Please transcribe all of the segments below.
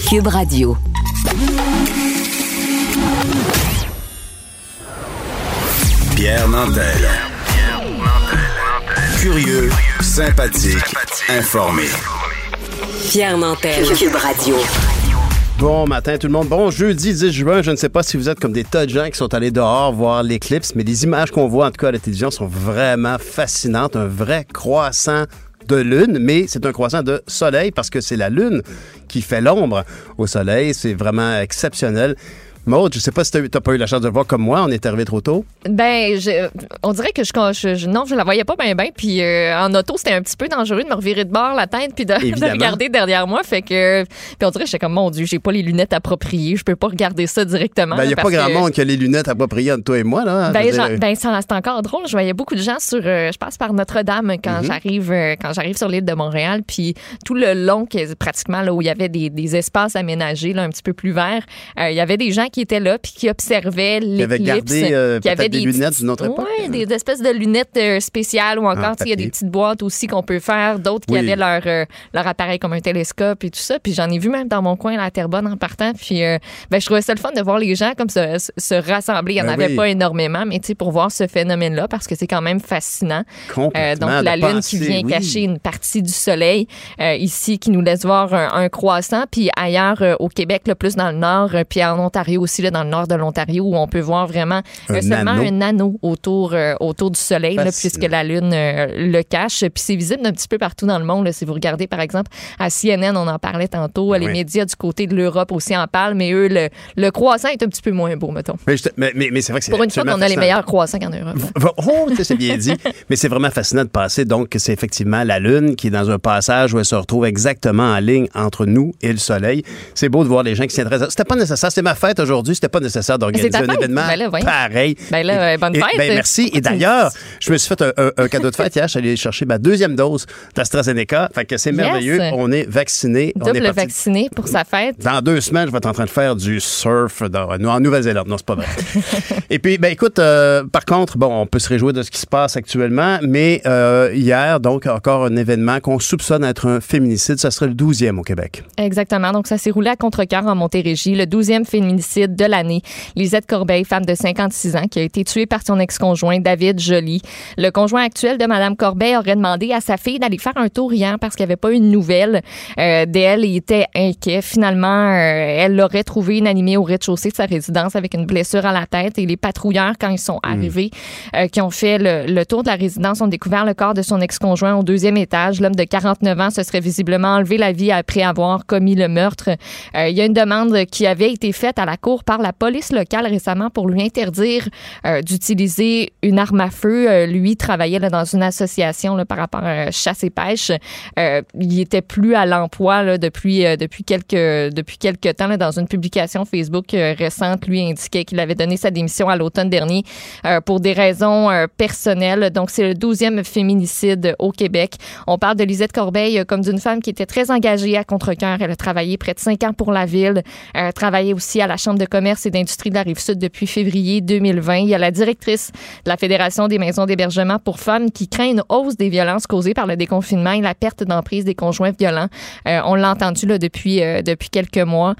Cube Radio. Pierre Nantel. Curieux, sympathique, informé. Pierre Nantel. Cube Radio. Bon matin tout le monde. Bon jeudi 10 juin. Je ne sais pas si vous êtes comme des tas de gens qui sont allés dehors voir l'éclipse, mais les images qu'on voit en tout cas à la télévision sont vraiment fascinantes. Un vrai croissant de lune, mais c'est un croissant de soleil parce que c'est la lune qui fait l'ombre au soleil. C'est vraiment exceptionnel. Maude, je sais pas si t'as pas eu la chance de le voir comme moi, on est arrivé trop tôt. Ben, on dirait que je la voyais pas bien. Puis en auto, c'était un petit peu dangereux de me revirer de bord la tête puis de regarder derrière moi. Fait que, puis on dirait que j'étais comme, mon Dieu, j'ai pas les lunettes appropriées, je peux pas regarder ça directement. Ben, il y a pas grand monde qui a les lunettes appropriées entre toi et moi, là. C'est encore drôle. Je voyais beaucoup de gens je passe par Notre-Dame quand j'arrive sur l'île de Montréal. Puis tout le long, pratiquement, là où il y avait des espaces aménagés, là, un petit peu plus verts, il y avait des gens qui étaient là puis qui observaient l'éclipse. Qui avaient gardé peut-être des lunettes d'une autre époque. Oui, des espèces de lunettes spéciales ou encore, il y a des petites boîtes aussi qu'on peut faire. D'autres qui avaient leur appareil comme un télescope et tout ça. Puis j'en ai vu même dans mon coin, la Terrebonne, en partant. Puis je trouvais ça le fun de voir les gens comme se rassembler. Il n'y en avait pas énormément, mais tu sais, pour voir ce phénomène-là, parce que c'est quand même fascinant. Donc, la Lune qui vient cacher une partie du soleil ici, qui nous laisse voir un croissant. Puis ailleurs, au Québec, là, plus dans le nord, puis en Ontario aussi, là, dans le nord de l'Ontario, où on peut voir vraiment seulement un anneau autour du soleil, là, puisque la Lune le cache. Puis c'est visible un petit peu partout dans le monde. Là. Si vous regardez, par exemple, à CNN, on en parlait tantôt, les médias du côté de l'Europe aussi en parlent, mais eux, le croissant est un petit peu moins beau, mettons. Mais c'est vrai que c'est pour une fois qu'on a les meilleurs croissants qu'en Europe. Oh, c'est bien dit. Mais c'est vraiment fascinant de passer. Donc, c'est effectivement la Lune qui est dans un passage où elle se retrouve exactement en ligne entre nous et le soleil. C'est beau de voir les gens qui s'y intéressent. C'était pas nécessaire. C'est ma fête aujourd'hui. C'était pas nécessaire d'organiser un événement pareil. Bonne fête. Merci. Et d'ailleurs, je me suis fait un cadeau de fête hier. Je suis allé chercher ma deuxième dose d'AstraZeneca. Fait que c'est merveilleux. On est vaccinés. Double vacciné pour sa fête. Dans 2 semaines, je vais être en train de faire du surf en Nouvelle-Zélande. Non, c'est pas vrai. Et puis, écoute, par contre, on peut se réjouir de ce qui se passe actuellement, mais hier, donc, encore un événement qu'on soupçonne être un féminicide. Ça serait le 12e au Québec. Exactement. Donc, ça s'est roulé à Contrecœur en Montérégie, le 12e féminicide de l'année. Lisette Corbeil, femme de 56 ans, qui a été tuée par son ex-conjoint, David Joly. Le conjoint actuel de Mme Corbeil aurait demandé à sa fille d'aller faire un tour hier parce qu'il n'y avait pas eu de nouvelles d'elle. Il était inquiet. Finalement, elle l'aurait trouvé inanimée au rez-de-chaussée de sa résidence avec une blessure à la tête. Et les patrouilleurs, quand ils sont arrivés, qui ont fait le tour de la résidence, ont découvert le corps de son ex-conjoint au 2e étage. L'homme de 49 ans se serait visiblement enlevé la vie après avoir commis le meurtre. Il y a une demande qui avait été faite à la cour par la police locale récemment pour lui interdire d'utiliser une arme à feu. Lui travaillait là, dans une association là, par rapport à chasse et pêche. Il était plus à l'emploi là, depuis quelques temps. Là, dans une publication Facebook récente, lui indiquait qu'il avait donné sa démission à l'automne dernier pour des raisons personnelles. Donc, c'est le 12e féminicide au Québec. On parle de Lisette Corbeil comme d'une femme qui était très engagée à Contrecœur. Elle a travaillé près de 5 ans pour la ville. Travaillait aussi à la Chambre de commerce et d'industrie de la Rive-Sud depuis février 2020. Il y a la directrice de la Fédération des maisons d'hébergement pour femmes qui craint une hausse des violences causées par le déconfinement et la perte d'emprise des conjoints violents. On l'a entendu là, depuis quelques mois.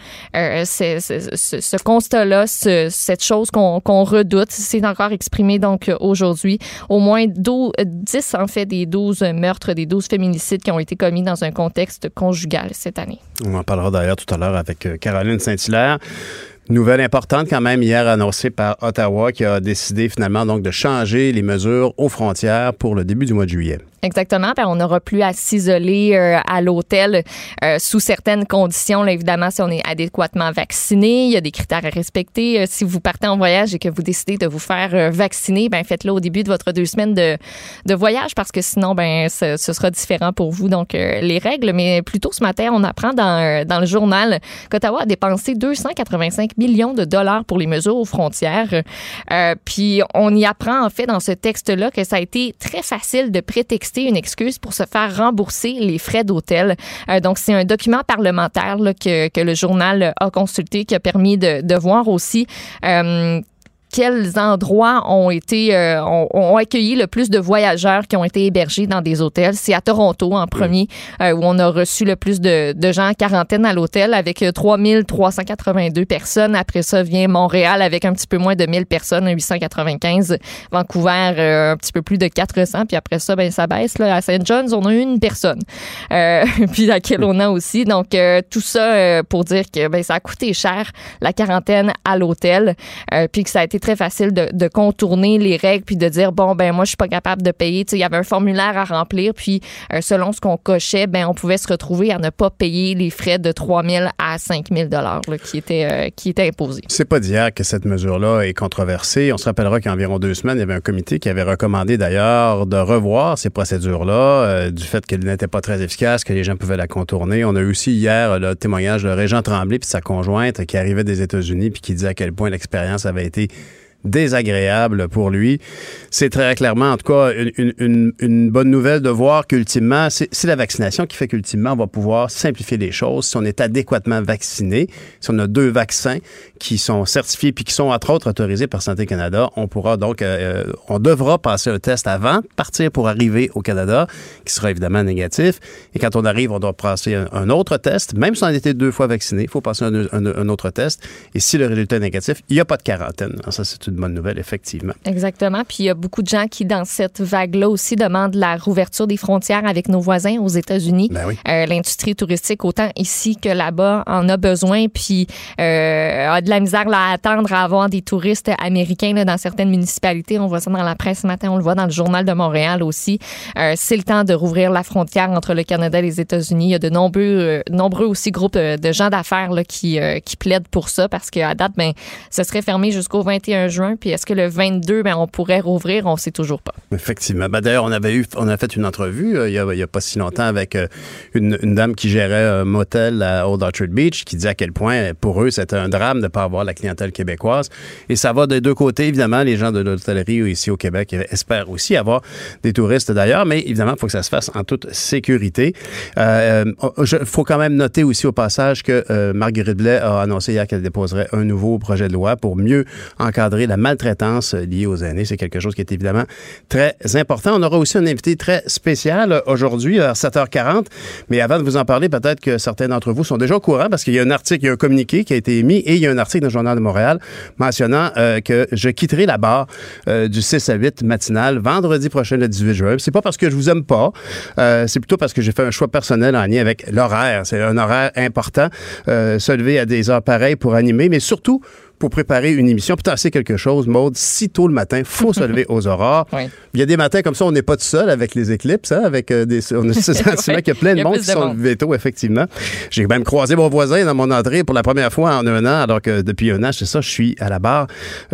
Ce constat-là, cette chose qu'on redoute, c'est encore exprimé donc aujourd'hui. Au moins 10 en fait des 12 meurtres, des 12 féminicides qui ont été commis dans un contexte conjugal cette année. On en parlera d'ailleurs tout à l'heure avec Caroline Saint-Hilaire. Nouvelle importante quand même hier annoncée par Ottawa qui a décidé finalement donc de changer les mesures aux frontières pour le début du mois de juillet. Exactement. On n'aura plus à s'isoler à l'hôtel sous certaines conditions. Là, évidemment, si on est adéquatement vacciné, il y a des critères à respecter. Si vous partez en voyage et que vous décidez de vous faire vacciner, faites-le au début de votre 2 semaines de voyage parce que sinon, ce sera différent pour vous. Donc, les règles. Mais plus tôt ce matin, on apprend dans le journal qu'Ottawa a dépensé 285 millions de dollars pour les mesures aux frontières. Puis, on y apprend en fait dans ce texte-là que ça a été très facile de prétexter une excuse pour se faire rembourser les frais d'hôtel. Donc, c'est un document parlementaire là, que le journal a consulté, qui a permis de voir aussi quels endroits ont accueilli le plus de voyageurs qui ont été hébergés dans des hôtels. C'est à Toronto en premier, où on a reçu le plus de gens en quarantaine à l'hôtel avec 3382 personnes. Après ça vient Montréal avec un petit peu moins de 1000 personnes, 895. Vancouver, un petit peu plus de 400. Puis après ça, ça baisse. Là, à St. John's, on a eu une personne. Puis à Kelowna aussi. Donc, tout ça pour dire que ça a coûté cher, la quarantaine à l'hôtel. Puis que ça a été très facile de contourner les règles puis de dire, moi, je suis pas capable de payer. Il y avait un formulaire à remplir. Puis, selon ce qu'on cochait, on pouvait se retrouver à ne pas payer les frais de 3 000 à 5 000 qui étaient imposés. C'est pas d'hier que cette mesure-là est controversée. On se rappellera qu'il y a environ 2 semaines, il y avait un comité qui avait recommandé d'ailleurs de revoir ces procédures-là, du fait qu'elles n'étaient pas très efficaces, que les gens pouvaient la contourner. On a eu aussi hier le témoignage de Régent Tremblay puis de sa conjointe qui arrivait des États-Unis puis qui disait à quel point l'expérience avait été désagréable pour lui. C'est très clairement, en tout cas, une bonne nouvelle de voir qu'ultimement, c'est la vaccination qui fait qu'ultimement, on va pouvoir simplifier les choses. Si on est adéquatement vacciné, si on a 2 vaccins qui sont certifiés puis qui sont, entre autres, autorisés par Santé Canada, on pourra donc, on devra passer un test avant de partir pour arriver au Canada, qui sera évidemment négatif. Et quand on arrive, on doit passer un autre test. Même si on a été 2 fois vacciné, il faut passer un autre test. Et si le résultat est négatif, il n'y a pas de quarantaine. Alors ça, c'est une bonne nouvelle, effectivement. Exactement. Puis il y a beaucoup de gens qui, dans cette vague-là aussi, demandent la rouverture des frontières avec nos voisins aux États-Unis. Oui. L'industrie touristique, autant ici que là-bas, en a besoin. Puis a de la misère à attendre à avoir des touristes américains dans certaines municipalités. On voit ça dans la presse ce matin, on le voit dans le Journal de Montréal aussi. C'est le temps de rouvrir la frontière entre le Canada et les États-Unis. Il y a de nombreux aussi groupes de gens d'affaires qui plaident pour ça parce qu'à date, ce serait fermé jusqu'au 21 juin. Puis est-ce que le 22, on pourrait rouvrir? On ne sait toujours pas. Effectivement. D'ailleurs, on a fait une entrevue il y a pas si longtemps avec une dame qui gérait un motel à Old Orchard Beach qui disait à quel point, pour eux, c'était un drame de ne pas avoir la clientèle québécoise. Et ça va des 2 côtés. Évidemment, les gens de l'hôtellerie ici au Québec espèrent aussi avoir des touristes d'ailleurs, mais évidemment, il faut que ça se fasse en toute sécurité. Il faut quand même noter aussi au passage que Marguerite Blais a annoncé hier qu'elle déposerait un nouveau projet de loi pour mieux encadrer la maltraitance liée aux aînés. C'est quelque chose qui est évidemment très important. On aura aussi un invité très spécial aujourd'hui à 7h40. Mais avant de vous en parler, peut-être que certains d'entre vous sont déjà au courant parce qu'il y a un article, il y a un communiqué qui a été émis et il y a un article dans le Journal de Montréal mentionnant que je quitterai la barre du 6 à 8 matinal vendredi prochain, le 18 juin. C'est pas parce que je vous aime pas. C'est plutôt parce que j'ai fait un choix personnel en lien avec l'horaire. C'est un horaire important. Se lever à des heures pareilles pour animer, mais surtout pour préparer une émission. Puis c'est quelque chose, Maude, si tôt le matin, il faut se lever aux aurores. Oui. Il y a des matins comme ça, on n'est pas tout seul avec les éclipses, on a ce sentiment qu'il y a plein de monde qui sont levés tôt, effectivement. J'ai même croisé mon voisin dans mon entrée pour la première fois en 1 an, alors que depuis 1 an, c'est ça, je suis à la barre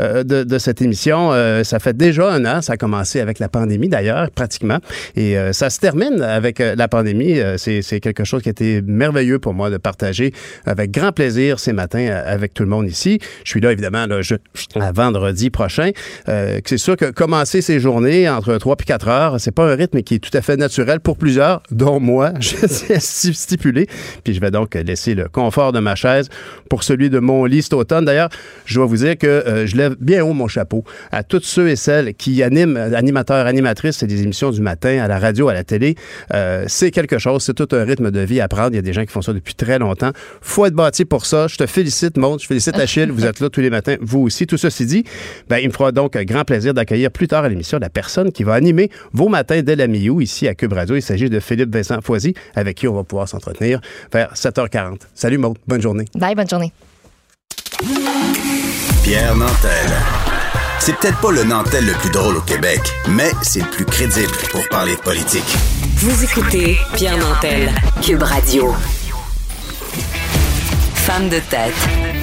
de cette émission. Ça fait déjà 1 an, ça a commencé avec la pandémie d'ailleurs, pratiquement, et ça se termine avec la pandémie. C'est quelque chose qui a été merveilleux pour moi de partager avec grand plaisir ces matins avec tout le monde ici. Je suis là, évidemment, à vendredi prochain. C'est sûr que commencer ces journées entre 3 et 4 heures, c'est pas un rythme qui est tout à fait naturel pour plusieurs, dont moi, je suis stipulé. Puis je vais donc laisser le confort de ma chaise pour celui de mon lit cet automne. D'ailleurs, je dois vous dire que je lève bien haut mon chapeau à tous ceux et celles qui animent, animateurs, animatrices, c'est des émissions du matin à la radio, à la télé. C'est quelque chose, c'est tout un rythme de vie à prendre. Il y a des gens qui font ça depuis très longtemps. Faut être bâti pour ça. Je te félicite, Maud. Je félicite Achille. Vous êtes là tous les matins, vous aussi. Tout ceci dit, il me fera donc un grand plaisir d'accueillir plus tard à l'émission la personne qui va animer vos matins dès la mi-août ici à Cube Radio. Il s'agit de Philippe Vincent Foisy, avec qui on va pouvoir s'entretenir vers 7h40. Salut Maud, bonne journée. Bye, bonne journée. Pierre Nantel. C'est peut-être pas le Nantel le plus drôle au Québec, mais c'est le plus crédible pour parler de politique. Vous écoutez Pierre Nantel, Cube Radio. Femme de tête.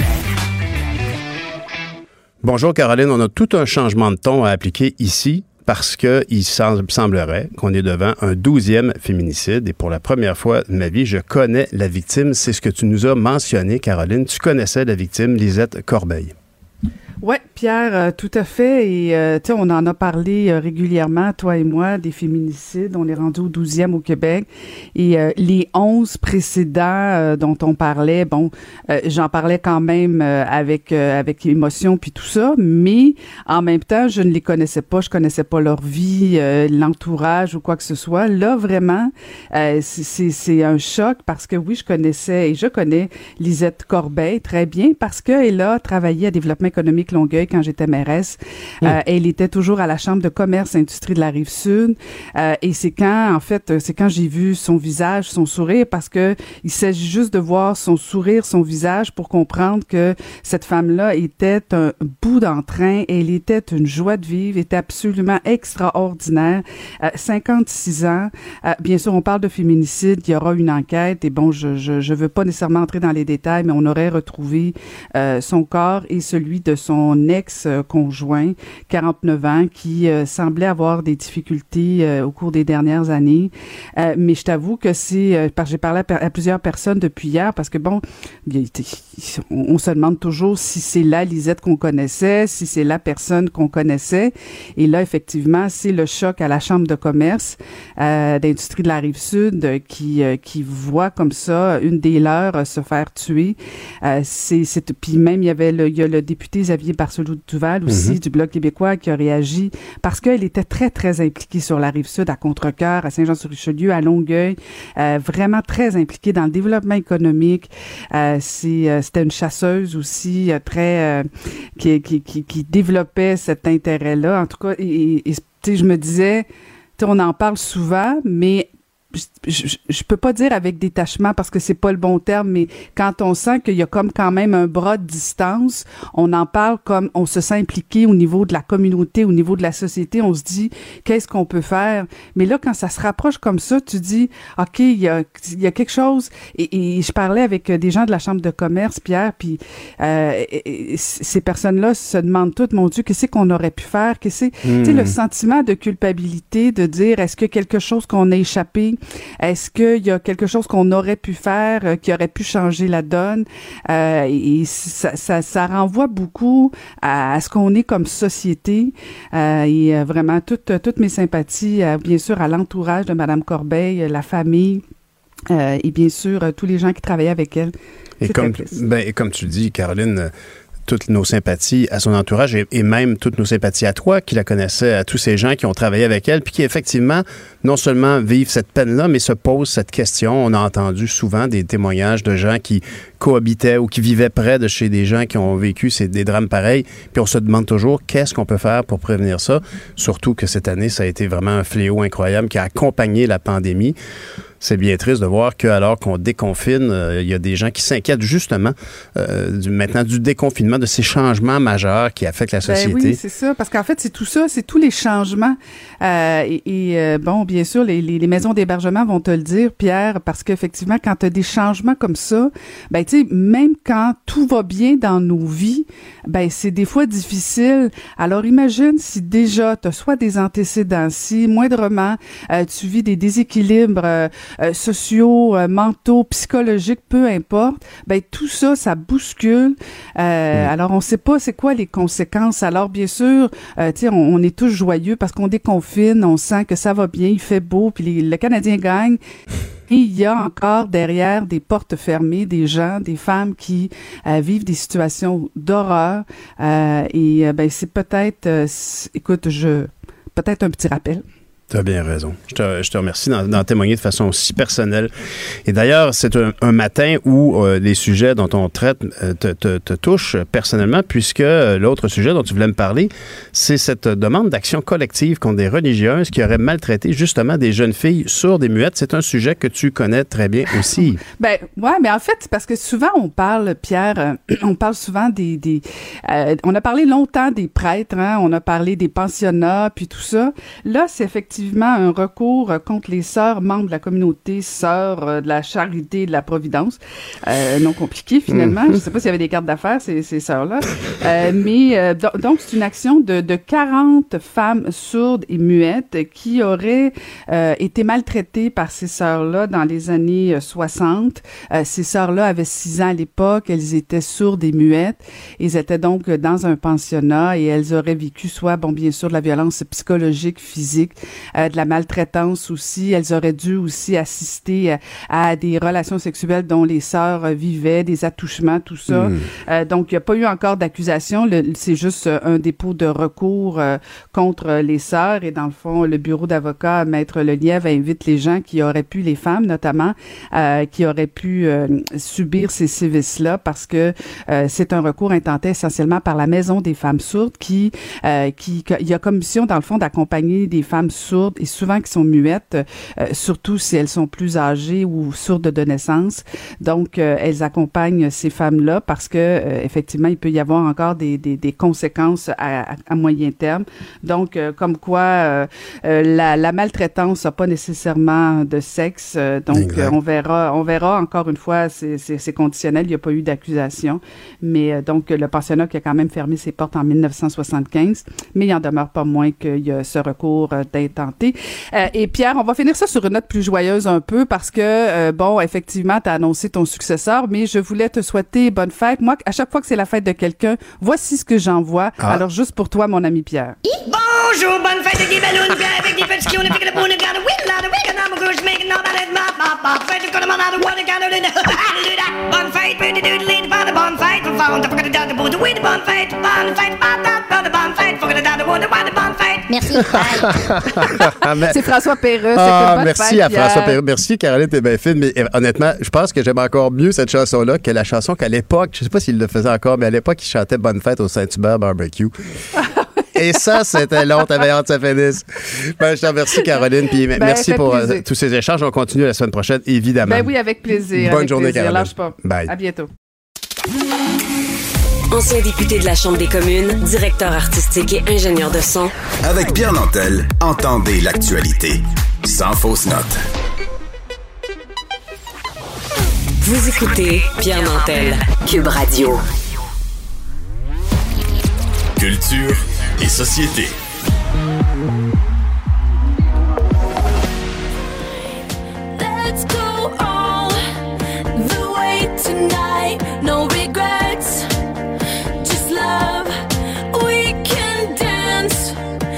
Bonjour Caroline, on a tout un changement de ton à appliquer ici parce qu'il semblerait qu'on est devant un 12e féminicide et pour la première fois de ma vie, je connais la victime. C'est ce que tu nous as mentionné, Caroline. Tu connaissais la victime, Lisette Corbeil. Oui, Pierre, tout à fait. Et tu sais, on en a parlé régulièrement, toi et moi, des féminicides. On est rendu au 12e au Québec. Et les 11 précédents dont on parlait, j'en parlais quand même avec émotion puis tout ça, mais en même temps, je ne les connaissais pas. Je connaissais pas leur vie, l'entourage ou quoi que ce soit. Là, vraiment, c'est un choc parce que oui, je connais Lisette Corbeil très bien parce qu'elle a travaillé à Développement économique Longueuil quand j'étais mairesse. Elle était toujours à la Chambre de commerce et industrie de la Rive-Sud. Et c'est quand j'ai vu son visage, son sourire, parce que il s'agit juste de voir son sourire, son visage pour comprendre que cette femme-là était un bout d'entrain. Elle était une joie de vivre, était absolument extraordinaire. 56 ans. Bien sûr, on parle de féminicide. Il y aura une enquête. Et je veux pas nécessairement entrer dans les détails, mais on aurait retrouvé son corps et celui de son ex-conjoint, 49 ans, qui semblait avoir des difficultés au cours des dernières années. Mais je t'avoue que parce que j'ai parlé à plusieurs personnes depuis hier, parce que on se demande toujours si c'est la Lisette qu'on connaissait, si c'est la personne qu'on connaissait. Et là, effectivement, c'est le choc à la Chambre de commerce d'industrie de la Rive-Sud qui voit comme ça une des leurs se faire tuer. Puis même, il y a le député Xavier Barcelou-Duval aussi, du Bloc québécois, qui a réagi parce qu'elle était très, très impliquée sur la Rive-Sud, à Contrecœur, à Saint-Jean-sur-Richelieu, à Longueuil, vraiment très impliquée dans le développement économique. C'était une chasseuse aussi, qui développait cet intérêt-là. En tout cas, et je me disais, on en parle souvent, mais je peux pas dire avec détachement parce que c'est pas le bon terme, mais quand on sent qu'il y a comme quand même un bras de distance, on en parle comme on se sent impliqué au niveau de la communauté, au niveau de la société, on se dit qu'est-ce qu'on peut faire. Mais là, quand ça se rapproche comme ça, tu dis OK, il y a quelque chose. Et je parlais avec des gens de la Chambre de commerce, Pierre, puis ces personnes-là se demandent toutes, mon Dieu, qu'est-ce qu'on aurait pu faire? Tu sais, le sentiment de culpabilité, de dire est-ce que quelque chose qu'on a échappé? Est-ce qu'il y a quelque chose qu'on aurait pu faire qui aurait pu changer la donne? Et ça renvoie beaucoup à ce qu'on est comme société. Et vraiment, toutes mes sympathies, bien sûr, à l'entourage de Mme Corbeil, la famille, et bien sûr, tous les gens qui travaillaient avec elle. Et comme tu dis, Caroline, toutes nos sympathies à son entourage et même toutes nos sympathies à toi qui la connaissais, à tous ces gens qui ont travaillé avec elle puis qui effectivement non seulement vivent cette peine-là mais se posent cette question. On a entendu souvent des témoignages de gens qui cohabitaient ou qui vivaient près de chez des gens qui ont vécu des drames pareils puis on se demande toujours qu'est-ce qu'on peut faire pour prévenir ça, surtout que cette année ça a été vraiment un fléau incroyable qui a accompagné la pandémie. C'est bien triste de voir qu'alors qu'on déconfine, il y a des gens qui s'inquiètent justement maintenant du déconfinement, de ces changements majeurs qui affectent la société. Oui, c'est ça, parce qu'en fait, c'est tout ça, c'est tous les changements. Bien sûr, les maisons d'hébergement vont te le dire, Pierre, parce qu'effectivement, quand tu as des changements comme ça, tu sais, même quand tout va bien dans nos vies, c'est des fois difficile. Alors, imagine si déjà tu as soit des antécédents, si moindrement tu vis des déséquilibres sociaux, mentaux, psychologiques, peu importe, tout ça, ça bouscule. Alors, on sait pas c'est quoi les conséquences. Alors, bien sûr, on est tous joyeux parce qu'on déconfine, on sent que ça va bien, il fait beau, puis le Canadien gagne. Et il y a encore derrière des portes fermées des gens, des femmes qui vivent des situations d'horreur. C'est peut-être, peut-être un petit rappel. Tu as bien raison. Je te remercie d'en témoigner de façon aussi personnelle. Et d'ailleurs, c'est un matin où les sujets dont on traite te touchent personnellement, puisque l'autre sujet dont tu voulais me parler, c'est cette demande d'action collective contre des religieuses qui auraient maltraité justement des jeunes filles sourdes et muettes. C'est un sujet que tu connais très bien aussi. Ouais, mais en fait, c'est parce que souvent on parle, Pierre, on parle souvent on a parlé longtemps des prêtres, hein, on a parlé des pensionnats, puis tout ça. Là, c'est effectivement effectivement un recours contre les sœurs membres de la communauté sœurs de la Charité et de la Providence. Non compliqué, finalement. Je ne sais pas s'il y avait des cartes d'affaires, ces sœurs-là. Donc, c'est une action de 40 femmes sourdes et muettes qui auraient été maltraitées par ces sœurs-là dans les années 60. Ces sœurs-là avaient 6 ans à l'époque. Elles étaient sourdes et muettes. Elles étaient donc dans un pensionnat et elles auraient vécu soit, bien sûr, de la violence psychologique, physique, de la maltraitance aussi. Elles auraient dû aussi assister à des relations sexuelles dont les sœurs vivaient, des attouchements, tout ça. Donc, il n'y a pas eu encore d'accusation. C'est juste un dépôt de recours contre les sœurs. Et dans le fond, le bureau d'avocats, Maître Lelièvre, invite les gens qui auraient pu, les femmes notamment, qui auraient pu subir ces sévices-là parce que c'est un recours intenté essentiellement par la Maison des femmes sourdes qui il y a comme mission, dans le fond, d'accompagner des femmes sourdes et souvent qui sont muettes, surtout si elles sont plus âgées ou sourdes de naissance. Donc, elles accompagnent ces femmes-là parce que, effectivement, il peut y avoir encore des conséquences à moyen terme. Donc, comme quoi, la maltraitance n'a pas nécessairement de sexe. Donc, on verra encore une fois, c'est conditionnel, il n'y a pas eu d'accusation. Mais donc, le pensionnat qui a quand même fermé ses portes en 1975, mais il n'en demeure pas moins qu'il y a ce recours d'intenté. Et Pierre, on va finir ça sur une note plus joyeuse un peu parce que, effectivement, tu as annoncé ton successeur, mais je voulais te souhaiter bonne fête. Moi, à chaque fois que c'est la fête de quelqu'un, voici ce que j'envoie. Alors, juste pour toi, mon ami Pierre. Bonjour, bonne fête de Guy Belloun, Pierre avec des petits clowns, avec le boune, got a wheel, lot of wig, and I'm a goose, making all that in my pop, fête, you're gonna man out of water, got a bonne fête, pretty doodly, bonne fête, for found, I'm gonna down the boot, with the bonne fête, bonne fête, bonne fête, for gonna down the water, bonne fête. Merci. C'est François Pérusse. Merci à François Pérusse. Merci, Caroline, t'es bien fine. Mais honnêtement, je pense que j'aime encore mieux cette chanson-là que la chanson qu'à l'époque, je sais pas s'il le faisait encore, mais à l'époque, il chantait Bonne fête au Saint-Hubert Barbecue. Et ça, c'était long, t'avais hâte que ça finisse. Je te remercie, Caroline, puis merci pour tous ces échanges. On continue la semaine prochaine, évidemment. Oui, avec plaisir. Bonne journée, Caroline. Lâche pas. Bye. À bientôt. Ancien député de la Chambre des communes, directeur artistique et ingénieur de son. Avec Pierre Nantel, entendez l'actualité sans fausse note. Vous écoutez Pierre Nantel, Cube Radio. Culture et société. Let's go all the way tonight. No regrets, just love. We can dance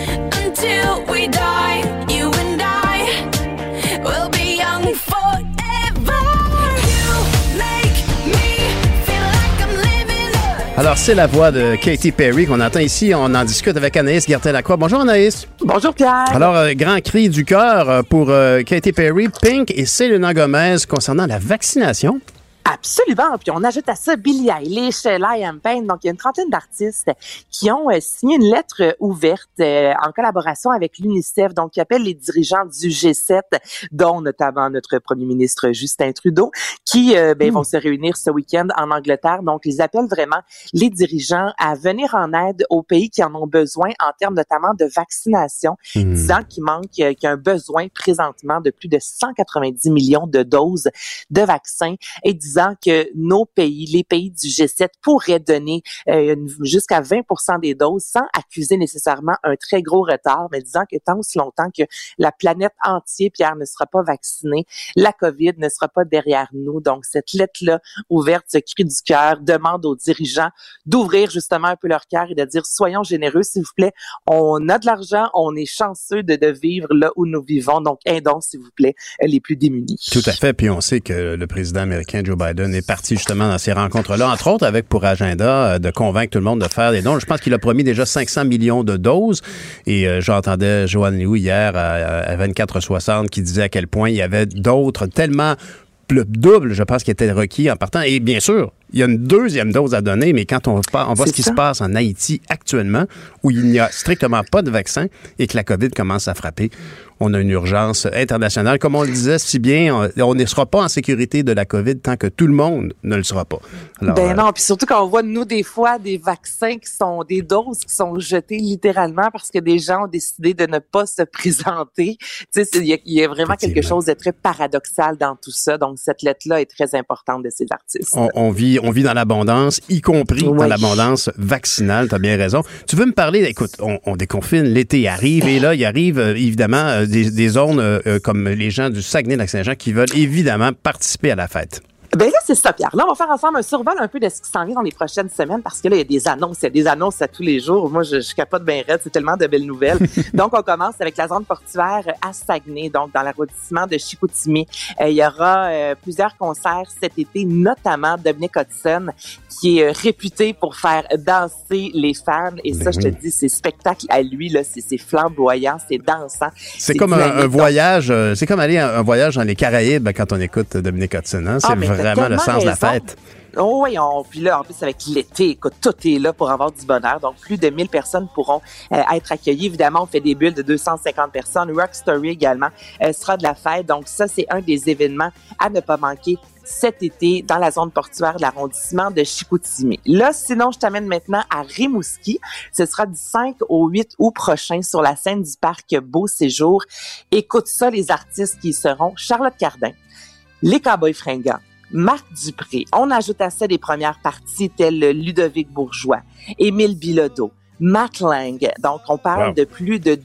until we die. You and I will be young forever. You make me feel like I'm living. Alors, c'est la voix de Katy Perry qu'on entend ici. On en discute avec Anaïs Gertin-Lacroix. Bonjour, Anaïs. Bonjour, Pierre. Alors, grand cri du cœur pour Katy Perry, Pink et Selena Gomez concernant la vaccination. Absolument. Puis on ajoute à ça Billie Eilish, Liam Payne. Donc, il y a une trentaine d'artistes qui ont signé une lettre ouverte en collaboration avec l'UNICEF, donc qui appelle les dirigeants du G7, dont notamment notre premier ministre Justin Trudeau, qui vont se réunir ce week-end en Angleterre. Donc, ils appellent vraiment les dirigeants à venir en aide aux pays qui en ont besoin en termes notamment de vaccination, disant qu'il y a un besoin présentement de plus de 190 millions de doses de vaccins et disant que nos pays, les pays du G7, pourraient donner jusqu'à 20% des doses sans accuser nécessairement un très gros retard, mais disant que tant aussi longtemps que la planète entière, Pierre, ne sera pas vaccinée, la COVID ne sera pas derrière nous. Donc, cette lettre-là ouverte, ce cri du cœur, demande aux dirigeants d'ouvrir justement un peu leur cœur et de dire, soyons généreux, s'il vous plaît. On a de l'argent, on est chanceux de vivre là où nous vivons. Donc, aidons, s'il vous plaît, les plus démunis. Tout à fait. Puis on sait que le président américain Joe Biden est parti justement dans ces rencontres-là, entre autres avec pour agenda de convaincre tout le monde de faire des dons. Je pense qu'il a promis déjà 500 millions de doses. Et j'entendais Joanne Liu hier à 24/60 qui disait à quel point il y avait d'autres tellement le double, je pense, qui était requis en partant. Et bien sûr, il y a une deuxième dose à donner, mais quand on voit ce qui se passe en Haïti actuellement, où il n'y a strictement pas de vaccin et que la COVID commence à frapper, on a une urgence internationale. Comme on le disait si bien, on ne sera pas en sécurité de la COVID tant que tout le monde ne le sera pas. Alors, non, puis surtout quand on voit, nous, des fois, des vaccins des doses qui sont jetées littéralement parce que des gens ont décidé de ne pas se présenter. Tu sais, il y a vraiment quelque chose de très paradoxal dans tout ça. Donc, cette lettre-là est très importante de ces artistes. On vit dans l'abondance, y compris dans l'abondance vaccinale. T'as bien raison. Tu veux me parler, écoute, on déconfine, l'été arrive et là, il arrive évidemment des zones comme les gens du Saguenay-Lac-Saint-Jean qui veulent évidemment participer à la fête. Ben là, c'est ça, Pierre. Là, on va faire ensemble un survol un peu de ce qui s'en vient dans les prochaines semaines parce que là, il y a des annonces à tous les jours. Moi, je capote bien raide. C'est tellement de belles nouvelles. Donc, on commence avec la zone portuaire à Saguenay, donc dans l'arrondissement de Chicoutimi. Il y aura plusieurs concerts cet été, notamment Dominic Hudson, qui est réputé pour faire danser les fans. Et ça, je te dis, ses spectacles à lui, là, c'est flamboyant, c'est dansant. C'est comme un voyage, c'est comme aller un voyage dans les Caraïbes quand on écoute Dominic Hudson. Hein? C'est vraiment le sens de la fête. Oh oui, puis là, en plus, avec l'été, écoute, tout est là pour avoir du bonheur. Donc, plus de 1000 personnes pourront être accueillies. Évidemment, on fait des bulles de 250 personnes. Rock Story également sera de la fête. Donc, ça, c'est un des événements à ne pas manquer cet été dans la zone portuaire de l'arrondissement de Chicoutimi. Là, sinon, je t'amène maintenant à Rimouski. Ce sera du 5 au 8 août prochain sur la scène du parc Beau Séjour. Écoute ça, les artistes qui y seront. Charlotte Cardin, les Cowboys Fringants, Marc Dupré. On ajoute à ça des premières parties telles Ludovic Bourgeois, Émile Bilodeau, Matt Lang. Donc, on parle de plus de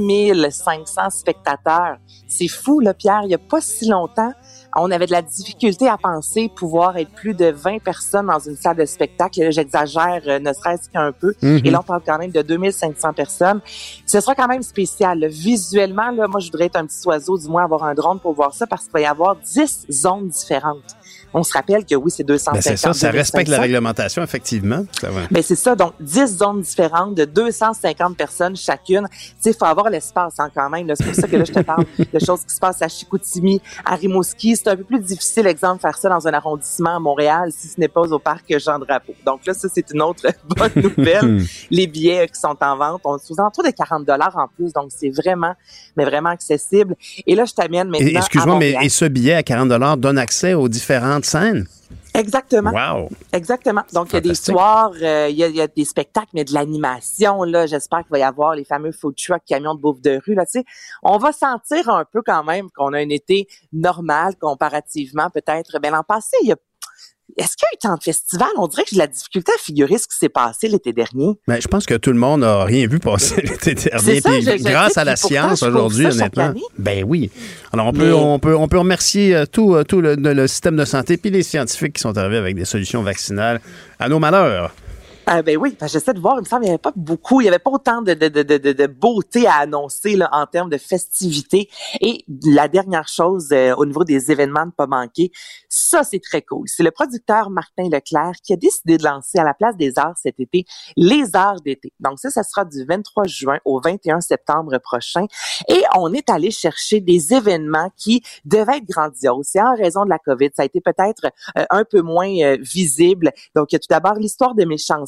2500 spectateurs. C'est fou, là, Pierre. Il n'y a pas si longtemps, on avait de la difficulté à penser pouvoir être plus de 20 personnes dans une salle de spectacle. Là, j'exagère ne serait-ce qu'un peu. Et là, on parle quand même de 2500 personnes. Ce sera quand même spécial. Là. Visuellement, là, moi, je voudrais être un petit oiseau, du moins avoir un drone pour voir ça parce qu'il va y avoir 10 zones différentes. On se rappelle que oui, c'est 250. Ben c'est ça, ça respecte la réglementation, effectivement. Ben c'est ça, donc 10 zones différentes de 250 personnes chacune. Tu sais, il faut avoir l'espace quand même. Là. C'est pour ça que là, je te parle de choses qui se passent à Chicoutimi, à Rimouski. C'est un peu plus difficile, exemple, faire ça dans un arrondissement à Montréal si ce n'est pas au parc Jean-Drapeau. Donc là, ça, c'est une autre bonne nouvelle. Les billets qui sont en vente, on se autour de 40 $ en plus. Donc, c'est vraiment, mais vraiment accessible. Et là, je t'amène maintenant excuse-moi, mais ce billet à 40 $ donne accès aux différentes scènes? Exactement. Wow. Exactement. Donc, il y a des soirs, il y a des spectacles, mais de l'animation, là. J'espère qu'il va y avoir les fameux food trucks, camions de bouffe de rue, là, tu sais. On va sentir un peu quand même qu'on a un été normal comparativement, peut-être. Ben, l'an passé, est-ce qu'il y a eu tant de festivals? On dirait que j'ai de la difficulté à figurer ce qui s'est passé l'été dernier. Ben, je pense que tout le monde n'a rien vu passer l'été dernier. Ça, grâce à la science aujourd'hui, honnêtement. Ben oui. Alors, on peut remercier tout le système de santé puis les scientifiques qui sont arrivés avec des solutions vaccinales à nos malheurs. Ben oui, j'essaie de voir, il me semble qu'il n'y avait pas beaucoup, il n'y avait pas autant de beauté à annoncer là, en termes de festivités. Et la dernière chose au niveau des événements ne pas manquer, ça c'est très cool. C'est le producteur Martin Leclerc qui a décidé de lancer à la Place des Arts cet été les Arts d'été. Donc ça sera du 23 juin au 21 septembre prochain. Et on est allé chercher des événements qui devaient être grandioses. C'est en raison de la COVID, ça a été peut-être un peu moins visible. Donc il y a tout d'abord l'histoire de mes chansons.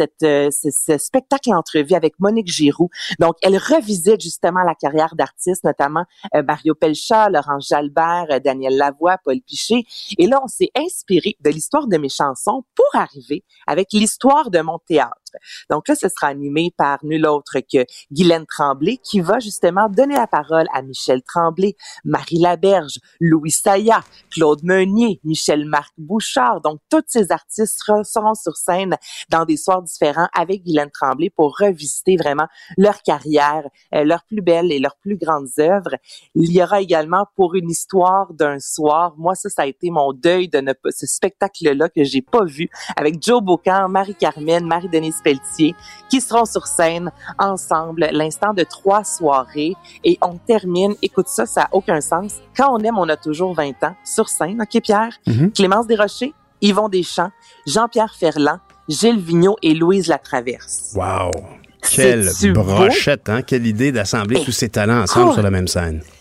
Ce spectacle entrevue avec Monique Giroux. Donc, elle revisite justement la carrière d'artistes, notamment Mario Pelcha, Laurent Jalbert, Daniel Lavoie, Paul Piché. Et là, on s'est inspiré de l'histoire de mes chansons pour arriver avec l'histoire de mon théâtre. Donc là, ce sera animé par nul autre que Guylaine Tremblay, qui va justement donner la parole à Michel Tremblay, Marie Laberge, Louis Saya, Claude Meunier, Michel-Marc Bouchard. Donc, tous ces artistes seront sur scène dans des soirs différents avec Guylaine Tremblay pour revisiter vraiment leur carrière, leurs plus belles et leurs plus grandes œuvres. Il y aura également pour une histoire d'un soir, moi ça a été mon deuil de ce spectacle-là que j'ai pas vu, avec Joe Bocan, Marie-Carmen, Marie-Denise Pelletier, qui seront sur scène ensemble, l'instant de 3 soirées. Et on termine, écoute ça n'a aucun sens. Quand on aime, on a toujours 20 ans, sur scène, OK Pierre? Clémence Desrochers, Yvon Deschamps, Jean-Pierre Ferland, Gilles Vigneault et Louise Latraverse. Wow! Quelle brochette, hein? Quelle idée d'assembler tous ces talents ensemble sur la même scène.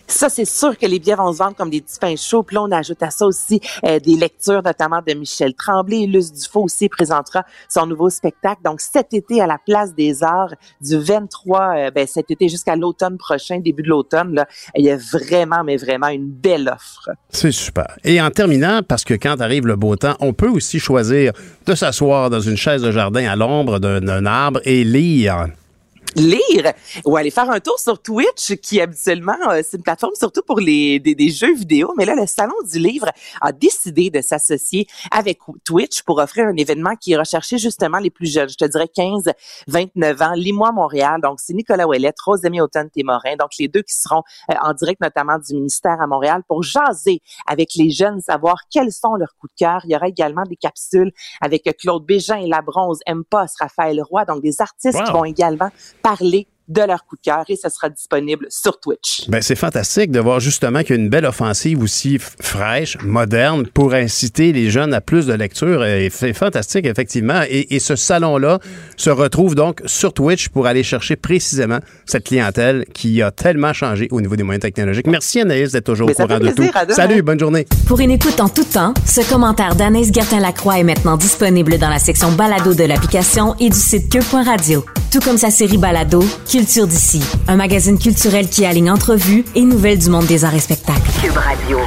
Ça, c'est sûr que les billets vont se vendre comme des petits pains chauds. Puis là, on ajoute à ça aussi des lectures, notamment de Michel Tremblay. Luce Dufault aussi présentera son nouveau spectacle. Donc, cet été, à la Place des Arts, du 23, cet été jusqu'à l'automne prochain, début de l'automne, là, il y a vraiment, mais vraiment une belle offre. C'est super. Et en terminant, parce que quand arrive le beau temps, on peut aussi choisir de s'asseoir dans une chaise de jardin à l'ombre d'un arbre et lire. Lire ou aller faire un tour sur Twitch, qui habituellement, c'est une plateforme surtout pour des jeux vidéo. Mais là, le Salon du Livre a décidé de s'associer avec Twitch pour offrir un événement qui est recherché justement les plus jeunes. Je te dirais 15-29 ans. Lis-moi Montréal. Donc, c'est Nicolas Ouellette, Rosemée Automne-Témorin. Donc, les deux qui seront en direct notamment du ministère à Montréal pour jaser avec les jeunes, savoir quels sont leurs coups de cœur. Il y aura également des capsules avec Claude Bégin, La Bronze, M-Post, Raphaël Roy. Donc, des artistes qui vont également parler de leur coup de cœur et ça sera disponible sur Twitch. Ben, c'est fantastique de voir justement qu'il y a une belle offensive aussi fraîche, moderne, pour inciter les jeunes à plus de lecture. Et c'est fantastique, effectivement. Et ce salon-là se retrouve donc sur Twitch pour aller chercher précisément cette clientèle qui a tellement changé au niveau des moyens technologiques. Merci Anaïs d'être toujours au courant de tout. Salut, bonne journée. Pour une écoute en tout temps, ce commentaire d'Anaïs Gertin-Lacroix est maintenant disponible dans la section balado de l'application et du site cube.radio. Tout comme sa série balado, Culture d'ici, un magazine culturel qui aligne entrevues et nouvelles du monde des arts et spectacles. Cube Radio.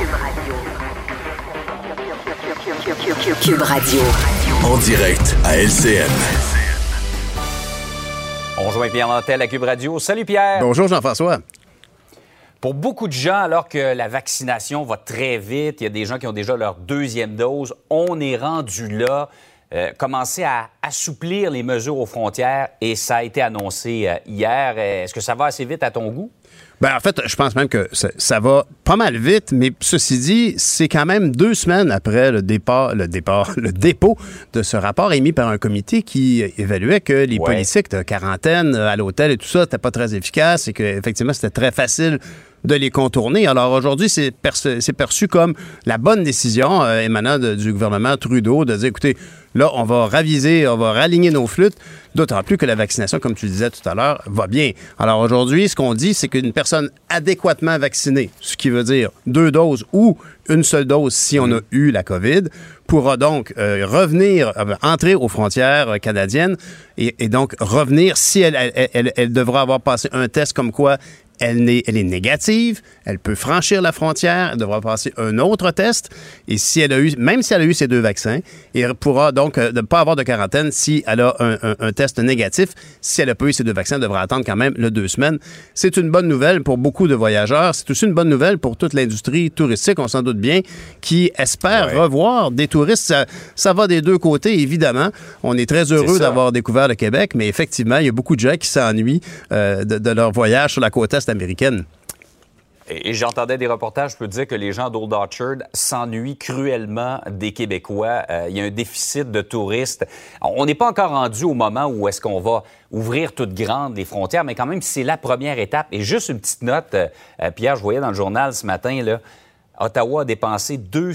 Cube Radio. En direct à LCN. On rejoint Pierre Nantel à Cube Radio. Salut Pierre. Bonjour Jean-François. Pour beaucoup de gens, alors que la vaccination va très vite, il y a des gens qui ont déjà leur deuxième dose, on est rendu là. Commencer à assouplir les mesures aux frontières et ça a été annoncé hier. Est-ce que ça va assez vite à ton goût? Ben, en fait, je pense même que ça va pas mal vite, mais ceci dit, c'est quand même 2 semaines après le dépôt de ce rapport émis par un comité qui évaluait que les politiques de quarantaine à l'hôtel et tout ça n'étaient pas très efficaces et qu'effectivement, c'était très facile de les contourner. Alors aujourd'hui, c'est perçu comme la bonne décision émanant du gouvernement Trudeau de dire, écoutez, là, on va raviser, on va raligner nos flûtes, d'autant plus que la vaccination, comme tu le disais tout à l'heure, va bien. Alors aujourd'hui, ce qu'on dit, c'est qu'une personne adéquatement vaccinée, ce qui veut dire 2 doses ou une seule dose si on a eu la COVID, pourra donc entrer aux frontières canadiennes et donc revenir si elle devra avoir passé un test comme quoi elle est négative, elle peut franchir la frontière, elle devra passer un autre test, et même si elle a eu ces 2 vaccins, elle pourra donc ne pas avoir de quarantaine si elle a un test négatif. Si elle n'a pas eu ces 2 vaccins, elle devra attendre quand même 2 semaines. C'est une bonne nouvelle pour beaucoup de voyageurs. C'est aussi une bonne nouvelle pour toute l'industrie touristique, on s'en doute bien, qui espère revoir des touristes. Ça va des 2 côtés, évidemment. On est très heureux d'avoir découvert le Québec, mais effectivement, il y a beaucoup de gens qui s'ennuient de leur voyage sur la côte est américaine. Et j'entendais des reportages, je peux te dire que les gens d'Old Orchard s'ennuient cruellement des Québécois. Il y a un déficit de touristes. On n'est pas encore rendu au moment où est-ce qu'on va ouvrir toutes grandes les frontières, mais quand même, c'est la première étape. Et juste une petite note, Pierre, je voyais dans le journal ce matin, là, Ottawa a dépensé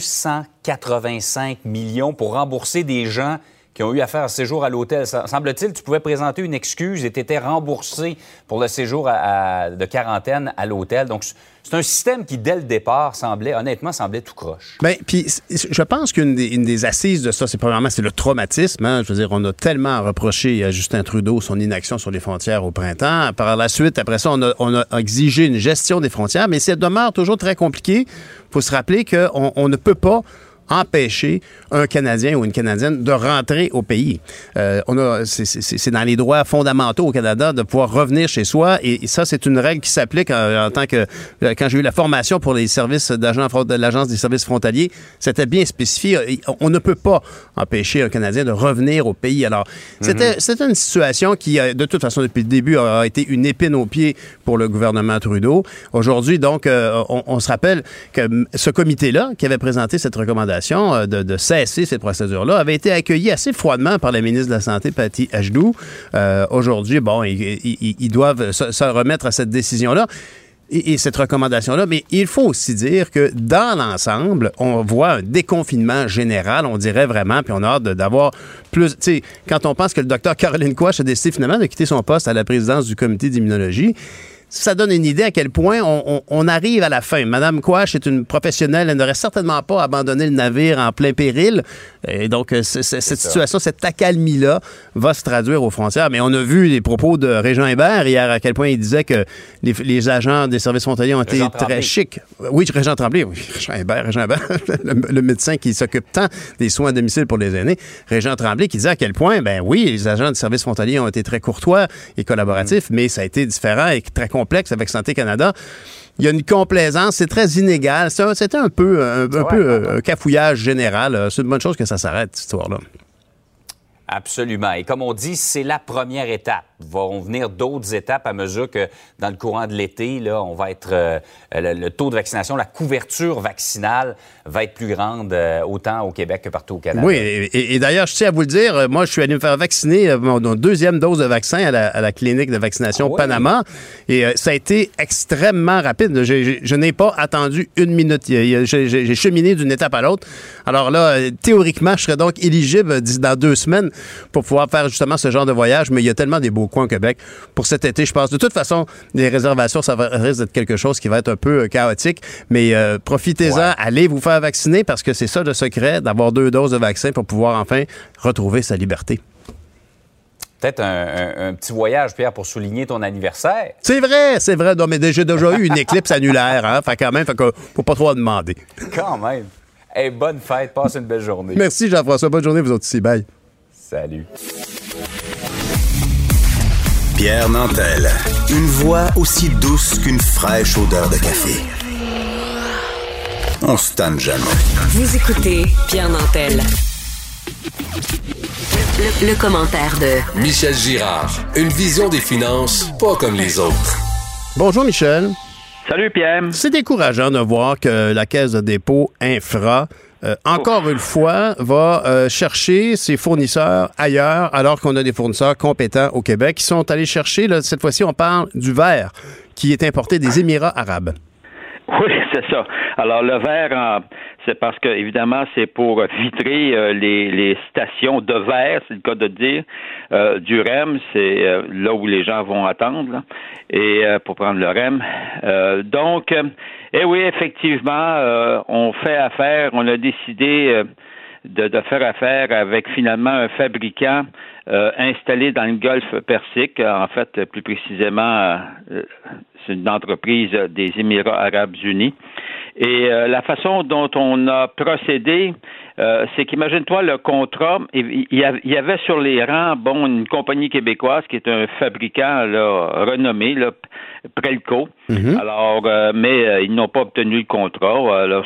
285 millions pour rembourser des gens qui ont eu à faire un séjour à l'hôtel. Semble-t-il, tu pouvais présenter une excuse et tu étais remboursé pour le séjour de quarantaine à l'hôtel. Donc, c'est un système qui, dès le départ, semblait tout croche. Bien, puis je pense qu'une des assises de ça, c'est le traumatisme. Hein? Je veux dire, on a tellement reproché à Justin Trudeau son inaction sur les frontières au printemps. Par la suite, après ça, on a exigé une gestion des frontières, mais ça demeure toujours très compliqué. Il faut se rappeler qu'on ne peut pas empêcher un Canadien ou une Canadienne de rentrer au pays. C'est dans les droits fondamentaux au Canada de pouvoir revenir chez soi et ça, c'est une règle qui s'applique en tant que... Quand j'ai eu la formation pour les services d'agents de l'Agence des services frontaliers, c'était bien spécifié. On ne peut pas empêcher un Canadien de revenir au pays. Alors, c'était une situation qui, de toute façon, depuis le début, a été une épine au pied pour le gouvernement Trudeau. Aujourd'hui, donc, on se rappelle que ce comité-là, qui avait présenté cette recommandation de cesser cette procédure-là, avait été accueillie assez froidement par la ministre de la Santé, Patty Hajdu. Aujourd'hui, bon, ils doivent se remettre à cette décision-là et cette recommandation-là. Mais il faut aussi dire que dans l'ensemble, on voit un déconfinement général, on dirait vraiment, puis on a hâte d'avoir plus... Tu sais, quand on pense que le docteur Caroline Quach a décidé finalement de quitter son poste à la présidence du comité d'immunologie, ça donne une idée à quel point on arrive à la fin. Madame Quach est une professionnelle. Elle n'aurait certainement pas abandonné le navire en plein péril. Et donc, cette situation, cette accalmie-là va se traduire aux frontières. Mais on a vu les propos de Régent Hébert hier, à quel point il disait que les agents des services frontaliers ont été très chics. Oui, Régent Tremblay, oui. Régent Hébert, le médecin qui s'occupe tant des soins à domicile pour les aînés. Régent Tremblay qui disait à quel point, ben oui, les agents des services frontaliers ont été très courtois et collaboratifs, mais ça a été différent et très complexe avec Santé Canada. Il y a une complaisance, c'est très inégal. C'était un peu un cafouillage général. C'est une bonne chose que ça s'arrête, cette histoire-là. Absolument. Et comme on dit, c'est la première étape. Vont venir d'autres étapes à mesure que dans le courant de l'été, là, on va être le taux de vaccination, la couverture vaccinale va être plus grande autant au Québec que partout au Canada. Oui, et d'ailleurs, je tiens à vous le dire, moi, je suis allé me faire vacciner mon deuxième dose de vaccin à la clinique de vaccination Panama, et ça a été extrêmement rapide. Je n'ai pas attendu une minute. J'ai cheminé d'une étape à l'autre. Alors là, théoriquement, je serais donc éligible dans 2 semaines pour pouvoir faire justement ce genre de voyage, mais il y a tellement des beaux coins au Québec pour cet été, je pense. De toute façon, les réservations, ça risque d'être quelque chose qui va être un peu chaotique, mais profitez-en, allez vous faire vacciner parce que c'est ça le secret, d'avoir 2 doses de vaccin pour pouvoir enfin retrouver sa liberté. Peut-être un petit voyage, Pierre, pour souligner ton anniversaire. C'est vrai. Non, mais j'ai déjà eu une éclipse annulaire, hein, fait que faut pas trop en demander. Quand même. Hey, bonne fête, passe une belle journée. Merci Jean-François, bonne journée vous autres ici, bye. Salut. Pierre Nantel. Une voix aussi douce qu'une fraîche odeur de café. On se tanne jamais. Vous écoutez Pierre Nantel. Le commentaire de Michel Girard. Une vision des finances pas comme les autres. Bonjour Michel. Salut Pierre. C'est décourageant de voir que la Caisse de dépôt Infra encore une fois, va chercher ses fournisseurs ailleurs, alors qu'on a des fournisseurs compétents au Québec qui sont allés chercher, là, cette fois-ci, on parle du verre qui est importé des Émirats arabes. Oui, c'est ça. Alors, le verre, c'est parce que, évidemment, c'est pour vitrer les stations de verre, c'est le cas de dire, du REM, c'est là où les gens vont attendre, là, et pour prendre le REM. Donc, oui, effectivement, on a décidé de faire affaire avec, finalement, un fabricant installé dans le Golfe Persique. En fait, plus précisément, c'est une entreprise des Émirats arabes unis. Et la façon dont on a procédé, c'est qu'imagine-toi le contrat, il y avait sur les rangs, une compagnie québécoise qui est un fabricant là, renommé, là, Prelco. Mm-hmm. Alors, mais ils n'ont pas obtenu le contrat. Alors,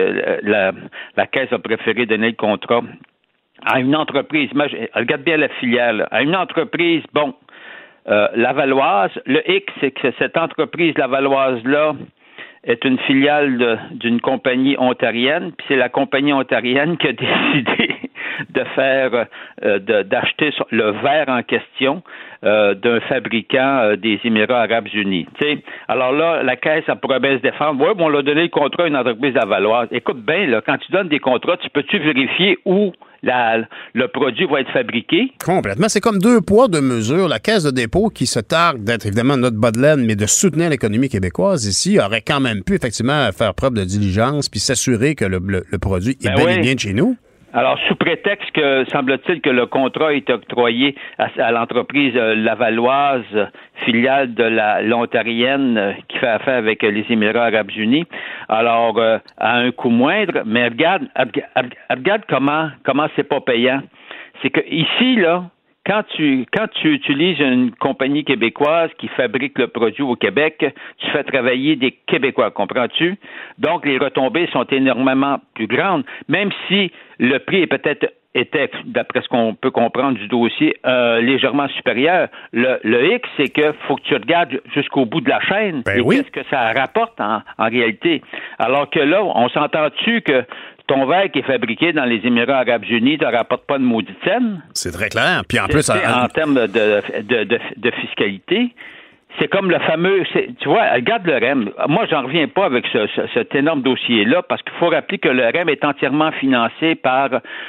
la Caisse a préféré donner le contrat à une entreprise. Regarde bien la filiale. À une entreprise, Lavalloise. Le X, c'est que cette entreprise Lavalloise-là est une filiale d'une compagnie ontarienne, puis c'est la compagnie ontarienne qui a décidé de faire, d'acheter le verre en question d'un fabricant des Émirats arabes unis. T'sais, alors là, la Caisse, elle pourrait bien se défendre. Oui, on l'a donné le contrat à une entreprise lavalloise. Écoute bien, là, quand tu donnes des contrats, peux-tu vérifier où le produit va être fabriqué? Complètement. C'est comme 2 poids, 2 mesures. La Caisse de dépôt, qui se targue d'être évidemment notre bas de laine, mais de soutenir l'économie québécoise ici, aurait quand même pu effectivement faire preuve de diligence puis s'assurer que le produit est bel et bien de chez nous. Alors, sous prétexte que, semble-t-il, que le contrat est octroyé à l'entreprise lavalloise, filiale de l'ontarienne qui fait affaire avec les Émirats arabes unis, alors à un coût moindre, mais regarde comment c'est pas payant. C'est que ici, là, quand tu utilises une compagnie québécoise qui fabrique le produit au Québec, tu fais travailler des Québécois, comprends-tu? Donc, les retombées sont énormément plus grandes, même si le prix était, d'après ce qu'on peut comprendre du dossier, légèrement supérieur. Le X, c'est que faut que tu regardes jusqu'au bout de la chaîne. Qu'est-ce que ça rapporte en réalité? Alors que là, on s'entend-tu que ton verre qui est fabriqué dans les Émirats arabes unis ne rapporte pas de maudite scène? C'est très clair. Puis en plus, en termes de fiscalité, c'est comme le fameux, tu vois, regarde le REM. Moi, j'en reviens pas avec cet énorme dossier-là, parce qu'il faut rappeler que le REM est entièrement financé par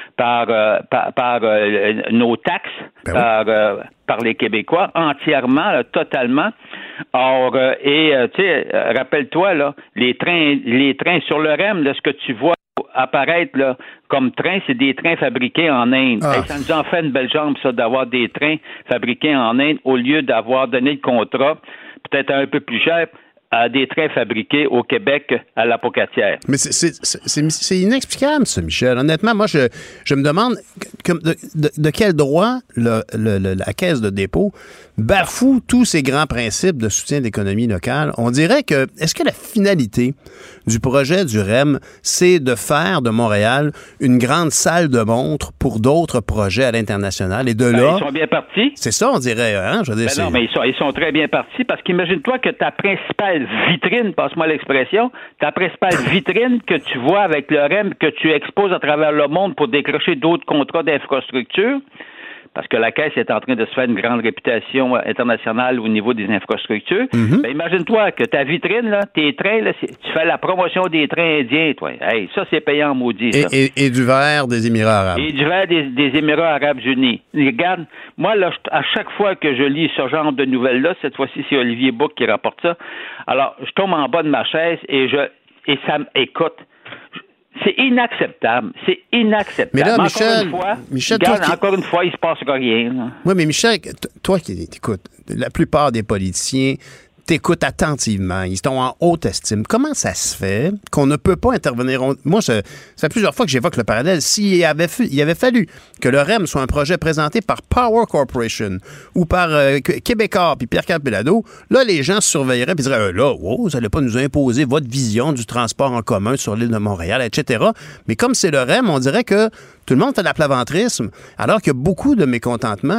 nos taxes, par les Québécois, entièrement, là, totalement. Or, tu sais, rappelle-toi, là, les trains sur le REM, là, ce que tu vois apparaître là, comme train, c'est des trains fabriqués en Inde. Ah. Ça nous en fait une belle jambe, ça, d'avoir des trains fabriqués en Inde au lieu d'avoir donné le contrat, peut-être un peu plus cher, à des trains fabriqués au Québec à la Pocatière. Mais c'est inexplicable, ça, Michel. Honnêtement, moi, je me demande de quel droit la Caisse de dépôt bafoue tous ces grands principes de soutien de l'économie locale. On dirait que, est-ce que la finalité du projet du REM, c'est de faire de Montréal une grande salle de montre pour d'autres projets à l'international? Et de là... Ils sont bien partis. C'est ça, on dirait, hein? Je veux dire, non, mais ils sont très bien partis, parce qu'imagine-toi que ta principale vitrine, passe-moi l'expression, ta principale vitrine que tu vois avec le REM, que tu exposes à travers le monde pour décrocher d'autres contrats d'infrastructure, parce que la Caisse est en train de se faire une grande réputation internationale au niveau des infrastructures. Mm-hmm. Ben, imagine-toi que ta vitrine, là, tes trains, là, tu fais la promotion des trains indiens, toi. Hey, ça, c'est payant, maudit, ça. Et du verre des Émirats arabes. Et du verre des Émirats arabes unis. Regarde, moi, là, à chaque fois que je lis ce genre de nouvelles-là, cette fois-ci, c'est Olivier Bouc qui rapporte ça. Alors, je tombe en bas de ma chaise et ça m'écoute. C'est inacceptable. C'est inacceptable. Mais là, Michel, encore une fois, il se passe rien. Oui, mais Michel, toi qui écoutes, la plupart des politiciens t'écoutent attentivement, ils sont en haute estime. Comment ça se fait qu'on ne peut pas intervenir? Moi, ça fait plusieurs fois que j'évoque le parallèle. S'il avait fallu que le REM soit un projet présenté par Power Corporation ou par Québécois puis Pierre Belado, là, les gens se surveilleraient et diraient vous n'allez pas nous imposer votre vision du transport en commun sur l'île de Montréal, etc. Mais comme c'est le REM, on dirait que tout le monde fait de l'aplaventrisme, alors qu'il y a beaucoup de mécontentement.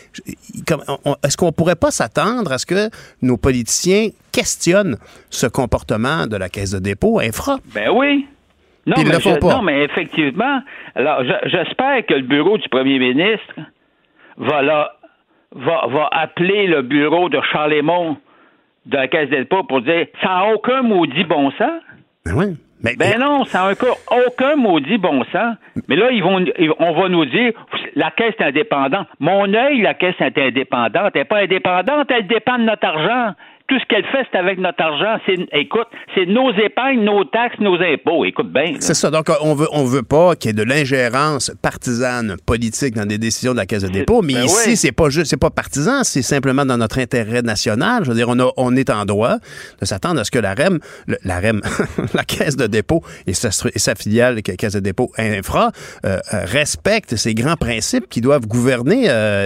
Est-ce qu'on pourrait pas s'attendre à ce que nos politiciens questionnent ce comportement de la Caisse de dépôt infra? Ben oui. Non, mais effectivement. Alors, j'espère que le bureau du premier ministre va appeler le bureau de Charles-Émon de la Caisse de dépôt pour dire « ça n'a aucun maudit bon sens ». Ben oui. Non, ça n'a aucun maudit bon sens. Mais là, on va nous dire, la Caisse est indépendante. Mon œil, la Caisse est indépendante. Elle n'est pas indépendante, elle dépend de notre argent. Tout ce qu'elle fait, c'est avec notre argent. C'est nos épargnes, nos taxes, nos impôts. Écoute bien. C'est ça. Donc, on veut pas qu'il y ait de l'ingérence partisane politique dans des décisions de la Caisse de dépôt. Mais ici, c'est pas partisan. C'est simplement dans notre intérêt national. Je veux dire, on est en droit de s'attendre à ce que la REM, la Caisse de dépôt et sa filiale, Caisse de dépôt Infra, respectent ces grands principes qui doivent gouverner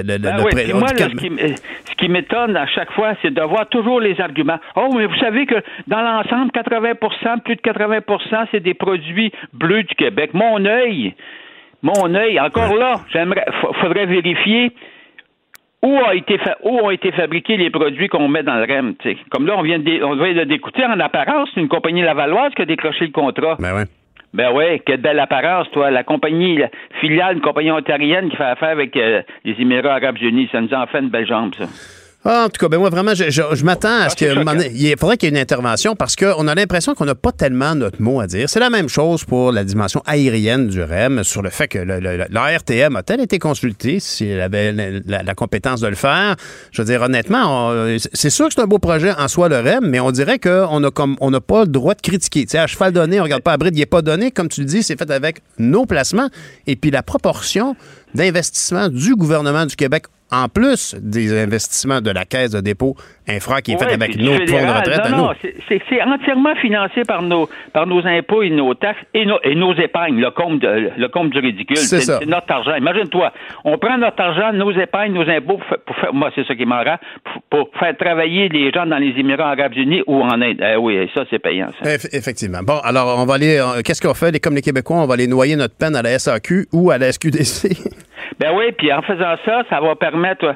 ce qui m'étonne à chaque fois, c'est de voir toujours les arguments. Oh, mais vous savez que dans l'ensemble, 80%, plus de 80%, c'est des produits bleus du Québec. Mon œil, encore là, faudrait vérifier où ont été fabriqués les produits qu'on met dans le REM. T'sais. Comme là, on vient de d'écouter en apparence, c'est une compagnie lavalloise qui a décroché le contrat. Ben oui, quelle belle apparence, toi. La compagnie filiale, une compagnie ontarienne qui fait affaire avec les Émirats arabes unis. Ça nous en fait une belle jambe, ça. En tout cas, ben moi, vraiment, je m'attends à ce qu'il faudrait qu'il y ait une intervention parce qu'on a l'impression qu'on n'a pas tellement notre mot à dire. C'est la même chose pour la dimension aérienne du REM, sur le fait que l'ARTM a-t-elle été consultée si elle avait la compétence de le faire. Je veux dire, honnêtement, c'est sûr que c'est un beau projet en soi, le REM, mais on dirait qu'on n'a pas le droit de critiquer. Tu sais, à cheval donné, on regarde pas à bride, il n'est pas donné. Comme tu le dis, c'est fait avec nos placements. Et puis la proportion d'investissement du gouvernement du Québec en plus des investissements de la Caisse de dépôt Infra qui est faite avec nos fonds de retraite. Non, c'est entièrement financé par nos impôts et nos taxes et nos épargnes, le compte du ridicule. C'est notre argent. Imagine-toi, on prend notre argent, nos épargnes, nos impôts, moi, c'est ça qui m'en rend, pour faire travailler les gens dans les Émirats arabes unis ou en Inde. Oui, ça, c'est payant. Ça. Effectivement. Bon, alors, on va aller... Qu'est-ce qu'on fait? Comme les Québécois, on va aller noyer notre peine à la SAQ ou à la SQDC. Ben oui, puis en faisant ça, ça va permettre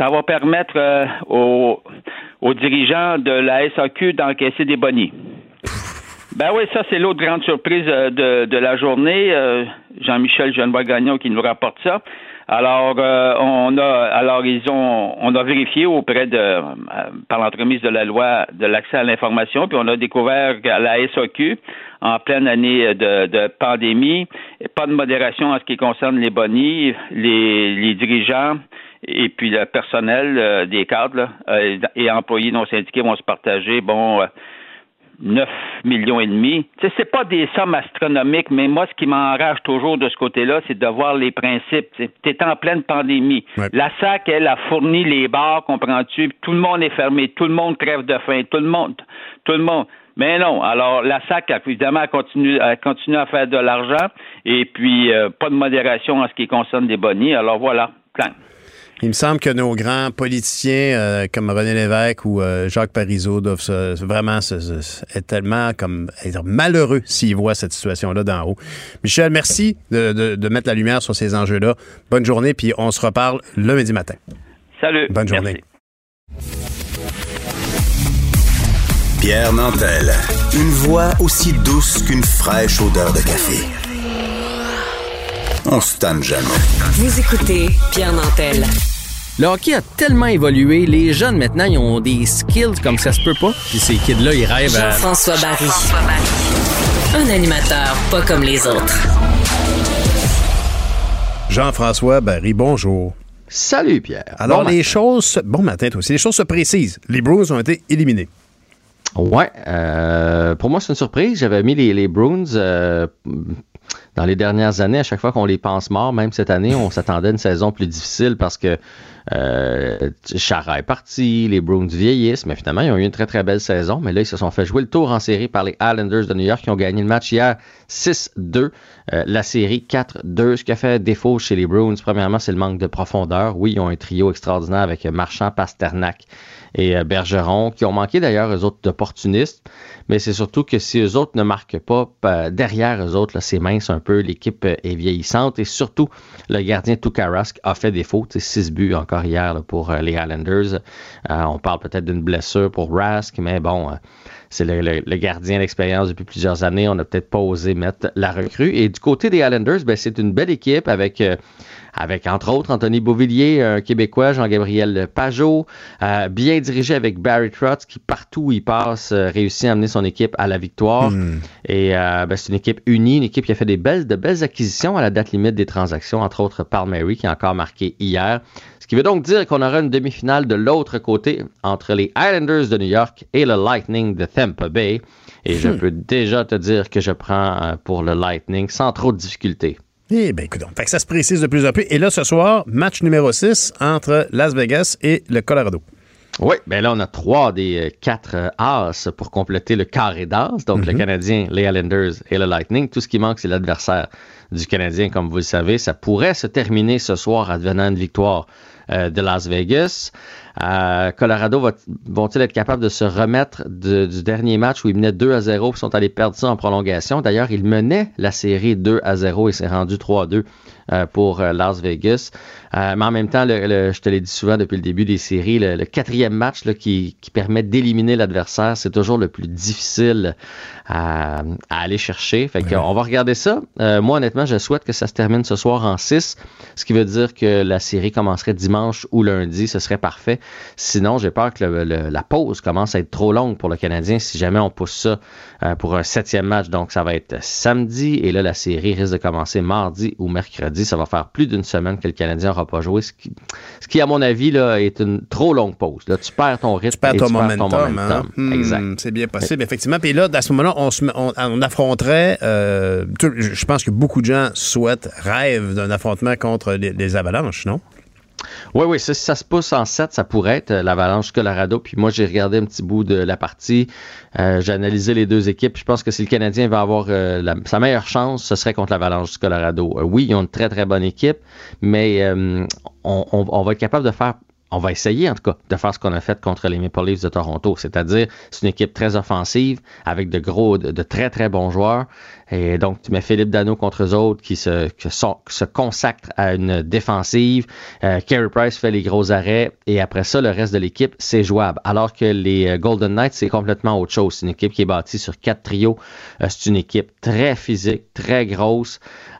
aux dirigeants de la SAQ d'encaisser des bonnies. Ben oui, ça, c'est l'autre grande surprise de la journée. Jean-Michel Genevoix-Gagnon qui nous rapporte ça. Alors, on a vérifié auprès par l'entremise de la loi de l'accès à l'information, puis on a découvert qu'à la SAQ, en pleine année de pandémie, pas de modération en ce qui concerne les bonnies, les dirigeants et puis le personnel des cadres et employés non syndiqués vont se partager, 9 millions et demi. Tu sais, c'est pas des sommes astronomiques, mais moi, ce qui m'enrage toujours de ce côté-là, c'est de voir les principes. Tu es en pleine pandémie. Ouais. La SAC, elle a fourni les bars, comprends-tu? Tout le monde est fermé. Tout le monde crève de faim. Tout le monde. Mais non. Alors, la SAC, évidemment, continue à faire de l'argent. Et puis, pas de modération en ce qui concerne des bonnies. Alors, voilà. Plein. Il me semble que nos grands politiciens comme René Lévesque ou Jacques Parizeau doivent être tellement être malheureux s'ils voient cette situation-là d'en haut. Michel, merci de mettre la lumière sur ces enjeux-là. Bonne journée, puis on se reparle lundi matin. Salut. Bonne journée. Merci. Pierre Nantel. Une voix aussi douce qu'une fraîche odeur de café. On se tanne jamais. Vous écoutez Pierre Nantel. Le hockey a tellement évolué, les jeunes maintenant, ils ont des skills comme ça se peut pas. Puis ces kids-là, ils rêvent à... Jean-François Barry. Un animateur pas comme les autres. Jean-François Barry, bonjour. Salut Pierre. Alors bon matin toi aussi, les choses se précisent. Les Bruins ont été éliminés. Ouais, pour moi c'est une surprise. J'avais mis les Bruins dans les dernières années, à chaque fois qu'on les pense morts, même cette année, on s'attendait à une saison plus difficile parce que Chara est parti, les Bruins vieillissent, mais finalement, ils ont eu une très, très belle saison. Mais là, ils se sont fait jouer le tour en série par les Islanders de New York qui ont gagné le match hier 6-2. La série 4-2. Ce qui a fait défaut chez les Bruins, premièrement, c'est le manque de profondeur. Oui, ils ont un trio extraordinaire avec Marchand, Pasternak et Bergeron, qui ont manqué d'ailleurs eux autres d'opportunistes, mais c'est surtout que si eux autres ne marquent pas, derrière eux autres, là, c'est mince un peu, l'équipe est vieillissante et surtout le gardien Tuukka Rask a fait défaut, 6 buts encore hier là, pour les Islanders. On parle peut-être d'une blessure pour Rask, mais bon, c'est le gardien d'expérience depuis plusieurs années, on n'a peut-être pas osé mettre la recrue. Et du côté des Islanders, c'est une belle équipe avec entre autres Anthony Beauvillier, un Québécois, Jean-Gabriel Pajot, bien dirigé avec Barry Trotz qui partout où il passe réussit à amener son équipe à la victoire. Et c'est une équipe unie, une équipe qui a fait de belles acquisitions à la date limite des transactions, entre autres Palmieri qui a encore marqué hier. Ce qui veut donc dire qu'on aura une demi-finale de l'autre côté entre les Islanders de New York et le Lightning de Tampa Bay. Et je peux déjà te dire que je prends pour le Lightning sans trop de difficultés. Eh bien, écoute, ça se précise de plus en plus. Et là, ce soir, match numéro 6 entre Las Vegas et le Colorado. Oui, bien là, on a 3 des 4 As pour compléter le carré d'As. Donc, le Canadien, les Islanders et le Lightning. Tout ce qui manque, c'est l'adversaire du Canadien. Comme vous le savez, ça pourrait se terminer ce soir advenant une victoire de Las Vegas. Colorado vont-ils être capables de se remettre du dernier match où ils menaient 2-0 et sont allés perdre ça en prolongation? D'ailleurs, ils menaient la série 2-0 et c'est rendu 3-2 pour Las Vegas. Mais en même temps, je te l'ai dit souvent depuis le début des séries, le quatrième match là, qui permet d'éliminer l'adversaire, c'est toujours le plus difficile à aller chercher. Fait qu'on va regarder ça. Moi, honnêtement, je souhaite que ça se termine ce soir en 6, ce qui veut dire que la série commencerait dimanche ou lundi. Ce serait parfait. Sinon, j'ai peur que la pause commence à être trop longue pour le Canadien si jamais on pousse ça pour un 7e match. Donc, ça va être samedi et là, la série risque de commencer mardi ou mercredi. Ça va faire plus d'une semaine que le Canadien n'aura pas joué, ce qui, à mon avis, là, est une trop longue pause. Là, tu perds ton rythme et tu perds ton momentum. Exact. C'est bien possible, effectivement. Puis là, à ce moment-là, on affronterait, je pense que beaucoup de gens rêvent d'un affrontement contre les Avalanches, non? Oui, si ça se pousse en 7, ça pourrait être l'Avalanche Colorado. Puis moi, j'ai regardé un petit bout de la partie. J'ai analysé les deux équipes. Je pense que si le Canadien va avoir sa meilleure chance, ce serait contre l'Avalanche Colorado. Oui, ils ont une très, très bonne équipe, mais on va être capable de faire on va essayer, en tout cas, de faire ce qu'on a fait contre les Maple Leafs de Toronto. C'est-à-dire, c'est une équipe très offensive, avec de très, très bons joueurs. Et donc, tu mets Philippe Danault contre eux autres qui se consacrent à une défensive. Carey Price fait les gros arrêts. Et après ça, le reste de l'équipe, c'est jouable. Alors que les Golden Knights, c'est complètement autre chose. C'est une équipe qui est bâtie sur 4 trios. C'est une équipe très physique, très grosse.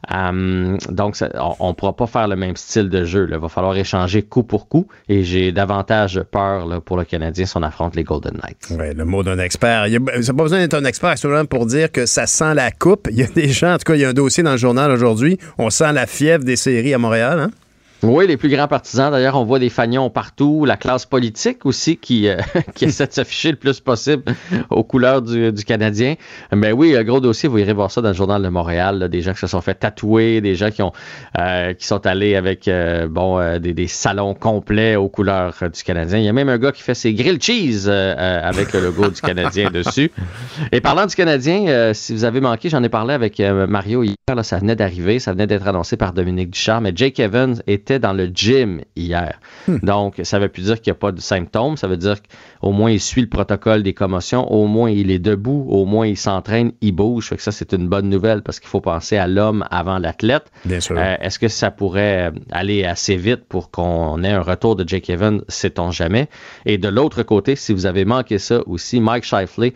Donc, on ne pourra pas faire le même style de jeu. Il va falloir échanger coup pour coup. Et j'ai davantage peur là, pour le Canadien si on affronte les Golden Knights. Oui, le mot d'un expert. Ça n'a pas besoin d'être un expert actuellement pour dire que ça sent la coupe. Il y a des gens, en tout cas, il y a un dossier dans le journal aujourd'hui. On sent la fièvre des séries à Montréal, hein? Oui, les plus grands partisans. D'ailleurs, on voit des fagnons partout. La classe politique aussi qui essaie de s'afficher le plus possible aux couleurs du Canadien. Mais oui, gros dossier, vous irez voir ça dans le Journal de Montréal. Là, des gens qui se sont fait tatouer, des gens qui sont allés avec des salons complets aux couleurs du Canadien. Il y a même un gars qui fait ses grilled cheese avec le logo du Canadien dessus. Et parlant du Canadien, si vous avez manqué, j'en ai parlé avec Mario hier. Là, ça venait d'arriver, ça venait d'être annoncé par Dominique Ducharme. Mais Jake Evans était dans le gym hier. Donc, ça ne veut plus dire qu'il n'y a pas de symptômes. Ça veut dire qu'au moins, il suit le protocole des commotions. Au moins, il est debout. Au moins, il s'entraîne. Il bouge. Fait que ça, c'est une bonne nouvelle parce qu'il faut penser à l'homme avant l'athlète. Bien sûr. Est-ce que ça pourrait aller assez vite pour qu'on ait un retour de Jake Evans? Sait-on jamais. Et de l'autre côté, si vous avez manqué ça aussi, Mike Scheifele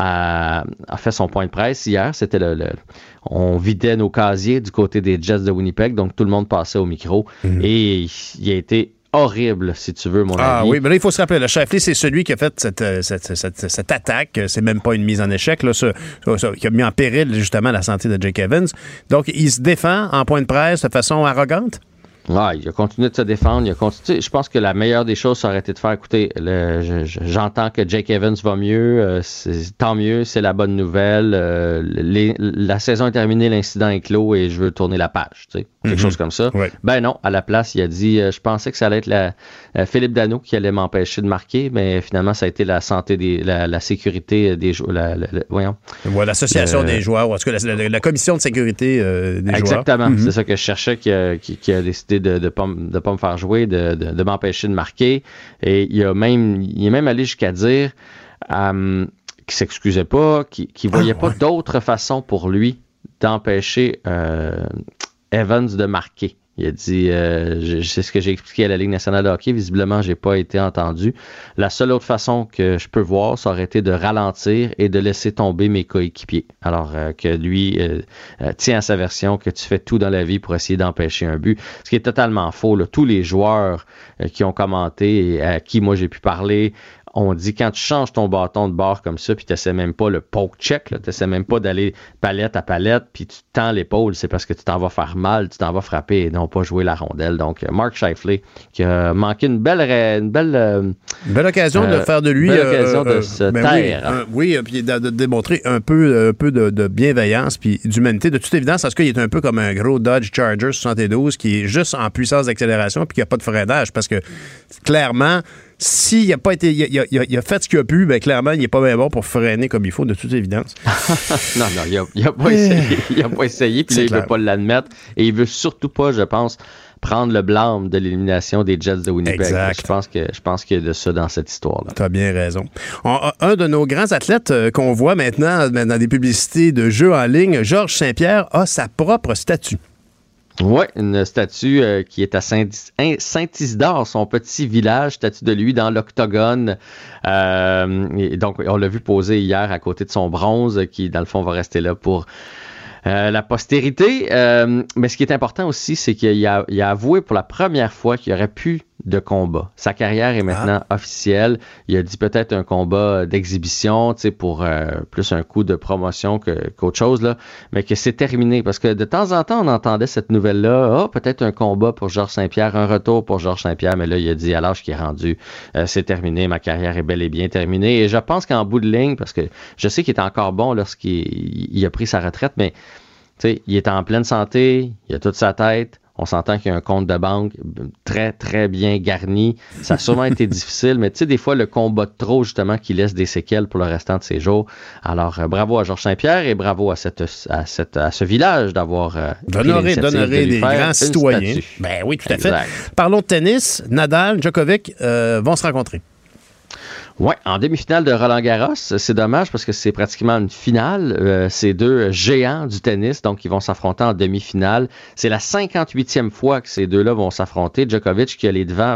a fait son point de presse hier. C'était on vidait nos casiers du côté des Jets de Winnipeg, donc tout le monde passait au micro. Et il a été horrible, si tu veux, mon ami. Ah oui, mais là, il faut se rappeler, le Scheifele, c'est celui qui a fait cette attaque. C'est même pas une mise en échec, là, qui a mis en péril, justement, la santé de Jake Evans. Donc, il se défend en point de presse de façon arrogante? Ouais, il a continué de se défendre. Je pense que la meilleure des choses, ça aurait été de faire, écoutez, j'entends que Jake Evans va mieux, tant mieux, c'est la bonne nouvelle. La saison est terminée, l'incident est clos et je veux tourner la page, tu sais, quelque chose comme ça. Ouais. Ben non, à la place, il a dit, je pensais que ça allait être Philippe Danault qui allait m'empêcher de marquer, mais finalement, ça a été la santé la sécurité des joueurs. Voyons. Ouais, l'association des joueurs, ou en tout cas la commission de sécrété des joueurs. Exactement, c'est ça que je cherchais, qui a décidé de pas me faire jouer, de m'empêcher de marquer. Et il est même allé jusqu'à dire qu'il s'excusait pas, qu'il voyait pas d'autre façon pour lui d'empêcher Evans de marquer. Il a dit, c'est ce que j'ai expliqué à la Ligue nationale de hockey. Visiblement, j'ai pas été entendu. La seule autre façon que je peux voir, ça aurait été de ralentir et de laisser tomber mes coéquipiers. Alors que lui tient à sa version que tu fais tout dans la vie pour essayer d'empêcher un but. Ce qui est totalement faux, là. Tous les joueurs qui ont commenté et à qui moi j'ai pu parler, on dit quand tu changes ton bâton de bord comme ça, puis tu n'essaies même pas le poke check, tu n'essaies même pas d'aller palette à palette, puis tu tends l'épaule, c'est parce que tu t'en vas faire mal, tu t'en vas frapper et non pas jouer la rondelle. Donc, Mark Scheifele qui a manqué une belle occasion de faire de lui... Belle occasion de se taire. Oui, puis de démontrer un peu de bienveillance puis d'humanité. De toute évidence, parce qu'il est un peu comme un gros Dodge Charger 72 qui est juste en puissance d'accélération puis qui n'a pas de freinage, parce que clairement... S'il n'a pas été. Il a fait ce qu'il a pu, bien clairement, il n'est pas bien bon pour freiner comme il faut, de toute évidence. Non, il n'a pas essayé. Il n'a pas essayé, puis là, il ne veut pas l'admettre. Et il ne veut surtout pas, je pense, prendre le blâme de l'élimination des Jets de Winnipeg. Exact. Je pense qu'il y a de ça dans cette histoire-là. Tu as bien raison. Un de nos grands athlètes qu'on voit maintenant dans des publicités de jeux en ligne, Georges Saint-Pierre, a sa propre statue. Oui, une statue qui est à Saint-Isidore, son petit village, statue de lui dans l'Octogone. Et donc, on l'a vu poser hier à côté de son bronze, qui, dans le fond, va rester là pour la postérité. Mais ce qui est important aussi, c'est qu'il a avoué pour la première fois qu'il n'y aurait plus de combat. Sa carrière est maintenant officielle. Il a dit peut-être un combat d'exhibition, tu sais, pour plus un coup de promotion qu'autre chose, là, mais que c'est terminé. Parce que de temps en temps, on entendait cette nouvelle-là, peut-être un combat pour Georges Saint-Pierre, un retour pour Georges Saint-Pierre, mais là, il a dit à l'âge qui est rendu, c'est terminé, ma carrière est bel et bien terminée. Et je pense qu'en bout de ligne, parce que je sais qu'il est encore bon lorsqu'il a pris sa retraite, mais tu sais, il est en pleine santé, il a toute sa tête. On s'entend qu'il y a un compte de banque très, très bien garni. Ça a sûrement été difficile, mais tu sais, des fois, le combat de trop, justement, qui laisse des séquelles pour le restant de ses jours. Alors, bravo à Georges Saint-Pierre et bravo à ce village d'avoir d'honorer des grands citoyens. Ben oui, tout à fait. Parlons de tennis. Nadal, Djokovic vont se rencontrer. Oui, en demi-finale de Roland-Garros, c'est dommage parce que c'est pratiquement une finale. Ces deux géants du tennis, donc ils vont s'affronter en demi-finale. C'est la 58e fois que ces deux-là vont s'affronter. Djokovic qui a les devants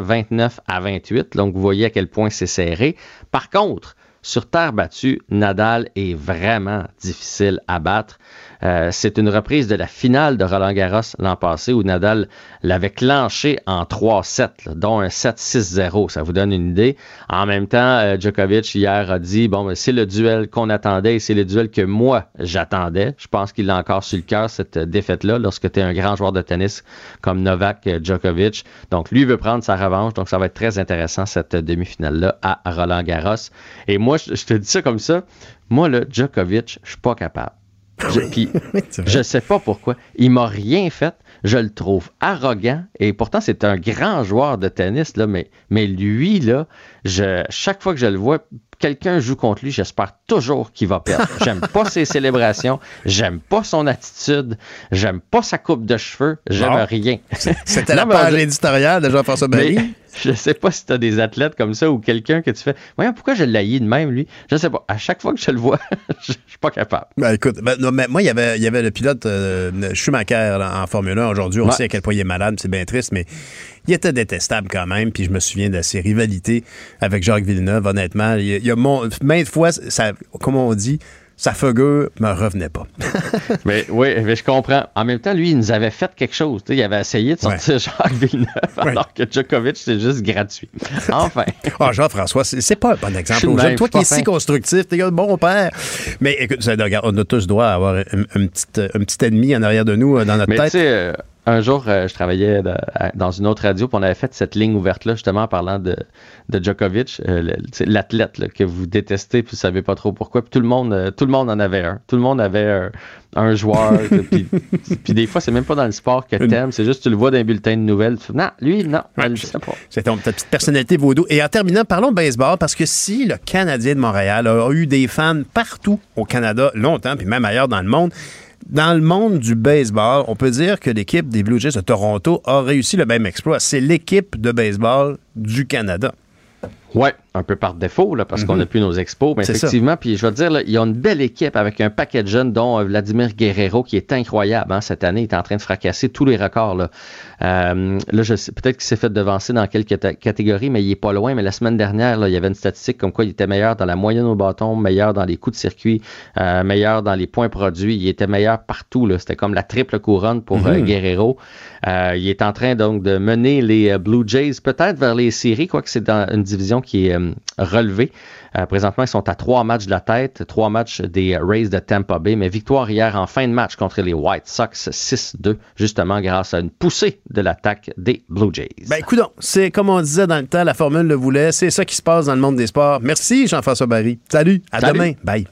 29-28, donc vous voyez à quel point c'est serré. Par contre, sur terre battue, Nadal est vraiment difficile à battre. C'est une reprise de la finale de Roland-Garros l'an passé où Nadal l'avait clenché en 3-7, dont un 7-6-0. Ça vous donne une idée. En même temps, Djokovic hier a dit, bon, c'est le duel qu'on attendait et c'est le duel que moi, j'attendais. Je pense qu'il l'a encore sur le cœur, cette défaite-là, lorsque tu es un grand joueur de tennis comme Novak Djokovic. Donc, lui veut prendre sa revanche. Donc, ça va être très intéressant, cette demi-finale-là à Roland-Garros. Et moi, je te dis ça comme ça. Moi, là, Djokovic, je suis pas capable. Puis, je sais pas pourquoi. Il m'a rien fait. Je le trouve arrogant. Et pourtant, c'est un grand joueur de tennis, là, mais lui, là, chaque fois que je le vois, quelqu'un joue contre lui, j'espère toujours qu'il va perdre. J'aime pas ses célébrations, j'aime pas son attitude, j'aime pas sa coupe de cheveux, j'aime rien. C'était la page éditoriale de Jean-François Barry. Je sais pas si tu as des athlètes comme ça ou quelqu'un que tu fais. Voyons, pourquoi je l'haïs de même, lui? Je sais pas. À chaque fois que je le vois, je suis pas capable. Ben, écoute, mais moi, il y avait le pilote Schumacher en Formule 1 aujourd'hui. On sait à quel point il est malade, c'est bien triste, mais il était détestable quand même. Puis je me souviens de ses rivalités avec Jacques Villeneuve, honnêtement. Il y a maintes fois, ça, comme on dit, sa figure me revenait pas. mais je comprends. En même temps, lui, il nous avait fait quelque chose. Il avait essayé de sortir Jacques Villeneuve, alors que Djokovic, c'est juste gratuit. Enfin. Jean-François, c'est pas un bon exemple. Toi qui es si constructif, t'es un bon père. Mais écoute, regarde, on a tous droit à avoir un petit ennemi en arrière de nous dans notre tête. Un jour, je travaillais dans une autre radio, puis on avait fait cette ligne ouverte-là, justement, en parlant de Djokovic, l'athlète là, que vous détestez, puis vous savez pas trop pourquoi. Puis tout le monde en avait un. Tout le monde avait un joueur. Puis des fois, c'est même pas dans le sport que t'aimes, c'est juste tu le vois dans un bulletin de nouvelles. Tu fais, non, lui, non, je le sais pas. C'est ta petite personnalité vaudou. Et en terminant, parlons de baseball, parce que si le Canadien de Montréal a eu des fans partout au Canada, longtemps, puis même ailleurs dans le monde du baseball, on peut dire que l'équipe des Blue Jays de Toronto a réussi le même exploit. C'est l'équipe de baseball du Canada. Oui, un peu par défaut, là, parce qu'on n'a plus nos expos. Mais effectivement, puis je vais te dire, là, il y a une belle équipe avec un paquet de jeunes, dont Vladimir Guerrero, qui est incroyable. Cette année, il est en train de fracasser tous les records. Là, je sais, peut-être qu'il s'est fait devancer dans quelques catégories, mais il est pas loin. Mais la semaine dernière, là, il y avait une statistique comme quoi il était meilleur dans la moyenne au bâton, meilleur dans les coups de circuit, meilleur dans les points produits. Il était meilleur partout. Là. C'était comme la triple couronne pour Guerrero. Il est en train donc de mener les Blue Jays peut-être vers les séries, quoique c'est dans une division qui est relevée. Présentement, ils sont à 3 matchs de la tête, 3 matchs des Rays de Tampa Bay, mais victoire hier en fin de match contre les White Sox 6-2, justement grâce à une poussée de l'attaque des Blue Jays. Ben, écoute, c'est comme on disait dans le temps, la formule le voulait, c'est ça qui se passe dans le monde des sports. Merci Jean-François Barry. Salut, à demain. Bye.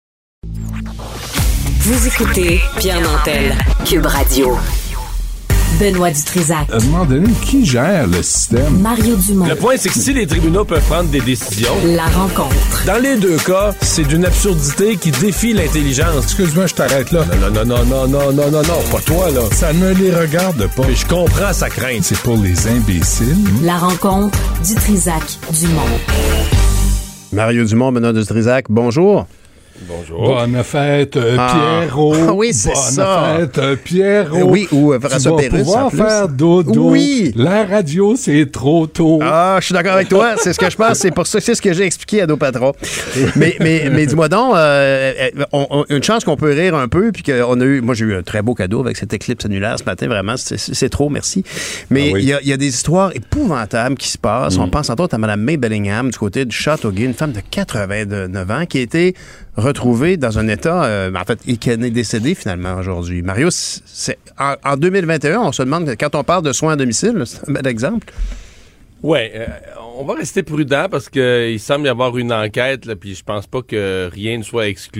Vous écoutez Pierre Nantel, Cube Radio. Benoît Dutrisac. À un moment donné, qui gère le système? Mario Dumont. Le point, c'est que si les tribunaux peuvent prendre des décisions... La rencontre. Dans les deux cas, c'est d'une absurdité qui défie l'intelligence. Excuse-moi, je t'arrête là. Non, pas toi, là. Ça ne les regarde pas. Mais je comprends sa crainte. C'est pour les imbéciles. La rencontre. Dutrisac-Dumont. Mario Dumont, Benoît Dutrisac, bonjour. Bonjour. Bonne fête, Pierrot. Oui, c'est ça. Bonne fête, Pierrot. Oui, ou François Pérus. Tu vas pouvoir faire dodo. Oui. La radio, c'est trop tôt. Ah, je suis d'accord avec toi. C'est ce que je pense. C'est pour ça, c'est ce que j'ai expliqué à nos patrons. Mais dis-moi donc, une chance qu'on peut rire un peu, puis qu'on a eu, moi j'ai eu un très beau cadeau avec cette éclipse annulaire ce matin, vraiment, c'est trop, merci. Mais il y a des histoires épouvantables qui se passent. On pense entre autres à Mme May Bellingham du côté du Châteauguay, une femme de 89 ans qui a été retrouvée dans un état, en fait, qui est décédée finalement aujourd'hui. Mario, en 2021, on se demande, quand on parle de soins à domicile, c'est un bel exemple. Oui, on va rester prudent parce qu'il semble y avoir une enquête, là, puis je pense pas que rien ne soit exclu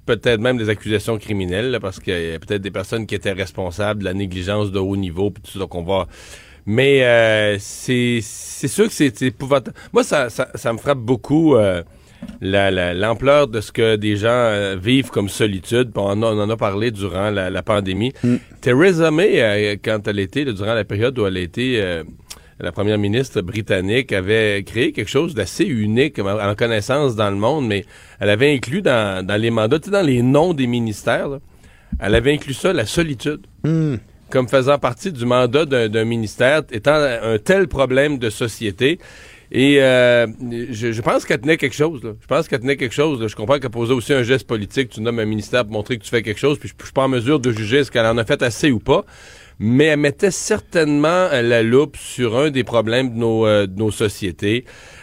peut-être même des accusations criminelles, là, parce qu'il y a peut-être des personnes qui étaient responsables de la négligence de haut niveau, puis tout ça, donc on va... Mais c'est sûr que c'est épouvantable. Moi, ça me frappe beaucoup l'ampleur de ce que des gens vivent comme solitude. On en a parlé durant la pandémie. Theresa May, quand elle était, durant la période où elle a été la première ministre britannique, avait créé quelque chose d'assez unique en connaissance dans le monde, mais elle avait inclus dans les mandats, dans les noms des ministères, là, elle avait inclus ça, la solitude. Comme faisant partie du mandat d'un ministère, étant un tel problème de société. Et je pense qu'elle tenait quelque chose. Là. Je comprends qu'elle posait aussi un geste politique. Tu nommes un ministère pour montrer que tu fais quelque chose, puis je suis pas en mesure de juger ce qu'elle en a fait assez ou pas. Mais elle mettait certainement la loupe sur un des problèmes de nos sociétés.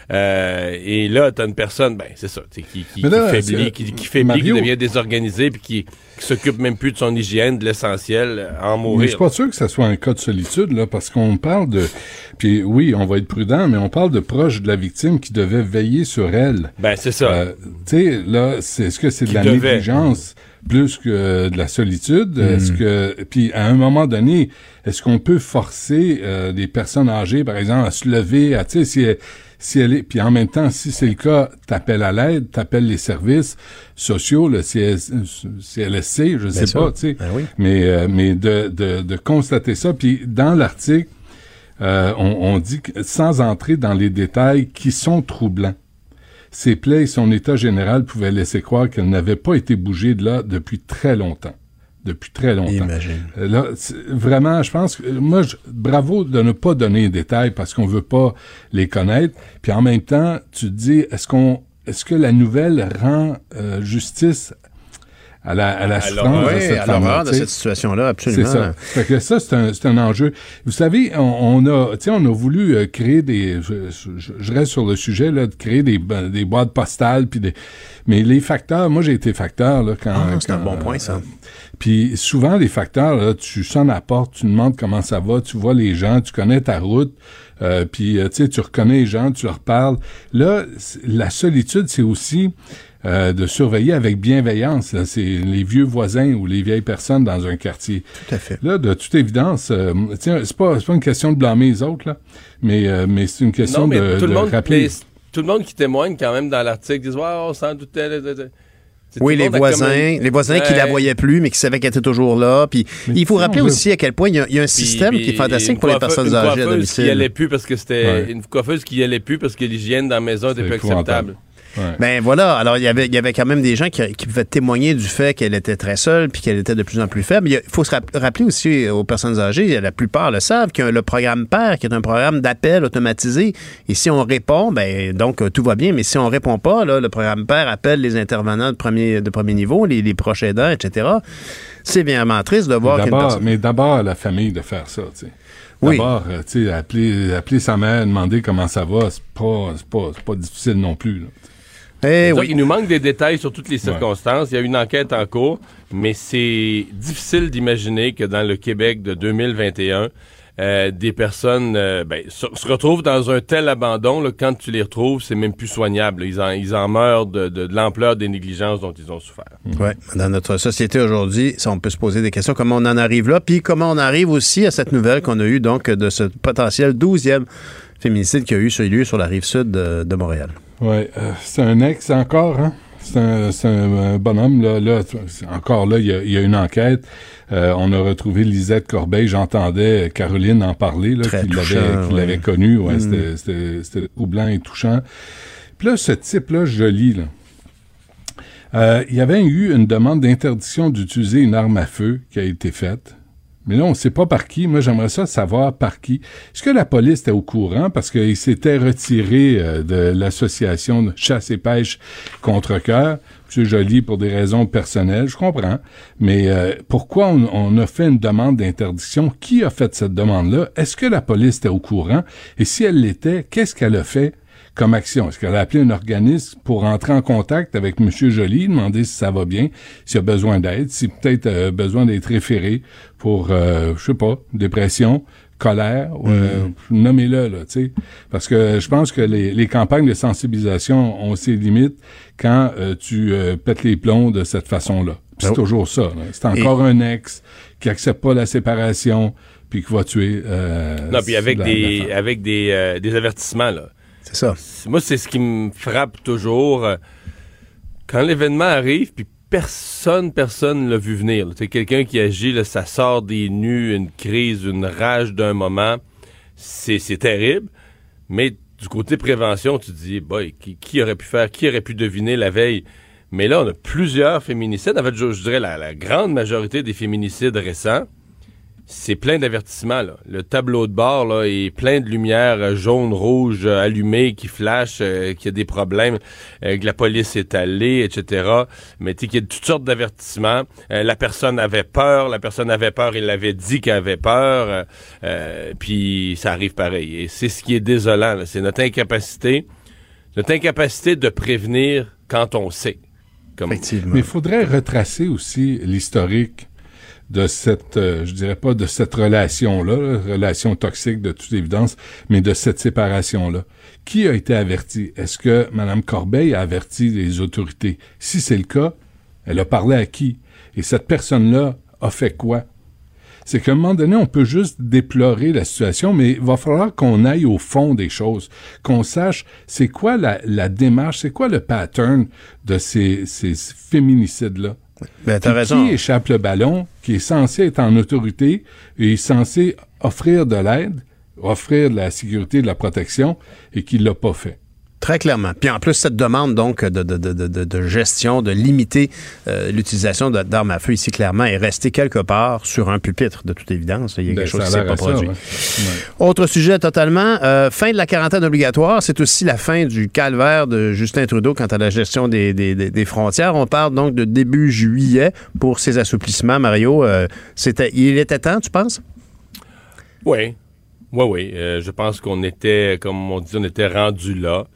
Et là, t'as une personne, c'est ça, qui faiblit, qui devient désorganisée, puis qui s'occupe même plus de son hygiène, de l'essentiel, à en mourir. Mais je suis pas sûr que ça soit un cas de solitude, là, parce qu'on parle de... Puis oui, on va être prudent, mais on parle de proches de la victime qui devaient veiller sur elle. C'est ça. Tu sais, là, est-ce que c'est de la négligence plus que de la solitude? Est-ce que... Puis à un moment donné, est-ce qu'on peut forcer des personnes âgées, par exemple, à se lever, tu sais, si elle est, puis en même temps, si c'est le cas, t'appelles à l'aide, t'appelles les services sociaux, le CLSC, je sais pas, tu sais. Oui. Mais de constater ça, puis dans l'article, on dit que, sans entrer dans les détails qui sont troublants, ses plaies et son état général pouvaient laisser croire qu'elle n'avait pas été bougée de là depuis très longtemps. Imagine. Là, vraiment, je pense que bravo de ne pas donner les détails parce qu'on veut pas les connaître. Puis en même temps, tu te dis, est-ce que la nouvelle rend justice à la souffrance de cette femme, l'horreur de cette situation-là, absolument. C'est ça. Fait que ça, c'est un enjeu. Vous savez, on a voulu créer des... Je reste sur le sujet, là, de créer des boîtes postales, puis mais les facteurs, moi j'ai été facteur, là, c'est un bon point, ça. Puis souvent, les facteurs, là, tu sonnes à la porte, tu demandes comment ça va, tu vois les gens, tu connais ta route, puis tu reconnais les gens, tu leur parles. Là, la solitude, c'est aussi de surveiller avec bienveillance. Là. C'est les vieux voisins ou les vieilles personnes dans un quartier. Tout à fait. Là, de toute évidence, c'est pas une question de blâmer les autres, là, mais c'est une question de rappeler... Tout le monde qui témoigne quand même dans l'article disent « Ouais, on s'en doutait... » Oui, les voisins qui la voyaient plus, mais qui savaient qu'elle était toujours là. Puis il faut rappeler aussi à quel point il y a un système qui est fantastique pour les personnes âgées à domicile. Qui allait plus parce que c'était une coiffeuse qui allait plus parce que l'hygiène dans la maison était plus acceptable. Ouais. Ben voilà, alors il y avait quand même des gens qui pouvaient témoigner du fait qu'elle était très seule puis qu'elle était de plus en plus faible. Il faut se rappeler aussi aux personnes âgées, la plupart le savent, qu'il y a le programme PER qui est un programme d'appel automatisé. Et si on répond, donc tout va bien, mais si on répond pas, là, le programme PER appelle les intervenants de premier niveau, les proches aidants, etc. C'est vraiment triste de voir Mais d'abord, la famille de faire ça, tu sais. Oui. D'abord, tu sais, appeler sa mère, demander comment ça va, c'est pas difficile non plus, là. Il nous manque des détails sur toutes les circonstances. Il y a une enquête en cours, mais c'est difficile d'imaginer que dans le Québec de 2021, des personnes se retrouvent dans un tel abandon. Là, quand tu les retrouves, c'est même plus soignable. Ils en meurent de l'ampleur des négligences dont ils ont souffert. Oui, dans notre société aujourd'hui, on peut se poser des questions. Comment on en arrive là? Puis comment on arrive aussi à cette nouvelle qu'on a eue donc de ce potentiel 12e féminicide qui a eu lieu sur la rive sud de Montréal. Oui, c'est un ex encore, hein? C'est un bonhomme, là, encore là, il y a une enquête. On a retrouvé Lisette Corbeil, j'entendais Caroline en parler, là, qui l'avait connu. Ouais, c'était troublant et touchant. Puis là, ce type-là, je lis, là. Il y avait eu une demande d'interdiction d'utiliser une arme à feu qui a été faite. Mais là, on ne sait pas par qui. Moi, j'aimerais ça savoir par qui. Est-ce que la police était au courant? Parce qu'il s'était retiré de l'association de chasse et pêche Contrecœur. M. Joly, pour des raisons personnelles, je comprends. Mais pourquoi on a fait une demande d'interdiction? Qui a fait cette demande-là? Est-ce que la police était au courant? Et si elle l'était, qu'est-ce qu'elle a fait comme action? Est-ce qu'elle a appelé un organisme pour entrer en contact avec M. Joly, demander si ça va bien, s'il a besoin d'aide, si peut-être besoin d'être référé pour, je sais pas, dépression, colère, nommez-le, là, tu sais. Parce que je pense que les campagnes de sensibilisation ont ses limites quand tu pètes les plombs de cette façon-là. Puis c'est toujours ça. Là. C'est encore un ex qui accepte pas la séparation puis qui va tuer. Non, puis avec des avertissements, là. C'est ça. Moi, c'est ce qui me frappe toujours. Quand l'événement arrive, puis personne l'a vu venir. C'est quelqu'un qui agit, là, ça sort des nues, une crise, une rage d'un moment. C'est terrible. Mais du côté prévention, tu te dis, boy, qui aurait pu faire, qui aurait pu deviner la veille? Mais là, on a plusieurs féminicides. En fait, je dirais la grande majorité des féminicides récents, c'est plein d'avertissements, là. Le tableau de bord, là, est plein de lumières jaune, rouge, allumées, qui flashent, qu'il y a des problèmes, que la police est allée, etc. Mais tu sais qu'il y a toutes sortes d'avertissements. La personne avait peur, il l'avait dit qu'elle avait peur, puis ça arrive pareil. Et c'est ce qui est désolant, là. C'est notre incapacité de prévenir quand on sait. Effectivement. Mais il faudrait retracer aussi l'historique de cette, je dirais pas de cette relation-là, relation toxique de toute évidence, mais de cette séparation-là. Qui a été averti? Est-ce que Mme Corbeil a averti les autorités? Si c'est le cas, elle a parlé à qui? Et cette personne-là a fait quoi? C'est qu'à un moment donné, on peut juste déplorer la situation, mais il va falloir qu'on aille au fond des choses, qu'on sache c'est quoi la démarche, c'est quoi le pattern de ces féminicides-là. Ben, t'as raison. Qui échappe le ballon, qui est censé être en autorité et est censé offrir de l'aide, offrir de la sécurité, de la protection, et qui l'a pas fait. Très clairement. Puis en plus, cette demande donc de gestion, de limiter l'utilisation d'armes à feu ici, clairement, est restée quelque part sur un pupitre, de toute évidence. Il y a quelque chose qui ne s'est pas produit. Ouais. Autre sujet totalement, fin de la quarantaine obligatoire, c'est aussi la fin du calvaire de Justin Trudeau quant à la gestion des frontières. On parle donc de début juillet pour ces assouplissements. Mario, il était temps, tu penses? Oui. Je pense qu'on était, comme on dit, on était rendu là.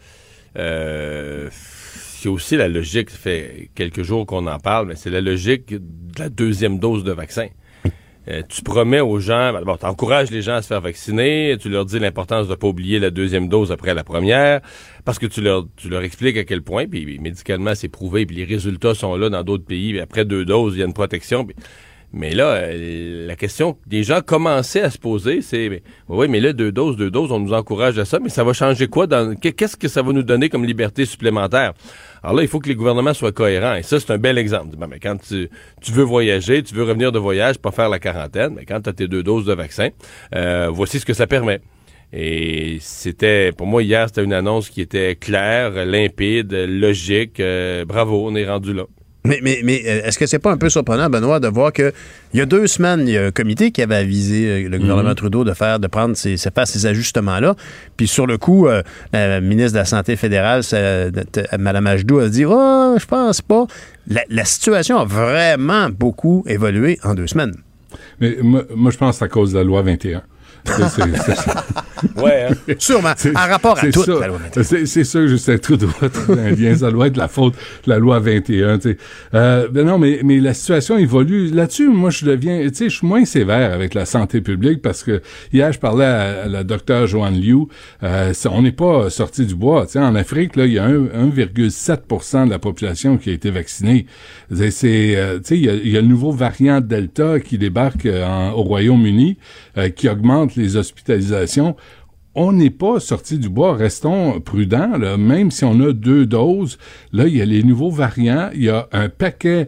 C'est aussi la logique, ça fait quelques jours qu'on en parle, mais c'est la logique de la deuxième dose de vaccin. Tu promets aux gens, tu encourages les gens à se faire vacciner, tu leur dis l'importance de ne pas oublier la deuxième dose après la première, parce que tu leur expliques à quel point, puis médicalement c'est prouvé, puis les résultats sont là dans d'autres pays, puis après 2 doses, il y a une protection, mais là, la question que les gens commençaient à se poser, c'est oui, mais là, 2 doses, on nous encourage à ça, mais ça va changer quoi? Qu'est-ce que ça va nous donner comme liberté supplémentaire? Alors là, il faut que les gouvernements soient cohérents. Et ça, c'est un bel exemple. Mais quand tu veux voyager, tu veux revenir de voyage, pas faire la quarantaine, mais quand tu as tes 2 doses de vaccin, voici ce que ça permet. Et pour moi, hier, c'était une annonce qui était claire, limpide, logique. Bravo, on est rendu là. Mais est-ce que c'est pas un peu surprenant, Benoît, de voir que il y a 2 semaines, il y a un comité qui avait avisé le gouvernement Trudeau de faire ces ajustements-là. Puis sur le coup, la ministre de la Santé fédérale, Mme Ajdou, a dit « Oh, je pense pas ». La situation a vraiment beaucoup évolué en 2 semaines. Mais moi, je pense que c'est à cause de la loi 21. Ouais, hein? Sûrement. En rapport à tout, la loi 21. C'est sûr que Justin Trudeau a un lien. Ça doit être la faute de la loi 21. Non, mais la situation évolue. Là-dessus, moi, je suis moins sévère avec la santé publique parce que hier, je parlais à la docteure Joanne Liu. On n'est pas sorti du bois. En Afrique, là, il y a 1,7% de la population qui a été vaccinée. Il y a le nouveau variant Delta qui débarque au Royaume-Uni, qui augmente les hospitalisations. On n'est pas sorti du bois, restons prudents, là. Même si on a 2 doses, là, il y a les nouveaux variants, il y a un paquet,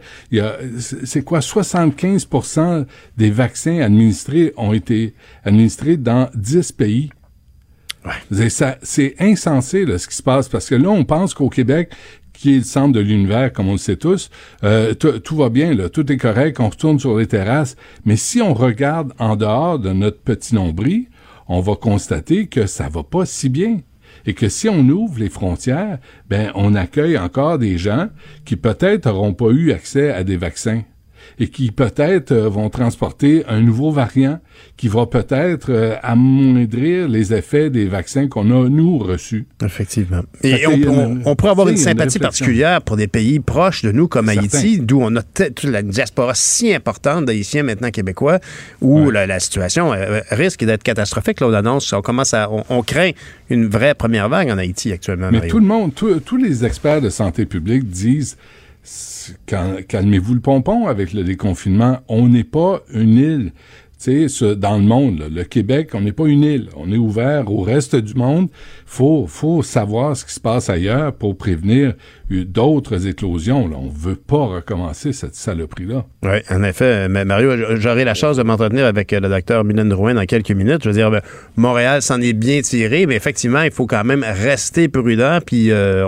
75% des vaccins administrés ont été administrés dans 10 pays. Ouais. C'est insensé, là, ce qui se passe, parce que là, on pense qu'au Québec, qui est le centre de l'univers, comme on le sait tous, tout va bien, là, tout est correct, on retourne sur les terrasses, mais si on regarde en dehors de notre petit nombril, on va constater que ça va pas si bien. Et que si on ouvre les frontières, on accueille encore des gens qui peut-être n'auront pas eu accès à des vaccins. et qui peut-être vont transporter un nouveau variant qui va peut-être amoindrir les effets des vaccins qu'on a, nous, reçus. Effectivement. Et on pourrait avoir une sympathie particulière pour des pays proches de nous, comme Haïti, d'où on a toute la diaspora si importante d'Haïtiens maintenant québécois, où la situation risque d'être catastrophique. Là, on annonce, on craint une vraie première vague en Haïti actuellement. Mais Mario. tout le monde, tous les experts de santé publique disent calmez-vous le pompon avec le déconfinement. On n'est pas une île. Tu sais, dans le monde, là, le Québec, on n'est pas une île. On est ouvert au reste du monde. Faut savoir ce qui se passe ailleurs pour prévenir d'autres éclosions. Là. On veut pas recommencer cette saloperie-là. Oui, en effet. Mais Mario, j'aurai la chance de m'entretenir avec le docteur Mylène Drouin dans quelques minutes. Je veux dire, Montréal s'en est bien tiré, mais effectivement, il faut quand même rester prudent. Puis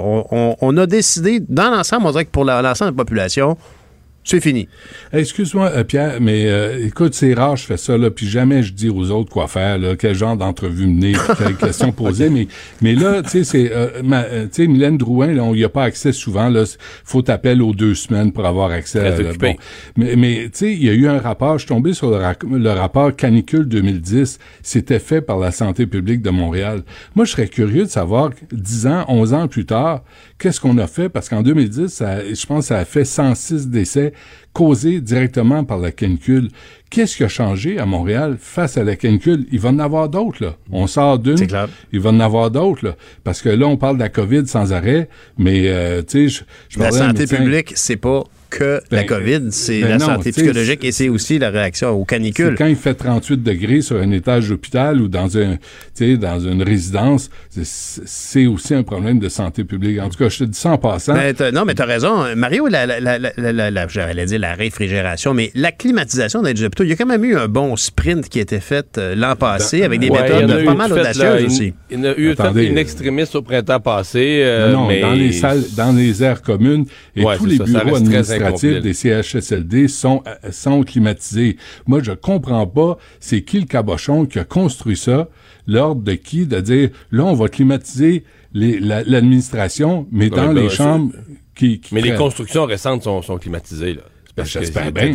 on a décidé, dans l'ensemble, on dirait que pour l'ensemble de la population, c'est fini. Excuse-moi, Pierre, mais écoute, c'est rare, je fais ça, là, puis jamais je dis aux autres quoi faire, là, quel genre d'entrevue mener, quelles questions poser, mais là, tu sais, Mylène Drouin, là, on y a pas accès souvent, là, faut t'appeler aux 2 semaines pour avoir accès. Bon. Mais tu sais, il y a eu un rapport, je suis tombé sur le rapport Canicule 2010, c'était fait par la santé publique de Montréal. Moi, je serais curieux de savoir, 10 ans, 11 ans plus tard, qu'est-ce qu'on a fait, parce qu'en 2010, je pense que ça a fait 106 décès causés directement par la canicule. Qu'est-ce qui a changé à Montréal face à la canicule? Il va en avoir d'autres, là. On sort d'une, il va en avoir d'autres, là. Parce que là, on parle de la COVID sans arrêt, mais, tu sais, je la santé publique, c'est pas que la COVID, c'est la santé psychologique et c'est aussi la réaction aux canicules. C'est quand il fait 38 degrés sur un étage d'hôpital ou dans une résidence, c'est aussi un problème de santé publique. En tout cas, je te dis ça en passant. Non, mais t'as raison. Mario, j'allais dire la réfrigération, mais la climatisation dans les hôpitaux, il y a quand même eu un bon sprint qui a été fait l'an passé avec des méthodes pas mal audacieuses aussi. Il y a eu une extrémiste au printemps passé. Mais dans les aires communes et tous les bureaux administratifs des CHSLD sont climatisés. Moi, je comprends pas, c'est qui le cabochon qui a construit ça? L'ordre de qui? De dire, là, on va climatiser l'administration, mais dans les chambres qui mais les constructions récentes sont climatisées, là. J'espère bien.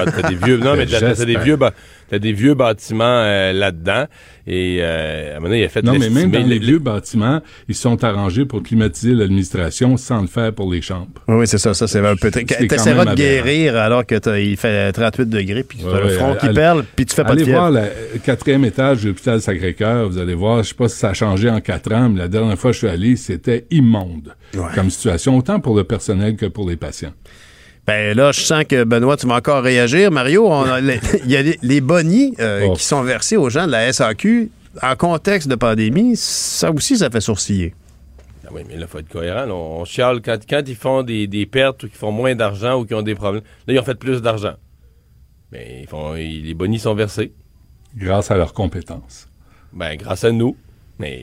T'as des vieux bâtiments là-dedans. Et à un moment donné, il a fait mais même dans les vieux bâtiments, ils sont arrangés pour climatiser l'administration sans le faire pour les chambres. Oui, c'est ça. Ça, c'est un peu... T'essaieras de guérir alors qu'il fait 38 degrés, puis tu as le front qui perle, puis tu fais pas de fièvre. Allez voir le 4e étage de l'hôpital Sacré-Cœur. Vous allez voir, je sais pas si ça a changé en 4 ans, mais la dernière fois que je suis allé, c'était immonde comme situation, autant pour le personnel que pour les patients. Ben là, je sens que, Benoît, tu vas encore réagir. Mario, il y a les bonnies qui sont versés aux gens de la SAQ en contexte de pandémie. Ça aussi, ça fait sourciller. Ah oui, mais là, il faut être cohérent. Là, on chiale quand ils font des pertes ou qu'ils font moins d'argent ou qu'ils ont des problèmes. Là, ils ont fait plus d'argent. Mais les bonnies sont versés. Grâce à leurs compétences. Ben, grâce à nous. Mais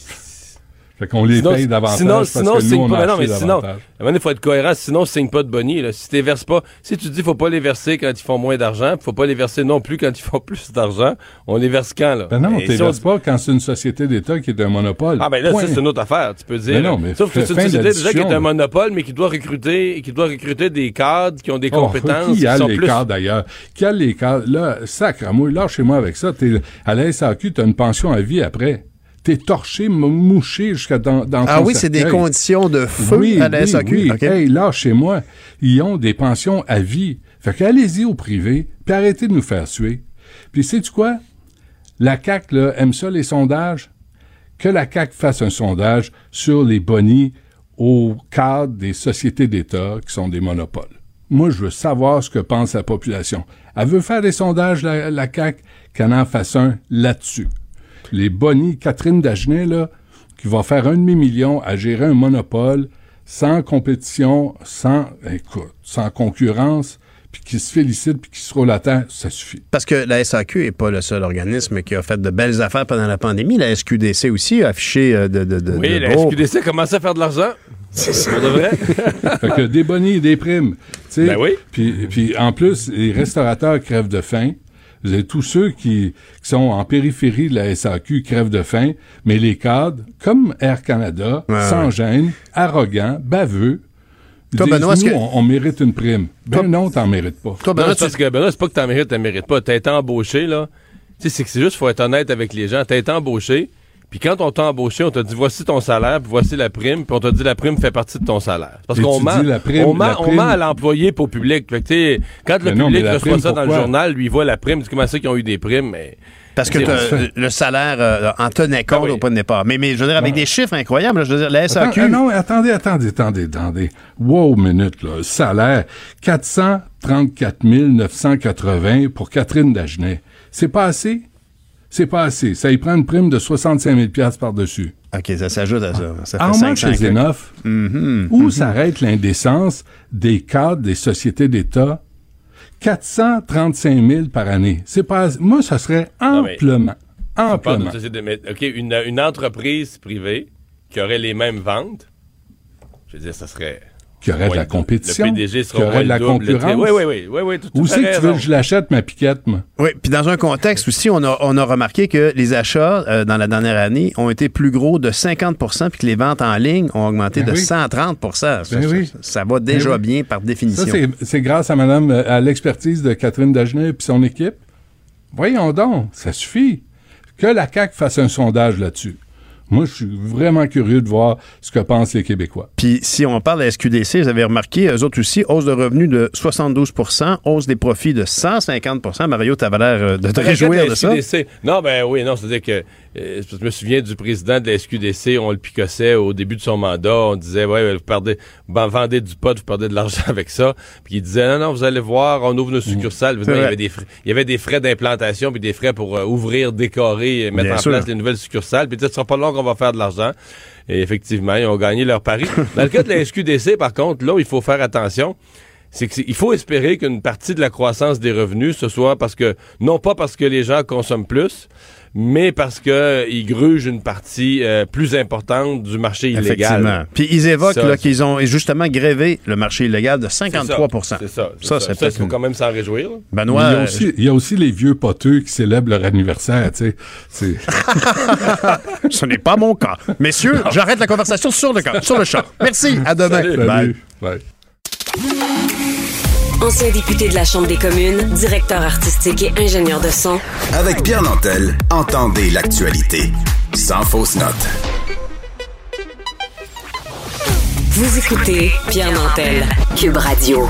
fait qu'on les paye davantage parce que nous, on a acheté davantage. Il faut être cohérent, sinon, signe pas de bonnie. Là. Si tu verses pas, si tu dis faut pas les verser quand ils font moins d'argent, faut pas les verser non plus quand ils font plus d'argent, on les verse quand, là? Ben non, tu les verses pas quand c'est une société d'État qui est un monopole. Ah ben là, ça, c'est une autre affaire, tu peux dire. Ben non, mais sauf que c'est une société d'État qui est un monopole, mais qui doit recruter des cadres qui ont des compétences. Qui a les cadres, d'ailleurs? Qui a les cadres? Là, sacramouille, lâchez-moi avec ça. À la SAQ, t'as une pension à vie après. T'es torché, mouché jusqu'à dans Ah oui, c'est des conditions de feu à la SAQ. Oui. Okay. Hey, là, chez moi, ils ont des pensions à vie. Fait qu'allez-y au privé, puis arrêtez de nous faire suer. Puis sais-tu quoi? La CAQ, là, aime ça, les sondages. Que la CAQ fasse un sondage sur les bonnies au cadre des sociétés d'État qui sont des monopoles. Moi, je veux savoir ce que pense la population. Elle veut faire des sondages, la CAQ, qu'elle en fasse un là-dessus. Les bonnies, Catherine Dagenet, là, qui va faire 1,5 million à gérer un monopole, sans compétition, sans concurrence, puis qui se félicite, puis qui se roule à terre, ça suffit. Parce que la SAQ n'est pas le seul organisme qui a fait de belles affaires pendant la pandémie. La SQDC aussi a affiché Oui, la SQDC a commencé à faire de l'argent. C'est pour de vrai. Fait que des bonnies et des primes. Ben oui. Puis en plus, les restaurateurs crèvent de faim. Vous avez tous ceux qui sont en périphérie de la SAQ crèvent de faim, mais les cadres, comme Air Canada, sans gêne, arrogants, baveux, Toi, Benoît, nous, on mérite une prime. Non, t'en mérites pas. Toi, Benoît, parce que Benoît, c'est pas que t'en mérites pas. T'as été embauché, là. Tu sais, c'est juste, faut être honnête avec les gens. T'as été embauché, puis quand on t'a embauché, on t'a dit voici ton salaire, puis voici la prime, puis on t'a dit la prime fait partie de ton salaire. Parce qu'on ment, on ment à l'employé pour au public. Fait que, quand le public reçoit ça dans le journal, lui, il voit la prime, il dit comment ça qu'ils ont eu des primes, mais... Parce que le salaire en tenait compte au point de départ. Mais je veux dire, avec des chiffres incroyables, là, je veux dire, la SAQ... Attendez. Wow, minute, là. Salaire, 434 980 pour Catherine Dagenet. C'est pas assez? C'est pas assez. Ça y prend une prime de 65 000 $ par-dessus. OK, ça s'ajoute à ça. Ça fait en 5 manque chez Zénoff, où s'arrête l'indécence des cadres des sociétés d'État? 435 000 par année. C'est pas... Moi, ça serait amplement. Une entreprise privée qui aurait les mêmes ventes, je veux dire, ça serait... Qui aurait de la compétition. Le PDG qui aurait de la concurrence. Oui, tout où c'est que tu veux que je l'achète, ma piquette, moi? Oui, puis dans un contexte aussi, on a remarqué que les achats dans la dernière année ont été plus gros de 50 % puis que les ventes en ligne ont augmenté de 130 %. Ça va déjà bien par définition. Ça, c'est grâce à l'expertise de Catherine Dagenet et son équipe. Voyons donc, ça suffit. Que la CAQ fasse un sondage là-dessus. Moi, je suis vraiment curieux de voir ce que pensent les Québécois. Puis, si on parle de la SQDC, vous avez remarqué, eux autres aussi, hausse de revenus de 72 %, hausse des profits de 150 %. Mario, tu avais l'air de te réjouir de ça. Non, c'est-à-dire que je me souviens du président de la SQDC, on le picossait au début de son mandat, on disait, vous vendez du pot, vous perdez de l'argent avec ça. Puis il disait, non, vous allez voir, on ouvre nos succursales. Il y avait des frais d'implantation, puis des frais pour ouvrir, décorer, et mettre en place les nouvelles succursales. Puis il disait, ce sera pas long qu'on va faire de l'argent. Et effectivement, ils ont gagné leur pari. Dans le cas de la SQDC, par contre, là où il faut faire attention, c'est qu'il faut espérer qu'une partie de la croissance des revenus, ce soit non pas parce que les gens consomment plus, mais parce qu'ils grugent une partie plus importante du marché illégal. Effectivement. Puis ils évoquent qu'ils ont justement grévé le marché illégal de 53 %. C'est ça. Il faut quand même s'en réjouir. Là. Benoît, il y a aussi les vieux poteux qui célèbrent leur anniversaire. Tu sais. Ce n'est pas mon cas. Messieurs, j'arrête la conversation sur le champ. Merci. À demain. Salut. Bye. Ancien député de la Chambre des communes, directeur artistique et ingénieur de son. Avec Pierre Nantel, entendez l'actualité sans fausse note. Vous écoutez Pierre Nantel, Cube Radio.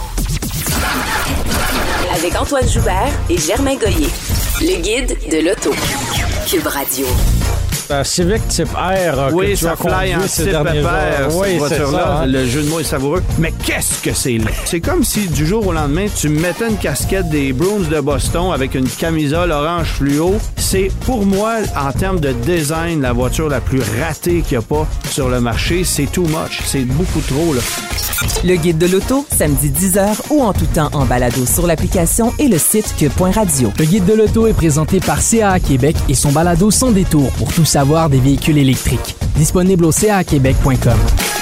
Avec Antoine Joubert et Germain Goyer. Le guide de l'auto. Cube Radio. Civic type R. Oui, ça fly en type FR, cette voiture-là. Le jeu de mots est savoureux. Mais qu'est-ce que c'est laid? C'est comme si du jour au lendemain, tu mettais une casquette des Bruins de Boston avec une camisole orange fluo. C'est, pour moi, en termes de design, la voiture la plus ratée qu'il n'y a pas sur le marché. C'est too much. C'est beaucoup trop, là. Le guide de l'auto, samedi 10h ou en tout temps en balado sur l'application et le site cube.radio. Le guide de l'auto est présenté par CAA Québec et son balado sans détour pour tout savoir des véhicules électriques. Disponible au caaquebec.com.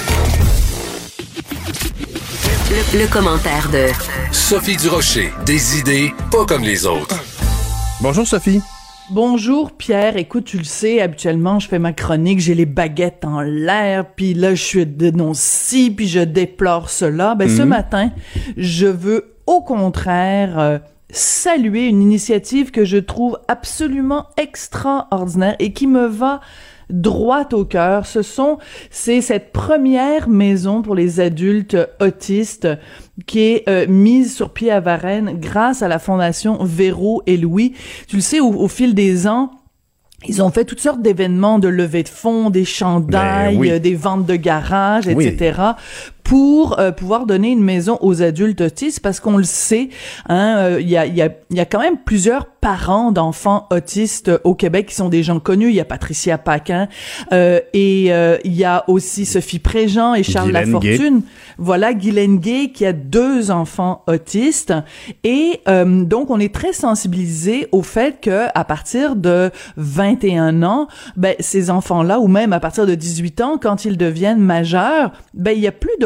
Le commentaire de Sophie Durocher. Des idées pas comme les autres. Bonjour Sophie. Bonjour Pierre, écoute, tu le sais, habituellement je fais ma chronique, j'ai les baguettes en l'air, puis là je dénonce ci, puis je déplore cela. Ce matin, je veux au contraire saluer une initiative que je trouve absolument extraordinaire et qui me va droit au cœur. C'est cette première maison pour les adultes autistes qui est mise sur pied à Varennes grâce à la Fondation Véro et Louis. Tu le sais, au fil des ans, ils ont fait toutes sortes d'événements de levée de fonds, des chandails, des ventes de garage, etc., pour pouvoir donner une maison aux adultes autistes, parce qu'on le sait, il y a quand même plusieurs parents d'enfants autistes au Québec qui sont des gens connus. Il y a Patricia Paquin, et il y a aussi Sophie Préjean et Charles Lafortune. Voilà, Guylaine Gay qui a 2 enfants autistes, et donc on est très sensibilisés au fait que à partir de 21 ans, ces enfants-là, ou même à partir de 18 ans, quand ils deviennent majeurs, il y a plus de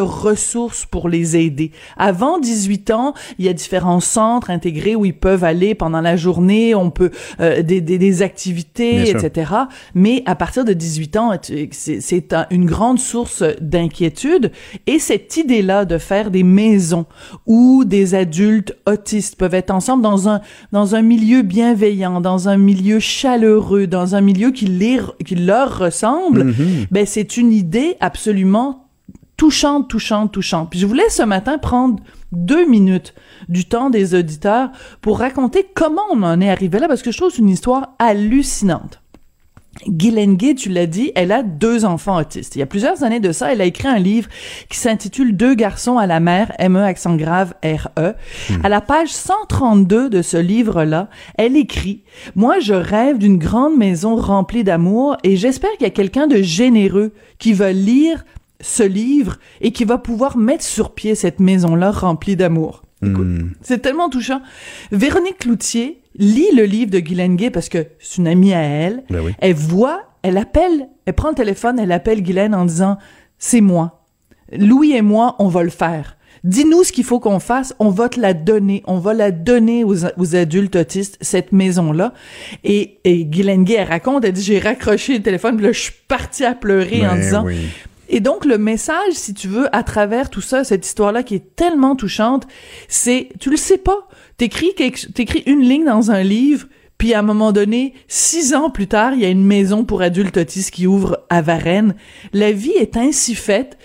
ressources pour les aider. Avant 18 ans, il y a différents centres intégrés où ils peuvent aller pendant la journée, on peut des activités, etc. Mais à partir de 18 ans, c'est une grande source d'inquiétude. Et cette idée-là de faire des maisons où des adultes autistes peuvent être ensemble dans un milieu bienveillant, dans un milieu chaleureux, dans un milieu qui leur ressemble, ben c'est une idée absolument touchante. Puis je voulais ce matin prendre 2 minutes du temps des auditeurs pour raconter comment on en est arrivé là, parce que je trouve que c'est une histoire hallucinante. Guylaine Gay, tu l'as dit, elle a 2 enfants autistes. Il y a plusieurs années de ça, elle a écrit un livre qui s'intitule « 2 garçons à la mer », M-E accent grave R-E. À la page 132 de ce livre-là, elle écrit « Moi, je rêve d'une grande maison remplie d'amour et j'espère qu'il y a quelqu'un de généreux qui va lire ce livre et qui va pouvoir mettre sur pied cette maison-là remplie d'amour. » Écoute, c'est tellement touchant. Véronique Cloutier lit le livre de Guylaine Gay parce que c'est une amie à elle. Ben oui. Elle appelle, elle prend le téléphone, elle appelle Guylaine en disant « C'est moi. Louis et moi, on va le faire. Dis-nous ce qu'il faut qu'on fasse, on va te la donner. On va la donner aux adultes autistes, cette maison-là. » Et Guylaine Gay, elle raconte, elle dit « J'ai raccroché le téléphone, puis là, je suis partie à pleurer en disant... Oui. » Et donc, le message, si tu veux, à travers tout ça, cette histoire-là qui est tellement touchante, c'est, tu le sais pas, t'écris une ligne dans un livre, puis à un moment donné, 6 ans plus tard, il y a une maison pour adultes autistes qui ouvre à Varennes. La vie est ainsi faite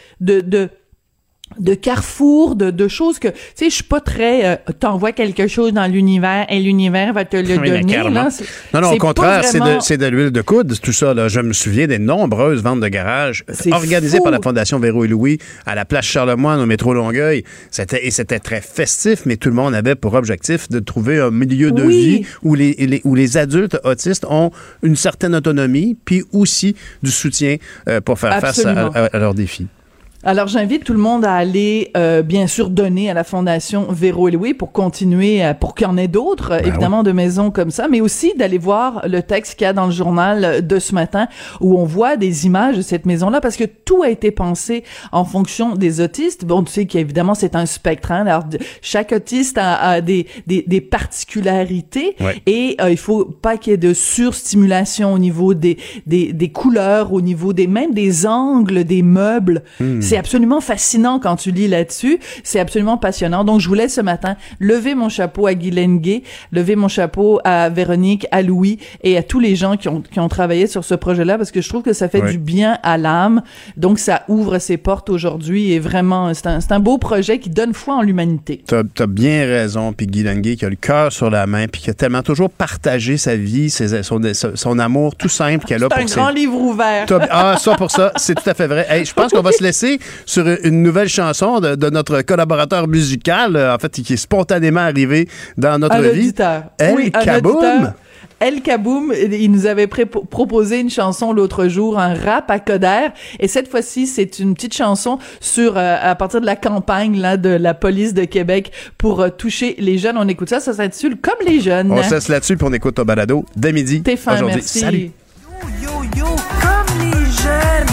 de carrefour, de choses que, tu sais, je suis pas très, t'envoies quelque chose dans l'univers et l'univers va te le donner, là. Non, au contraire, vraiment... c'est de l'huile de coude, tout ça, là. Je me souviens des nombreuses ventes de garage organisées par la Fondation Véro et Louis à la place Charlemagne, au métro Longueuil. C'était très festif, mais tout le monde avait pour objectif de trouver un milieu de vie où les adultes autistes ont une certaine autonomie, puis aussi du soutien pour faire face à leurs défis. Alors, j'invite tout le monde à aller, bien sûr, donner à la Fondation Véro et Louis pour continuer, pour qu'il y en ait d'autres, évidemment, de maisons comme ça, mais aussi d'aller voir le texte qu'il y a dans le journal de ce matin où on voit des images de cette maison-là parce que tout a été pensé en fonction des autistes. Bon, tu sais qu'évidemment, c'est un spectre, hein. Alors, chaque autiste a des particularités et il faut pas qu'il y ait de surstimulation au niveau des couleurs, au niveau même des angles des meubles. C'est absolument fascinant quand tu lis là-dessus. C'est absolument passionnant. Donc, je voulais ce matin lever mon chapeau à Guylaine Gay, lever mon chapeau à Véronique, à Louis et à tous les gens qui ont travaillé sur ce projet-là parce que je trouve que ça fait du bien à l'âme. Donc, ça ouvre ses portes aujourd'hui et vraiment, c'est un beau projet qui donne foi en l'humanité. T'as bien raison. Puis Guylaine Gay qui a le cœur sur la main puis qui a tellement toujours partagé sa vie, son amour tout simple qu'elle a pour C'est un grand livre ouvert. Ça pour ça, c'est tout à fait vrai. Hey, je pense qu'on va se laisser sur une nouvelle chanson de notre collaborateur musical, en fait, qui est spontanément arrivé dans notre vie. El Kaboum. El Kaboum, il nous avait proposé une chanson l'autre jour, un rap à Coder, et cette fois-ci, c'est une petite chanson sur à partir de la campagne là de la police de Québec pour toucher les jeunes. On écoute ça s'intitule Comme les jeunes. On se laisse là-dessus puis on écoute ton balado dès midi. T'es fin, aujourd'hui. Merci. Salut. Yo, comme les jeunes.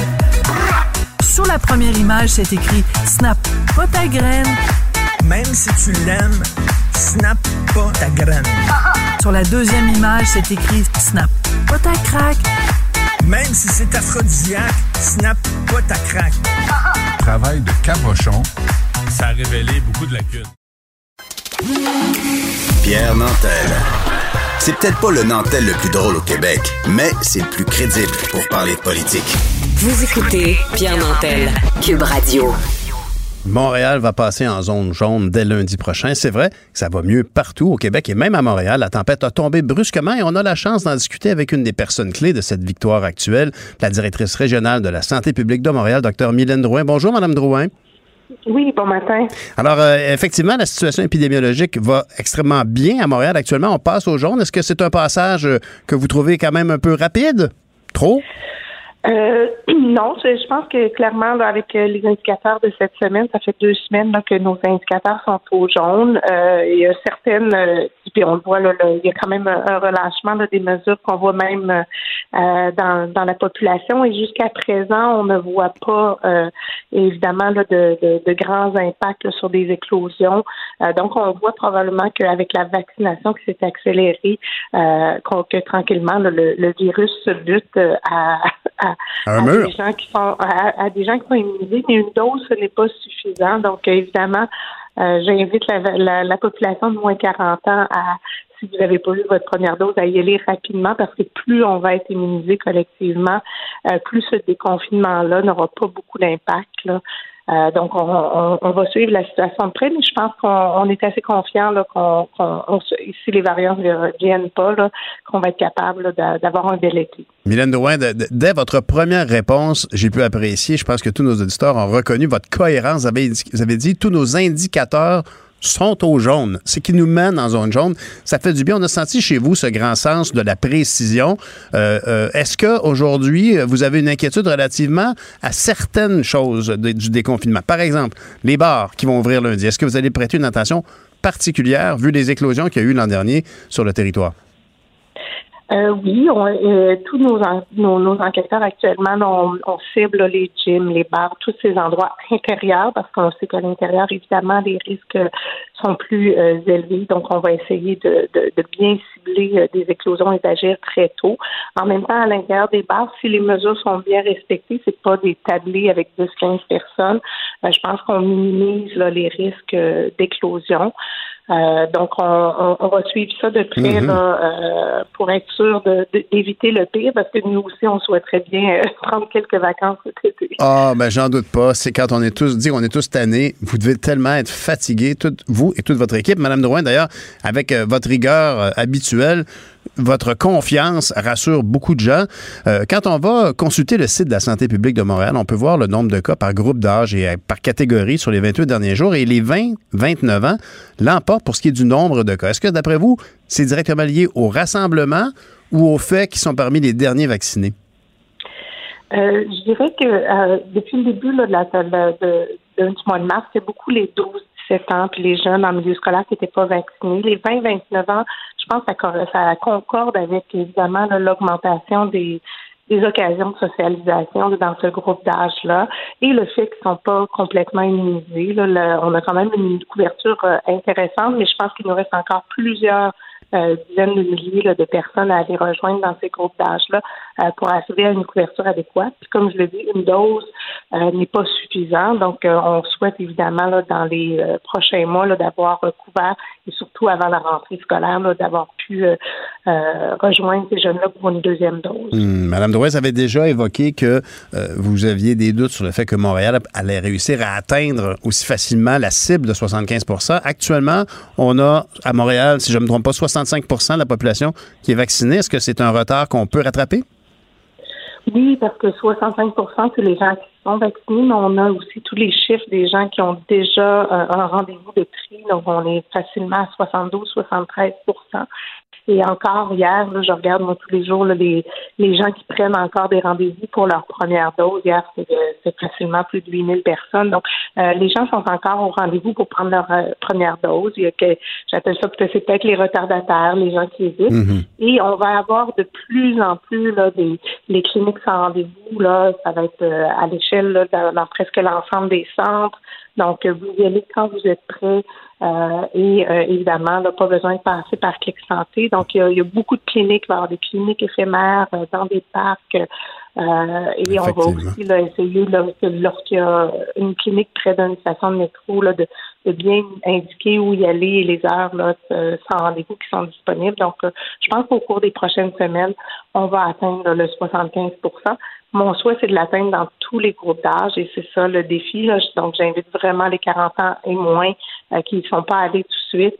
Sur la première image, c'est écrit « Snap pas ta graine ». Même si tu l'aimes, snap pas ta graine. Sur la deuxième image, c'est écrit « Snap pas ta craque ». Même si c'est aphrodisiaque, snap pas ta craque. Travail de cabochon. Ça a révélé beaucoup de lacunes. Pierre Nantel. C'est peut-être pas le Nantel le plus drôle au Québec, mais c'est le plus crédible pour parler de politique. Vous écoutez Pierre Nantel, Cube Radio. Montréal va passer en zone jaune dès lundi prochain. C'est vrai que ça va mieux partout au Québec et même à Montréal. La tempête a tombé brusquement et on a la chance d'en discuter avec une des personnes clés de cette victoire actuelle, la directrice régionale de la santé publique de Montréal, Dr Mylène Drouin. Bonjour, Mme Drouin. Oui, bon matin. Alors, effectivement, la situation épidémiologique va extrêmement bien à Montréal actuellement. On passe au jaune. Est-ce que c'est un passage que vous trouvez quand même un peu rapide? Trop? Non, je pense que clairement, là, avec les indicateurs de cette semaine, ça fait 2 semaines là, que nos indicateurs sont au jaune. Il y a certaines, puis on le voit, là, il y a quand même un relâchement là, des mesures qu'on voit même dans la population. Et jusqu'à présent, on ne voit pas évidemment là, de grands impacts là, sur des éclosions. Donc, on voit probablement qu'avec la vaccination qui s'est accélérée, que tranquillement là, le virus se bute à des gens qui sont à des gens qui sont immunisés, mais une dose, ce n'est pas suffisant. Donc, évidemment, j'invite la population de moins 40 ans si vous n'avez pas eu votre première dose, à y aller rapidement parce que plus on va être immunisé collectivement, plus ce déconfinement-là n'aura pas beaucoup d'impact, là. Donc, on va suivre la situation de près, mais je pense qu'on est assez confiant là, si les variants ne viennent pas, là, qu'on va être capable là, d'avoir un bel été. Mylène Drouin, dès votre première réponse, j'ai pu apprécier, je pense que tous nos auditeurs ont reconnu votre cohérence. Vous avez dit tous nos indicateurs sont au jaune. C'est qui nous mène en zone jaune. Ça fait du bien. On a senti chez vous ce grand sens de la précision. Est-ce qu'aujourd'hui, vous avez une inquiétude relativement à certaines choses du déconfinement? Par exemple, les bars qui vont ouvrir lundi. Est-ce que vous allez prêter une attention particulière vu les éclosions qu'il y a eu l'an dernier sur le territoire? Oui, tous nos enquêteurs actuellement, on cible là, les gyms, les bars, tous ces endroits intérieurs parce qu'on sait qu'à l'intérieur, évidemment, les risques sont plus élevés. Donc, on va essayer de bien cibler des éclosions et d'agir très tôt. En même temps, à l'intérieur des bars, si les mesures sont bien respectées, c'est pas des tablés avec 10-15 personnes. Je pense qu'on minimise là, les risques d'éclosion. Donc, on va suivre ça de près là, pour être sûr d'éviter le pire, parce que nous aussi, on souhaiterait bien prendre quelques vacances cet été. Ah, ben j'en doute pas. C'est quand on est tous tannés. Vous devez tellement être fatigués, vous et toute votre équipe. Madame Drouin, d'ailleurs, avec votre rigueur habituelle, votre confiance rassure beaucoup de gens. Quand on va consulter le site de la Santé publique de Montréal, on peut voir le nombre de cas par groupe d'âge et par catégorie sur les 28 derniers jours. Et les 20-29 ans l'emportent pour ce qui est du nombre de cas. Est-ce que, d'après vous, c'est directement lié au rassemblement ou au fait qu'ils sont parmi les derniers vaccinés? Je dirais que depuis le début là, du mois de mars, c'est beaucoup les 12-17 ans puis les jeunes en milieu scolaire qui n'étaient pas vaccinés. Les 20-29 ans, je pense que ça concorde avec, évidemment, là, l'augmentation des occasions de socialisation là, dans ce groupe d'âge-là et le fait qu'ils ne sont pas complètement immunisés. Là, on a quand même une couverture intéressante, mais je pense qu'il nous reste encore plusieurs dizaines de milliers là, de personnes à aller rejoindre dans ces groupes d'âge-là pour arriver à une couverture adéquate. Puis comme je l'ai dit, une dose n'est pas suffisante. Donc, on souhaite évidemment là, dans les prochains mois là, d'avoir couvert et surtout avant la rentrée scolaire, là, d'avoir pu rejoindre ces jeunes-là pour une deuxième dose. Madame Drouin, vous avez déjà évoqué que vous aviez des doutes sur le fait que Montréal allait réussir à atteindre aussi facilement la cible de 75 %. Actuellement, on a à Montréal, si je ne me trompe pas, 65 % de la population qui est vaccinée. Est-ce que c'est un retard qu'on peut rattraper? Oui, parce que 65 % c'est les gens qui sont vaccinés, mais on a aussi tous les chiffres des gens qui ont déjà un rendez-vous de tri. Donc, on est facilement à 72-73 %. Et encore hier, là, je regarde moi tous les jours là, les gens qui prennent encore des rendez-vous pour leur première dose. Hier, c'est facilement plus de 8000 personnes. Donc, les gens sont encore au rendez-vous pour prendre leur première dose. Il y a j'appelle ça peut-être les retardataires, les gens qui hésitent. Et on va avoir de plus en plus là, les cliniques sans rendez-vous. Là, ça va être à l'échelle là, dans presque l'ensemble des centres. Donc, vous y allez quand vous êtes prêts et évidemment, là, pas besoin de passer par Clic Santé. Donc, il y a beaucoup de cliniques, il va y avoir des cliniques éphémères dans des parcs et on va aussi là, essayer, là, lorsqu'il y a une clinique près d'une station de métro, là, de bien indiquer où y aller et les heures là, sans rendez-vous qui sont disponibles. Donc, je pense qu'au cours des prochaines semaines, on va atteindre là, le 75 %. Mon souhait, c'est de l'atteindre dans tous les groupes d'âge et c'est ça le défi. Là. Donc, j'invite vraiment les 40 ans et moins qui ne sont pas allés tout de suite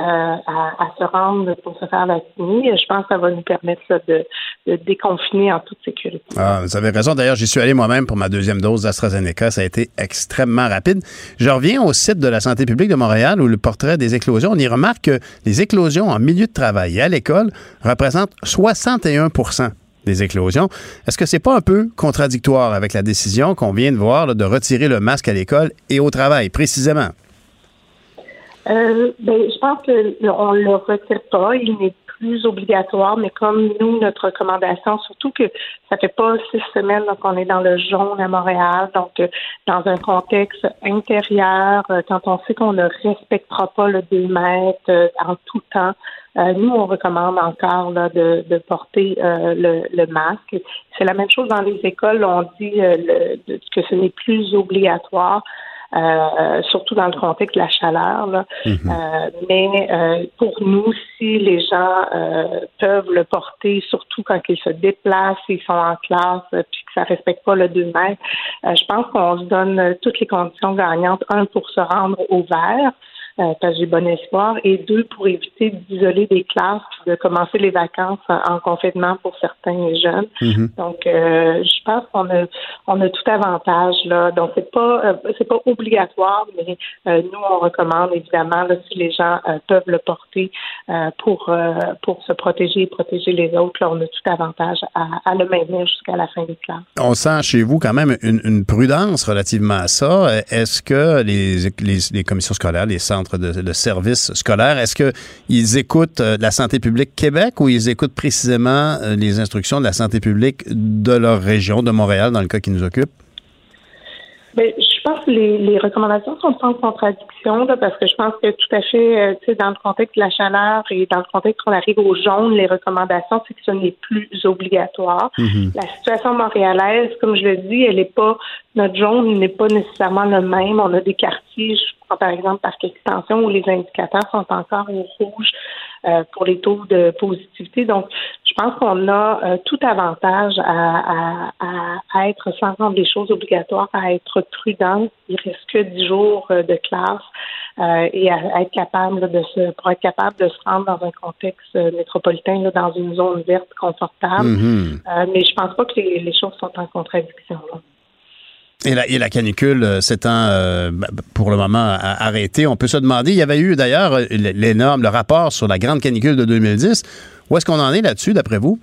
à se rendre pour se faire vacciner. Je pense que ça va nous permettre là, de déconfiner en toute sécurité. Ah, vous avez raison. D'ailleurs, j'y suis allé moi-même pour ma deuxième dose d'AstraZeneca. Ça a été extrêmement rapide. Je reviens au site de la Santé publique de Montréal où le portrait des éclosions, on y remarque que les éclosions en milieu de travail et à l'école représentent 61 % des éclosions. Est-ce que c'est pas un peu contradictoire avec la décision qu'on vient de voir là, de retirer le masque à l'école et au travail, précisément? Je pense qu'on ne le retire pas. Il n'est plus obligatoire, mais comme nous, notre recommandation, surtout que ça fait pas 6 semaines qu'on est dans le jaune à Montréal, donc dans un contexte intérieur, quand on sait qu'on ne respectera pas le 2 mètres en tout temps, nous, on recommande encore là, de porter le masque. C'est la même chose dans les écoles. On dit que ce n'est plus obligatoire. Surtout dans le contexte de la chaleur. Là. Mais pour nous, si les gens peuvent le porter, surtout quand ils se déplacent, ils sont en classe, puis que ça respecte pas le 2 mètres, je pense qu'on se donne toutes les conditions gagnantes. 1, pour se rendre au vert, parce que j'ai bon espoir, et 2, pour éviter d'isoler des classes, de commencer les vacances en confinement pour certains jeunes. Donc, je pense qu'on a tout avantage là. Donc, c'est pas obligatoire, mais nous on recommande évidemment là, si les gens peuvent le porter pour se protéger et protéger les autres. Là, on a tout avantage à le maintenir jusqu'à la fin des classes. On sent chez vous quand même une prudence relativement à ça. Est-ce que les commissions scolaires, les centres de services scolaires, est-ce qu'ils écoutent la Santé publique Québec ou ils écoutent précisément les instructions de la santé publique de leur région, de Montréal, dans le cas qui nous occupe? Bien, je pense que les recommandations sont en contradiction, là, parce que je pense que tout à fait, tu sais, dans le contexte de la chaleur et dans le contexte qu'on arrive au jaune, les recommandations, c'est que ce n'est plus obligatoire. La situation montréalaise, comme je le dis, elle est pas, notre jaune n'est pas nécessairement le même. On a des quartiers, je prends par exemple Parc Extension, où les indicateurs sont encore au rouge pour les taux de positivité. Donc, je pense qu'on a tout avantage à être, sans rendre les choses obligatoires, à être prudent. Il reste que 10 jours de classe et à être capable pour être capable de se rendre dans un contexte métropolitain, là, dans une zone verte confortable. Mais je pense pas que les choses sont en contradiction, là. Et la canicule s'étant pour le moment arrêtée, on peut se demander, il y avait eu d'ailleurs le rapport sur la grande canicule de 2010. Où est-ce qu'on en est là-dessus, d'après vous?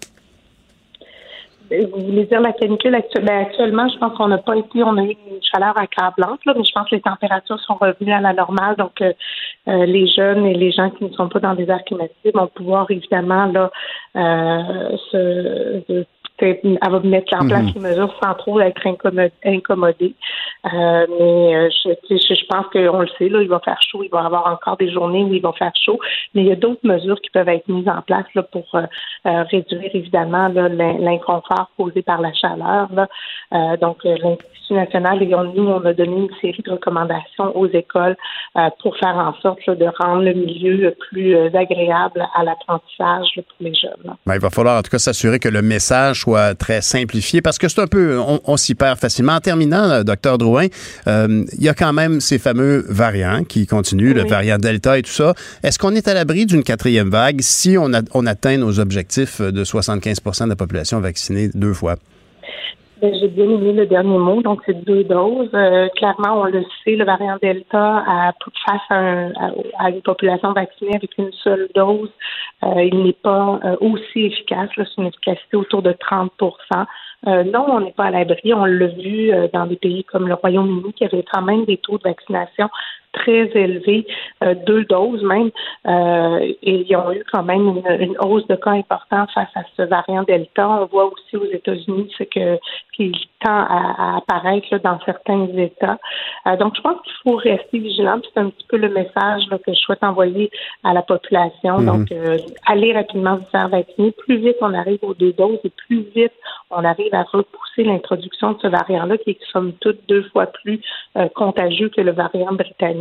Vous voulez dire la canicule actuellement, je pense qu'on n'a pas été, on a eu une chaleur accablante, là, mais je pense que les températures sont revenues à la normale, donc les jeunes et les gens qui ne sont pas dans des aires climatisées vont pouvoir évidemment là elle va mettre en place les mesures sans trop être incommodée. Mais je pense qu'on le sait, là, il va faire chaud, il va y avoir encore des journées où il va faire chaud, mais il y a d'autres mesures qui peuvent être mises en place là, pour réduire évidemment là, l'inconfort causé par la chaleur. Là. Donc, l'Institut national, nous, on a donné une série de recommandations aux écoles pour faire en sorte là, de rendre le milieu plus agréable à l'apprentissage là, pour les jeunes. Là. Ben, il va falloir en tout cas s'assurer que le message soit très simplifié, parce que c'est un peu, on s'y perd facilement. En terminant, Dr. Drouin, il y a quand même ces fameux variants qui continuent, le variant Delta et tout ça. Est-ce qu'on est à l'abri d'une 4e vague si on atteint nos objectifs de 75% de la population vaccinée 2 fois? J'ai bien aimé le dernier mot, donc c'est 2 doses. Clairement, on le sait, le variant Delta, face à une population vaccinée avec une seule dose, il n'est pas aussi efficace. Là, c'est une efficacité autour de 30%. Non, on n'est pas à l'abri. On l'a vu dans des pays comme le Royaume-Uni qui avait quand même des taux de vaccination très élevés, 2 doses même, et ils ont eu quand même une hausse de cas importante face à ce variant Delta. On voit aussi aux États-Unis qu'il tend à apparaître là, dans certains États. Donc, je pense qu'il faut rester vigilant. C'est un petit peu le message là, que je souhaite envoyer à la population. Donc, aller rapidement se faire vacciner. Plus vite on arrive aux 2 doses et plus vite on arrive à repousser l'introduction de ce variant-là qui est somme toute 2 fois plus contagieux que le variant britannique.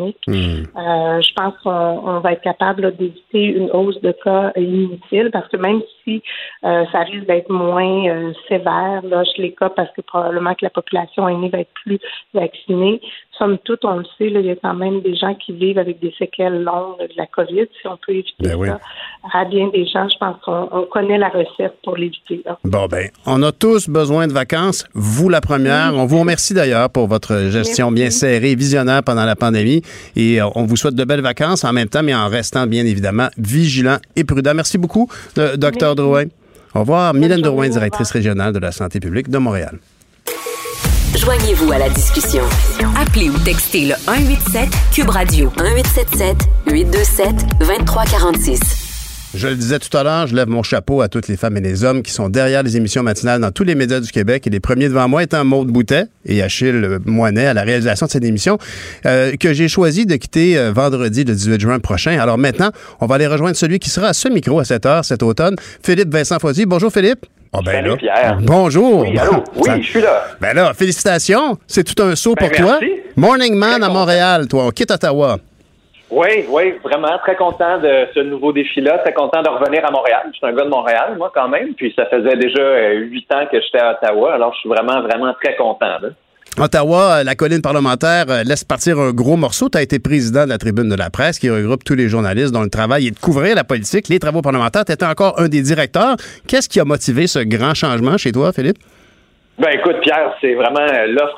Je pense qu'on va être capable là, d'éviter une hausse de cas inutile parce que même si ça risque d'être moins sévère là, chez les cas parce que probablement que la population aînée va être plus vaccinée, somme toute, on le sait, là, il y a quand même des gens qui vivent avec des séquelles longues de la COVID. Si on peut éviter ça à bien des gens, je pense qu'on connaît la recette pour l'éviter. Là. Bon, on a tous besoin de vacances. Vous, la première. On vous remercie d'ailleurs pour votre gestion bien serrée, visionnaire pendant la pandémie. Et on vous souhaite de belles vacances en même temps, mais en restant bien évidemment vigilant et prudent. Merci beaucoup, Dr. Drouin. Au revoir. Mylène Drouin, directrice régionale de la santé publique de Montréal. Joignez-vous à la discussion. Appelez ou textez le 187 Cube Radio 1877 827 2346. Je le disais tout à l'heure, je lève mon chapeau à toutes les femmes et les hommes qui sont derrière les émissions matinales dans tous les médias du Québec. Et les premiers devant moi étant Maude Boutet et Achille Moinet à la réalisation de cette émission que j'ai choisi de quitter vendredi, le 18 juin prochain. Alors maintenant, on va aller rejoindre celui qui sera à ce micro à 7 heure cet automne, Philippe Vincent Foisy. Bonjour Philippe. Oh ben Salut là. Pierre. Bonjour. Oui, allô? Oui, je suis là. Ben là, félicitations. C'est tout un saut pour toi. Morning Man à Montréal, toi. On quitte Ottawa. Oui, vraiment très content de ce nouveau défi-là, très content de revenir à Montréal. Je suis un gars de Montréal, moi, quand même, puis ça faisait déjà 8 ans que j'étais à Ottawa, alors je suis vraiment très content, là. Ottawa, la colline parlementaire laisse partir un gros morceau. Tu as été président de la Tribune de la presse qui regroupe tous les journalistes dont le travail est de couvrir la politique, les travaux parlementaires. Tu étais encore un des directeurs. Qu'est-ce qui a motivé ce grand changement chez toi, Philippe? Ben écoute, Pierre, c'est vraiment l'offre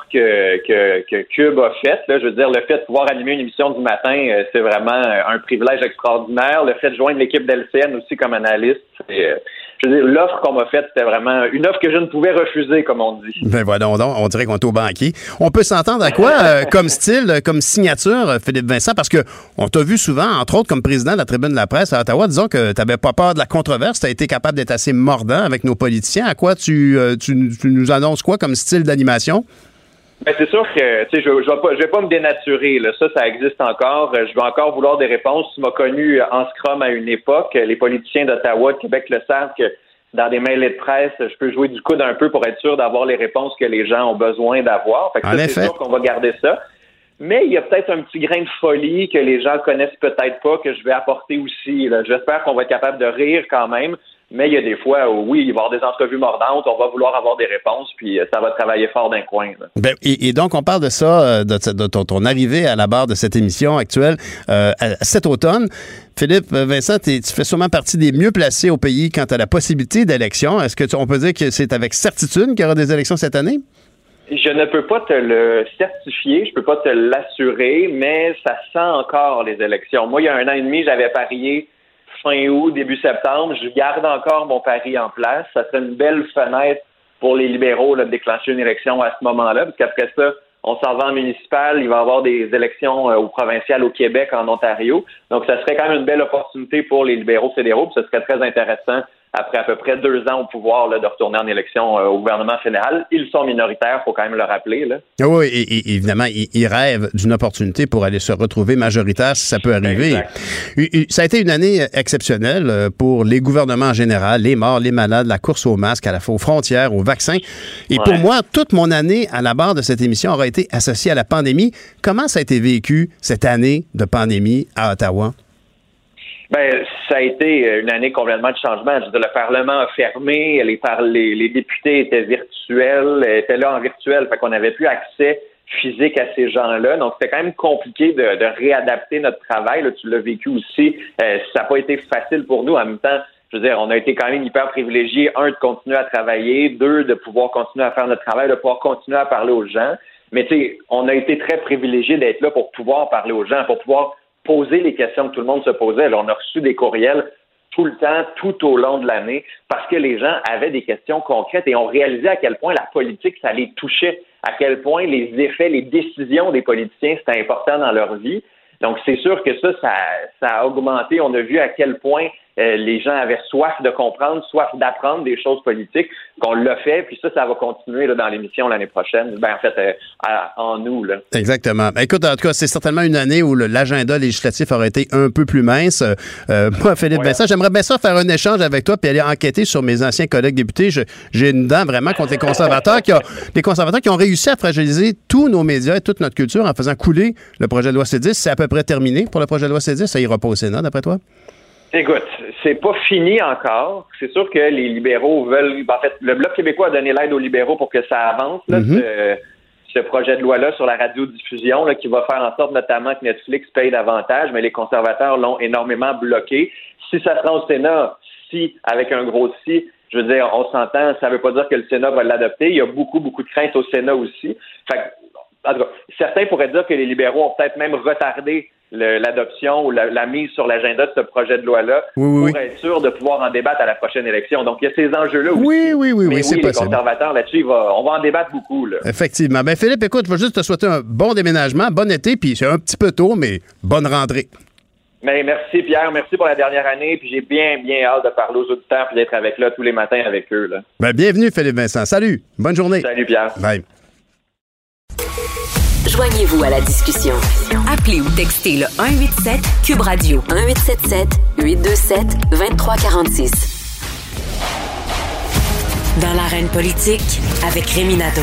que Cube a faite. Là. Je veux dire, le fait de pouvoir animer une émission du matin, c'est vraiment un privilège extraordinaire. Le fait de joindre l'équipe d'LCN aussi comme analyste, je veux dire, l'offre qu'on m'a faite, c'était vraiment une offre que je ne pouvais refuser, comme on dit. Ben voilà, on dirait qu'on est au banquier. On peut s'entendre à quoi comme style, comme signature, Philippe Vincent, parce que on t'a vu souvent, entre autres, comme président de la Tribune de la presse à Ottawa, disons que tu n'avais pas peur de la controverse, tu as été capable d'être assez mordant avec nos politiciens. À quoi tu nous annonces quoi comme style d'animation? Ben c'est sûr que tu sais, je vais pas me dénaturer là. Ça existe encore. Je vais encore vouloir des réponses. Tu m'as connu en Scrum à une époque. Les politiciens d'Ottawa, de Québec le savent que dans des mails de presse, je peux jouer du coude un peu pour être sûr d'avoir les réponses que les gens ont besoin d'avoir. Fait que ça, c'est sûr qu'on va garder ça. Mais il y a peut-être un petit grain de folie que les gens connaissent peut-être pas que je vais apporter aussi. Là. J'espère qu'on va être capable de rire quand même. Mais il y a des fois où, oui, il va y avoir des entrevues mordantes, on va vouloir avoir des réponses, puis ça va travailler fort d'un coin. Ben, et donc, on parle de ça, de ton arrivée à la barre de cette émission actuelle cet automne. Philippe Vincent, tu fais sûrement partie des mieux placés au pays quant à la possibilité d'élection. Est-ce que on peut dire que c'est avec certitude qu'il y aura des élections cette année? Je ne peux pas te le certifier, je peux pas te l'assurer, mais ça sent encore les élections. Moi, il y a 1 an et demi, j'avais parié fin août, début septembre. Je garde encore mon pari en place. Ça serait une belle fenêtre pour les libéraux là, de déclencher une élection à ce moment-là, parce qu'après ça, on s'en va en municipal, il va y avoir des élections au provincial au Québec, en Ontario. Donc, ça serait quand même une belle opportunité pour les libéraux fédéraux, puis ce serait très intéressant après à peu près 2 ans au pouvoir là, de retourner en élection au gouvernement fédéral. Ils sont minoritaires, il faut quand même le rappeler. Là. Oui, et évidemment, ils rêvent d'une opportunité pour aller se retrouver majoritaire si ça peut arriver. Ça a été une année exceptionnelle pour les gouvernements en général, les morts, les malades, la course aux masques, à la fois aux frontières, aux vaccins. Et pour moi, toute mon année à la barre de cette émission aura été associée à la pandémie. Comment ça a été vécu, cette année de pandémie à Ottawa? Ben, ça a été une année complètement de changement. Je veux dire, le Parlement a fermé, les députés étaient virtuels, étaient là en virtuel, fait qu'on n'avait plus accès physique à ces gens-là. Donc, c'était quand même compliqué de réadapter notre travail. Là, tu l'as vécu aussi. Ça n'a pas été facile pour nous. En même temps, je veux dire, on a été quand même hyper privilégiés, 1, de continuer à travailler, 2, de pouvoir continuer à faire notre travail, de pouvoir continuer à parler aux gens. Mais tu sais, on a été très privilégiés d'être là pour pouvoir parler aux gens, pour pouvoir poser les questions que tout le monde se posait. Alors, on a reçu des courriels tout le temps, tout au long de l'année, parce que les gens avaient des questions concrètes et ont réalisé à quel point la politique, ça les touchait, à quel point les effets, les décisions des politiciens, c'était important dans leur vie. Donc, c'est sûr que ça a augmenté. On a vu à quel point les gens avaient soif de comprendre, soif d'apprendre des choses politiques, qu'on l'a fait, puis ça va continuer là, dans l'émission l'année prochaine. Ben, en fait, en nous. Là. Exactement. Ben, écoute, en tout cas, c'est certainement une année où l'agenda législatif aurait été un peu plus mince. Moi, Philippe Vincent, j'aimerais bien ça faire un échange avec toi puis aller enquêter sur mes anciens collègues députés. J'ai une dent vraiment contre les conservateurs qui ont réussi à fragiliser tous nos médias et toute notre culture en faisant couler le projet de loi C10. C'est à peu près terminé pour le projet de loi C10. Ça ira pas au Sénat, d'après toi? Écoute, c'est pas fini encore. C'est sûr que les libéraux veulent... En fait, le Bloc québécois a donné l'aide aux libéraux pour que ça avance, là, ce projet de loi-là sur la radiodiffusion, là, qui va faire en sorte notamment que Netflix paye davantage, mais les conservateurs l'ont énormément bloqué. Si ça se rend au Sénat, avec un gros si, je veux dire, on s'entend, ça veut pas dire que le Sénat va l'adopter. Il y a beaucoup, beaucoup de craintes au Sénat aussi. Fait que, en tout cas, certains pourraient dire que les libéraux ont peut-être même retardé l'adoption ou la mise sur l'agenda de ce projet de loi-là pour être sûr de pouvoir en débattre à la prochaine élection. Donc, il y a ces enjeux-là aussi. Oui, c'est les possible. Conservateurs, là-dessus, on va en débattre beaucoup. Là. Effectivement. Ben Philippe, écoute, je vais juste te souhaiter un bon déménagement, bon été, puis c'est un petit peu tôt, mais bonne rentrée. Mais merci Pierre, merci pour la dernière année, puis j'ai bien hâte de parler aux auditeurs puis d'être avec là tous les matins avec eux. Là. Ben, bienvenue Philippe Vincent, salut, bonne journée. Salut Pierre. Bye. Joignez-vous à la discussion. Appelez ou textez le 187 Cube Radio 1877 827 2346. Dans l'arène politique avec Rémi Nadeau.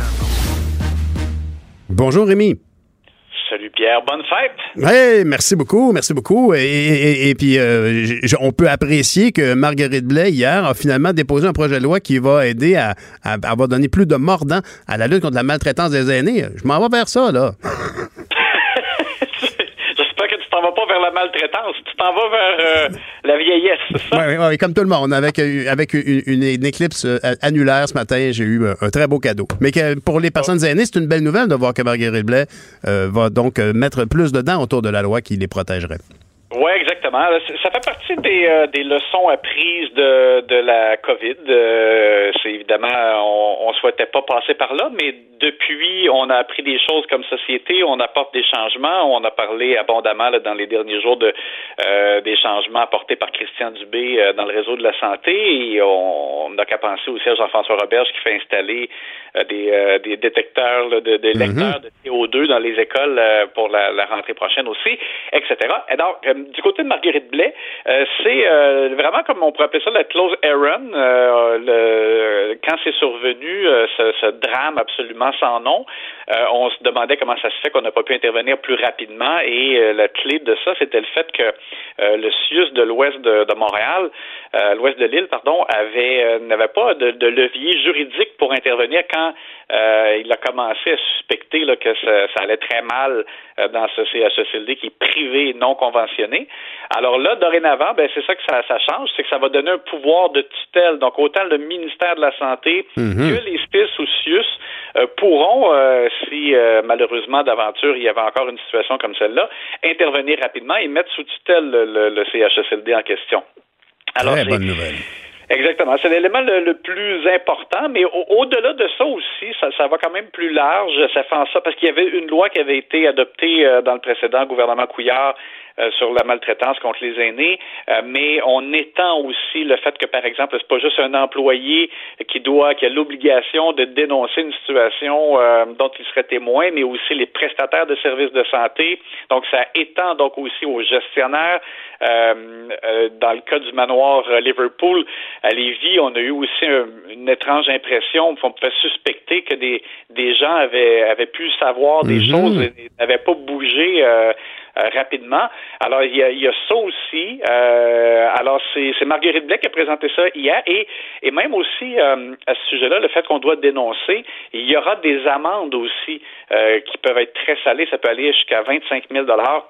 Bonjour Rémi. Salut Pierre, bonne fête. Hey, merci beaucoup. Et puis, on peut apprécier que Marguerite Blais, hier, a finalement déposé un projet de loi qui va aider à donner plus de mordant à la lutte contre la maltraitance des aînés. Je m'en vais vers ça, là. J'espère que tu t'en vas pas vers la maltraitance. Tu t'en vas vers la vieillesse, c'est ça? Oui, comme tout le monde. Avec une éclipse annulaire ce matin, j'ai eu un très beau cadeau. Mais pour les personnes aînées, c'est une belle nouvelle de voir que Marguerite Blais va donc mettre plus de dents autour de la loi qui les protégerait. Oui, exactement. Ça fait partie des leçons apprises de la COVID. C'est évidemment, on souhaitait pas passer par là, mais depuis, on a appris des choses comme société, on apporte des changements. On a parlé abondamment là, dans les derniers jours des changements apportés par Christian Dubé dans le réseau de la santé. Et on n'a qu'à penser aussi à Jean-François Roberge qui fait installer des détecteurs là, de lecteurs de CO2 dans les écoles pour la rentrée prochaine aussi, etc. Et donc, du côté de Marguerite Blais, c'est vraiment comme on pourrait appeler ça la close errand. Quand c'est survenu, ce drame absolument sans nom, on se demandait comment ça se fait qu'on n'a pas pu intervenir plus rapidement et la clé de ça, c'était le fait que le CIUS de l'ouest de Montréal, l'ouest de l'île, pardon, n'avait pas de levier juridique pour intervenir quand il a commencé à suspecter là, que ça allait très mal dans ce CHSLD qui est privé, non conventionné. Alors là, dorénavant, c'est ça que ça change, c'est que ça va donner un pouvoir de tutelle. Donc, autant le ministère de la Santé que les SPIS ou CIUS pourront, si malheureusement d'aventure il y avait encore une situation comme celle-là, intervenir rapidement et mettre sous tutelle le CHSLD en question. Alors, très bonne nouvelle. Exactement. C'est l'élément le plus important, mais au-delà de ça aussi, ça va quand même plus large. Ça fait en sorte, parce qu'il y avait une loi qui avait été adoptée dans le précédent gouvernement Couillard sur la maltraitance contre les aînés, mais on étend aussi le fait que, par exemple, c'est pas juste un employé qui a l'obligation de dénoncer une situation dont il serait témoin, mais aussi les prestataires de services de santé. Donc, ça étend donc aussi aux gestionnaires. Dans le cas du manoir Liverpool à Lévis, on a eu aussi une étrange impression. On pouvait suspecter que des gens avaient pu savoir des choses et n'avaient pas bougé rapidement. Alors, il y a ça aussi. Alors, c'est Marguerite Blais qui a présenté ça hier. Et même aussi, à ce sujet-là, le fait qu'on doit dénoncer, il y aura des amendes aussi qui peuvent être très salées. Ça peut aller jusqu'à 25 000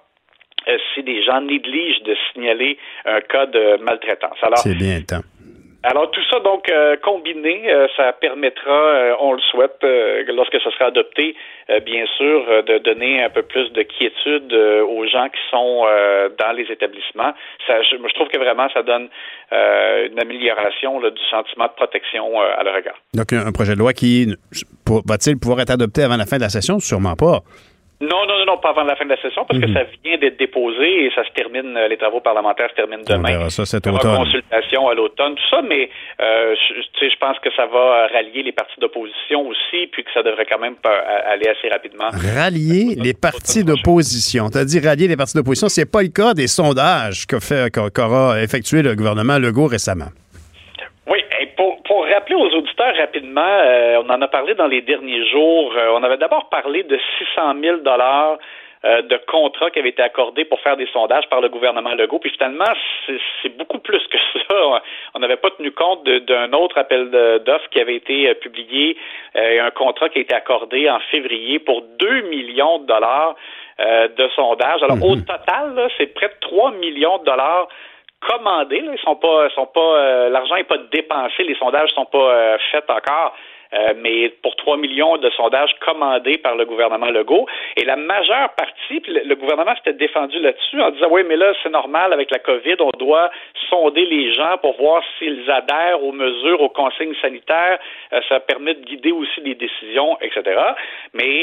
si des gens négligent de signaler un cas de maltraitance. Alors, c'est bien temps. Alors, tout ça, donc, combiné, ça permettra, on le souhaite, lorsque ça sera adopté, bien sûr, de donner un peu plus de quiétude aux gens qui sont dans les établissements. Je trouve que vraiment, ça donne une amélioration là, du sentiment de protection à leur égard. Donc, un projet de loi qui va-t-il pouvoir être adopté avant la fin de la session? Sûrement pas. Non, pas avant la fin de la session, parce que ça vient d'être déposé et ça se termine, les travaux parlementaires se terminent demain. On verra ça cet automne. Consultation à l'automne, tout ça, mais je pense que ça va rallier les partis d'opposition aussi, puis que ça devrait quand même aller assez rapidement. Rallier les partis d'opposition. T'as dit rallier les partis d'opposition, c'est pas le cas des sondages qu'aura effectué le gouvernement Legault récemment. Oui, et pour rappeler aux auditeurs rapidement, on en a parlé dans les derniers jours. On avait d'abord parlé de 600 000 de contrats qui avaient été accordés pour faire des sondages par le gouvernement Legault. Puis finalement, c'est beaucoup plus que ça. On n'avait pas tenu compte d'un autre appel d'offres qui avait été publié, un contrat qui a été accordé en février pour 2 millions de dollars de sondages. Alors au total, là, c'est près de 3 millions de dollars commandés. Là. Ils sont pas l'argent n'est pas dépensé, les sondages sont pas faits encore. mais pour 3 millions de sondages commandés par le gouvernement Legault. Et la majeure partie, puis le gouvernement s'était défendu là-dessus en disant « Oui, mais là, c'est normal, avec la COVID, on doit sonder les gens pour voir s'ils adhèrent aux mesures, aux consignes sanitaires. Ça permet de guider aussi les décisions, etc. » Mais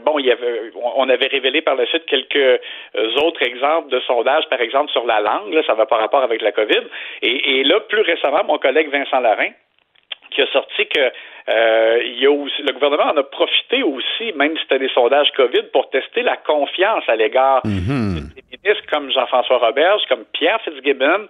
on avait révélé par la suite quelques autres exemples de sondages, par exemple sur la langue, là, ça va par rapport avec la COVID. Et là, plus récemment, mon collègue Vincent Larin, qui a sorti que le gouvernement en a profité aussi, même si c'était des sondages COVID, pour tester la confiance à l'égard des ministres comme Jean-François Roberge, comme Pierre Fitzgibbon,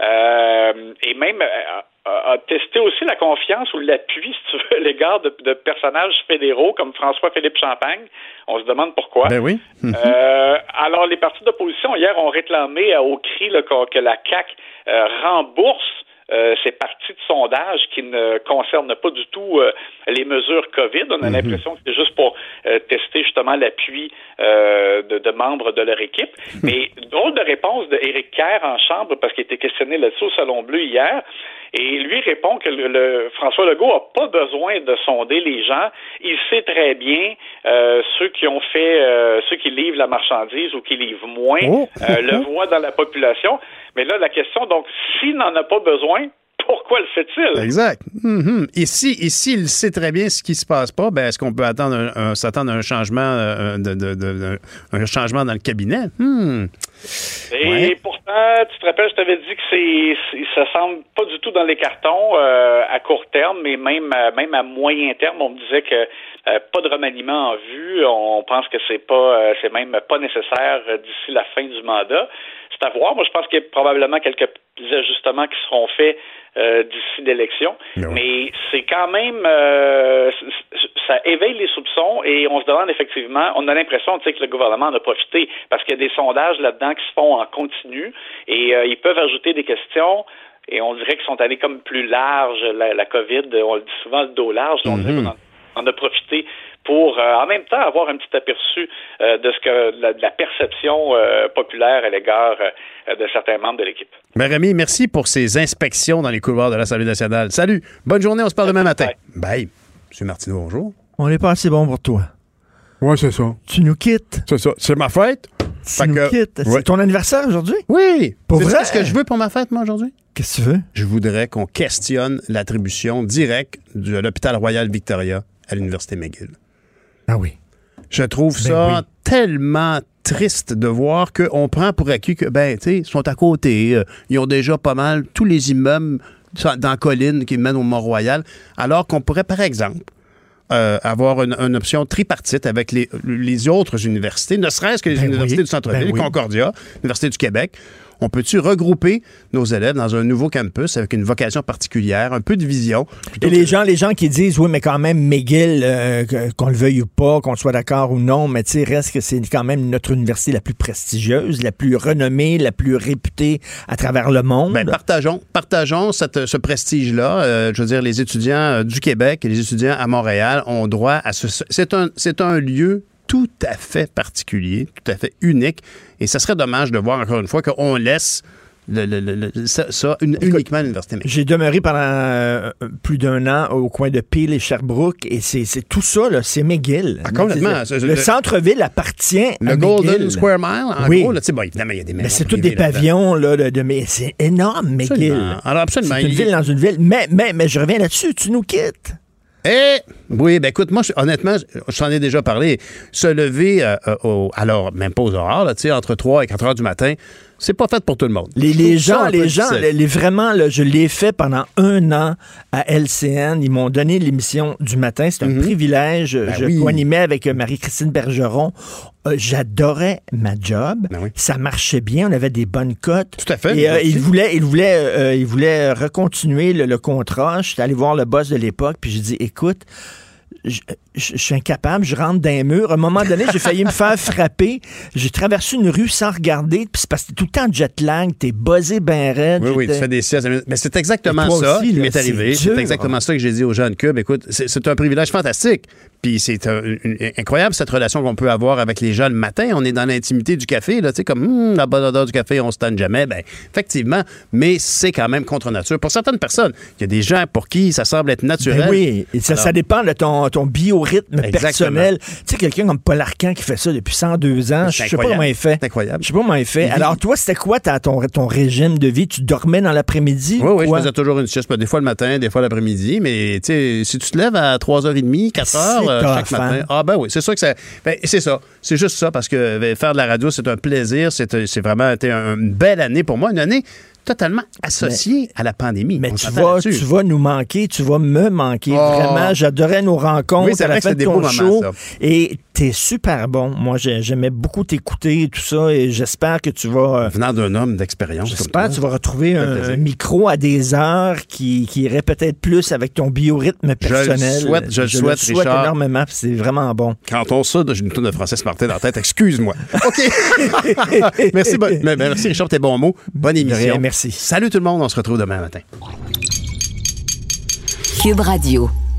et même a testé aussi la confiance ou l'appui, si tu veux, à l'égard de personnages fédéraux comme François-Philippe Champagne. On se demande pourquoi. Ben oui. Alors, les partis d'opposition, hier, ont réclamé au cri que la CAQ rembourse ces parties de sondage qui ne concernent pas du tout les mesures COVID. On a l'impression que c'est juste pour tester justement l'appui de membres de leur équipe. Mais drôle de réponse d'Éric Kerr en Chambre, parce qu'il était questionné là-dessus au Salon Bleu hier, et lui répond que François Legault n'a pas besoin de sonder les gens. Il sait très bien ceux qui livrent la marchandise ou qui livrent moins, le voient dans la population. Mais là, la question, donc, s'il n'en a pas besoin, pourquoi le fait-il? Exact. Et s'il sait très bien ce qui se passe pas, ben est-ce qu'on peut s'attendre à un changement un changement dans le cabinet? Et pourtant, tu te rappelles, je t'avais dit que ça semble pas du tout dans les cartons à court terme, mais même à moyen terme, on me disait que pas de remaniement en vue. On pense que c'est même pas nécessaire d'ici la fin du mandat. C'est à voir. Moi, je pense qu'il y a probablement quelques ajustements qui seront faits d'ici l'élection. Mais c'est quand même... ça éveille les soupçons et on se demande effectivement... On a l'impression que le gouvernement en a profité parce qu'il y a des sondages là-dedans qui se font en continu et ils peuvent ajouter des questions et on dirait qu'ils sont allés comme plus large. La COVID, on le dit souvent, le dos large. On dirait qu'on en a profité pour en même temps avoir un petit aperçu de ce que la perception populaire à l'égard de certains membres de l'équipe. Ben Rémi, merci pour ces inspections dans les couloirs de l'Assemblée nationale. Salut, bonne journée, on se parle demain matin. Bye. Monsieur Martineau, bonjour. On n'est pas assez bon pour toi. Ouais, c'est ça. Tu nous quittes. C'est ça. C'est ma fête. Tu nous quittes. Ouais. C'est ton anniversaire aujourd'hui? Oui. Pour vrai? C'est ce que je veux pour ma fête, moi, aujourd'hui? Qu'est-ce que tu veux? Je voudrais qu'on questionne l'attribution directe de l'hôpital Royal Victoria à l'Université McGill. Ah oui. Je trouve ça tellement triste de voir qu'on prend pour acquis que, tu sais, ils sont à côté. Ils ont déjà pas mal tous les immeubles dans la colline qui mènent au Mont-Royal, alors qu'on pourrait, par exemple, avoir une option tripartite avec les autres universités, ne serait-ce que les universités du centre-ville, Concordia, l'Université du Québec. On peut-tu regrouper nos élèves dans un nouveau campus avec une vocation particulière, un peu de vision? Et les gens qui disent, oui, mais quand même, McGill, qu'on le veuille ou pas, qu'on soit d'accord ou non, mais tu sais, reste que c'est quand même notre université la plus prestigieuse, la plus renommée, la plus réputée à travers le monde. Partageons ce prestige-là. Je veux dire, les étudiants du Québec et les étudiants à Montréal ont droit à c'est un lieu tout à fait particulier, tout à fait unique. Et ça serait dommage de voir, encore une fois, qu'on laisse ça uniquement à l'Université McGill. J'ai demeuré pendant plus d'1 an au coin de Peel et Sherbrooke, et c'est tout ça, là, c'est McGill. Complètement. Le centre-ville appartient à McGill. Le Golden Square Mile, en gros, là, évidemment, il y a des maisons. Mais c'est tous des pavillons, là, mais c'est énorme, McGill. Alors, absolument. C'est une ville dans une ville. Mais je reviens là-dessus, tu nous quittes. Oui, écoute, moi, honnêtement, je t'en ai déjà parlé. Se lever, alors, même pas aux horaires, là, entre 3 et 4 heures du matin, c'est pas fait pour tout le monde. Les gens, vraiment, là, je l'ai fait pendant 1 an à LCN. Ils m'ont donné l'émission du matin. C'est un privilège. Je co-animais avec Marie-Christine Bergeron. J'adorais ma job. Ça marchait bien. On avait des bonnes cotes. Tout à fait. Et il voulait recontinuer le contrat. J'étais allé voir le boss de l'époque, puis j'ai dit, écoute, je suis incapable, je rentre dans un mur. À un moment donné, j'ai failli me faire frapper. J'ai traversé une rue sans regarder, puis c'est parce que t'es tout le temps de jet lag, t'es buzzé ben raide. Oui, tu fais des siestes. Mais c'est exactement ça qui m'est arrivé. C'est exactement ça que j'ai dit aux gens de Cube. Écoute, c'est un privilège fantastique. Puis c'est incroyable cette relation qu'on peut avoir avec les gens le matin. On est dans l'intimité du café, là, tu sais, comme la bonne odeur du café, on se tanne jamais. Ben, effectivement, mais c'est quand même contre nature. Pour certaines personnes, il y a des gens pour qui ça semble être naturel. Ben oui, et ça dépend de ton biorhythme personnel. Tu sais, quelqu'un comme Paul Arcand qui fait ça depuis 102 ans, je sais pas comment il fait. C'est incroyable. Je sais pas comment il fait. Alors, toi, c'était quoi ton régime de vie? Tu dormais dans l'après-midi? Oui, je faisais toujours une sieste, des fois le matin, des fois l'après-midi, mais tu sais, si tu te lèves à 3h30, 4h chaque matin, ben oui, c'est sûr que c'est ça. C'est juste ça, parce que faire de la radio, c'est un plaisir, c'est vraiment été une belle année pour moi, une année totalement associé à la pandémie. Mais tu vas nous manquer, tu vas me manquer. Vraiment, j'adorais nos rencontres à la fin de ton show. Et t'es super bon. Moi, j'aimais beaucoup t'écouter et tout ça, et j'espère que tu vas... Venant d'un homme d'expérience. J'espère que tu vas retrouver un micro à des heures qui irait peut-être plus avec ton biorhythme personnel. Je le souhaite, Richard. Énormément, c'est vraiment bon. Quand on ça, j'ai une tonne de Francis Martin dans la tête. Excuse-moi. OK. Merci, Richard, tes bons mots. Bonne émission. Merci. Salut tout le monde, on se retrouve demain matin. Cube Radio.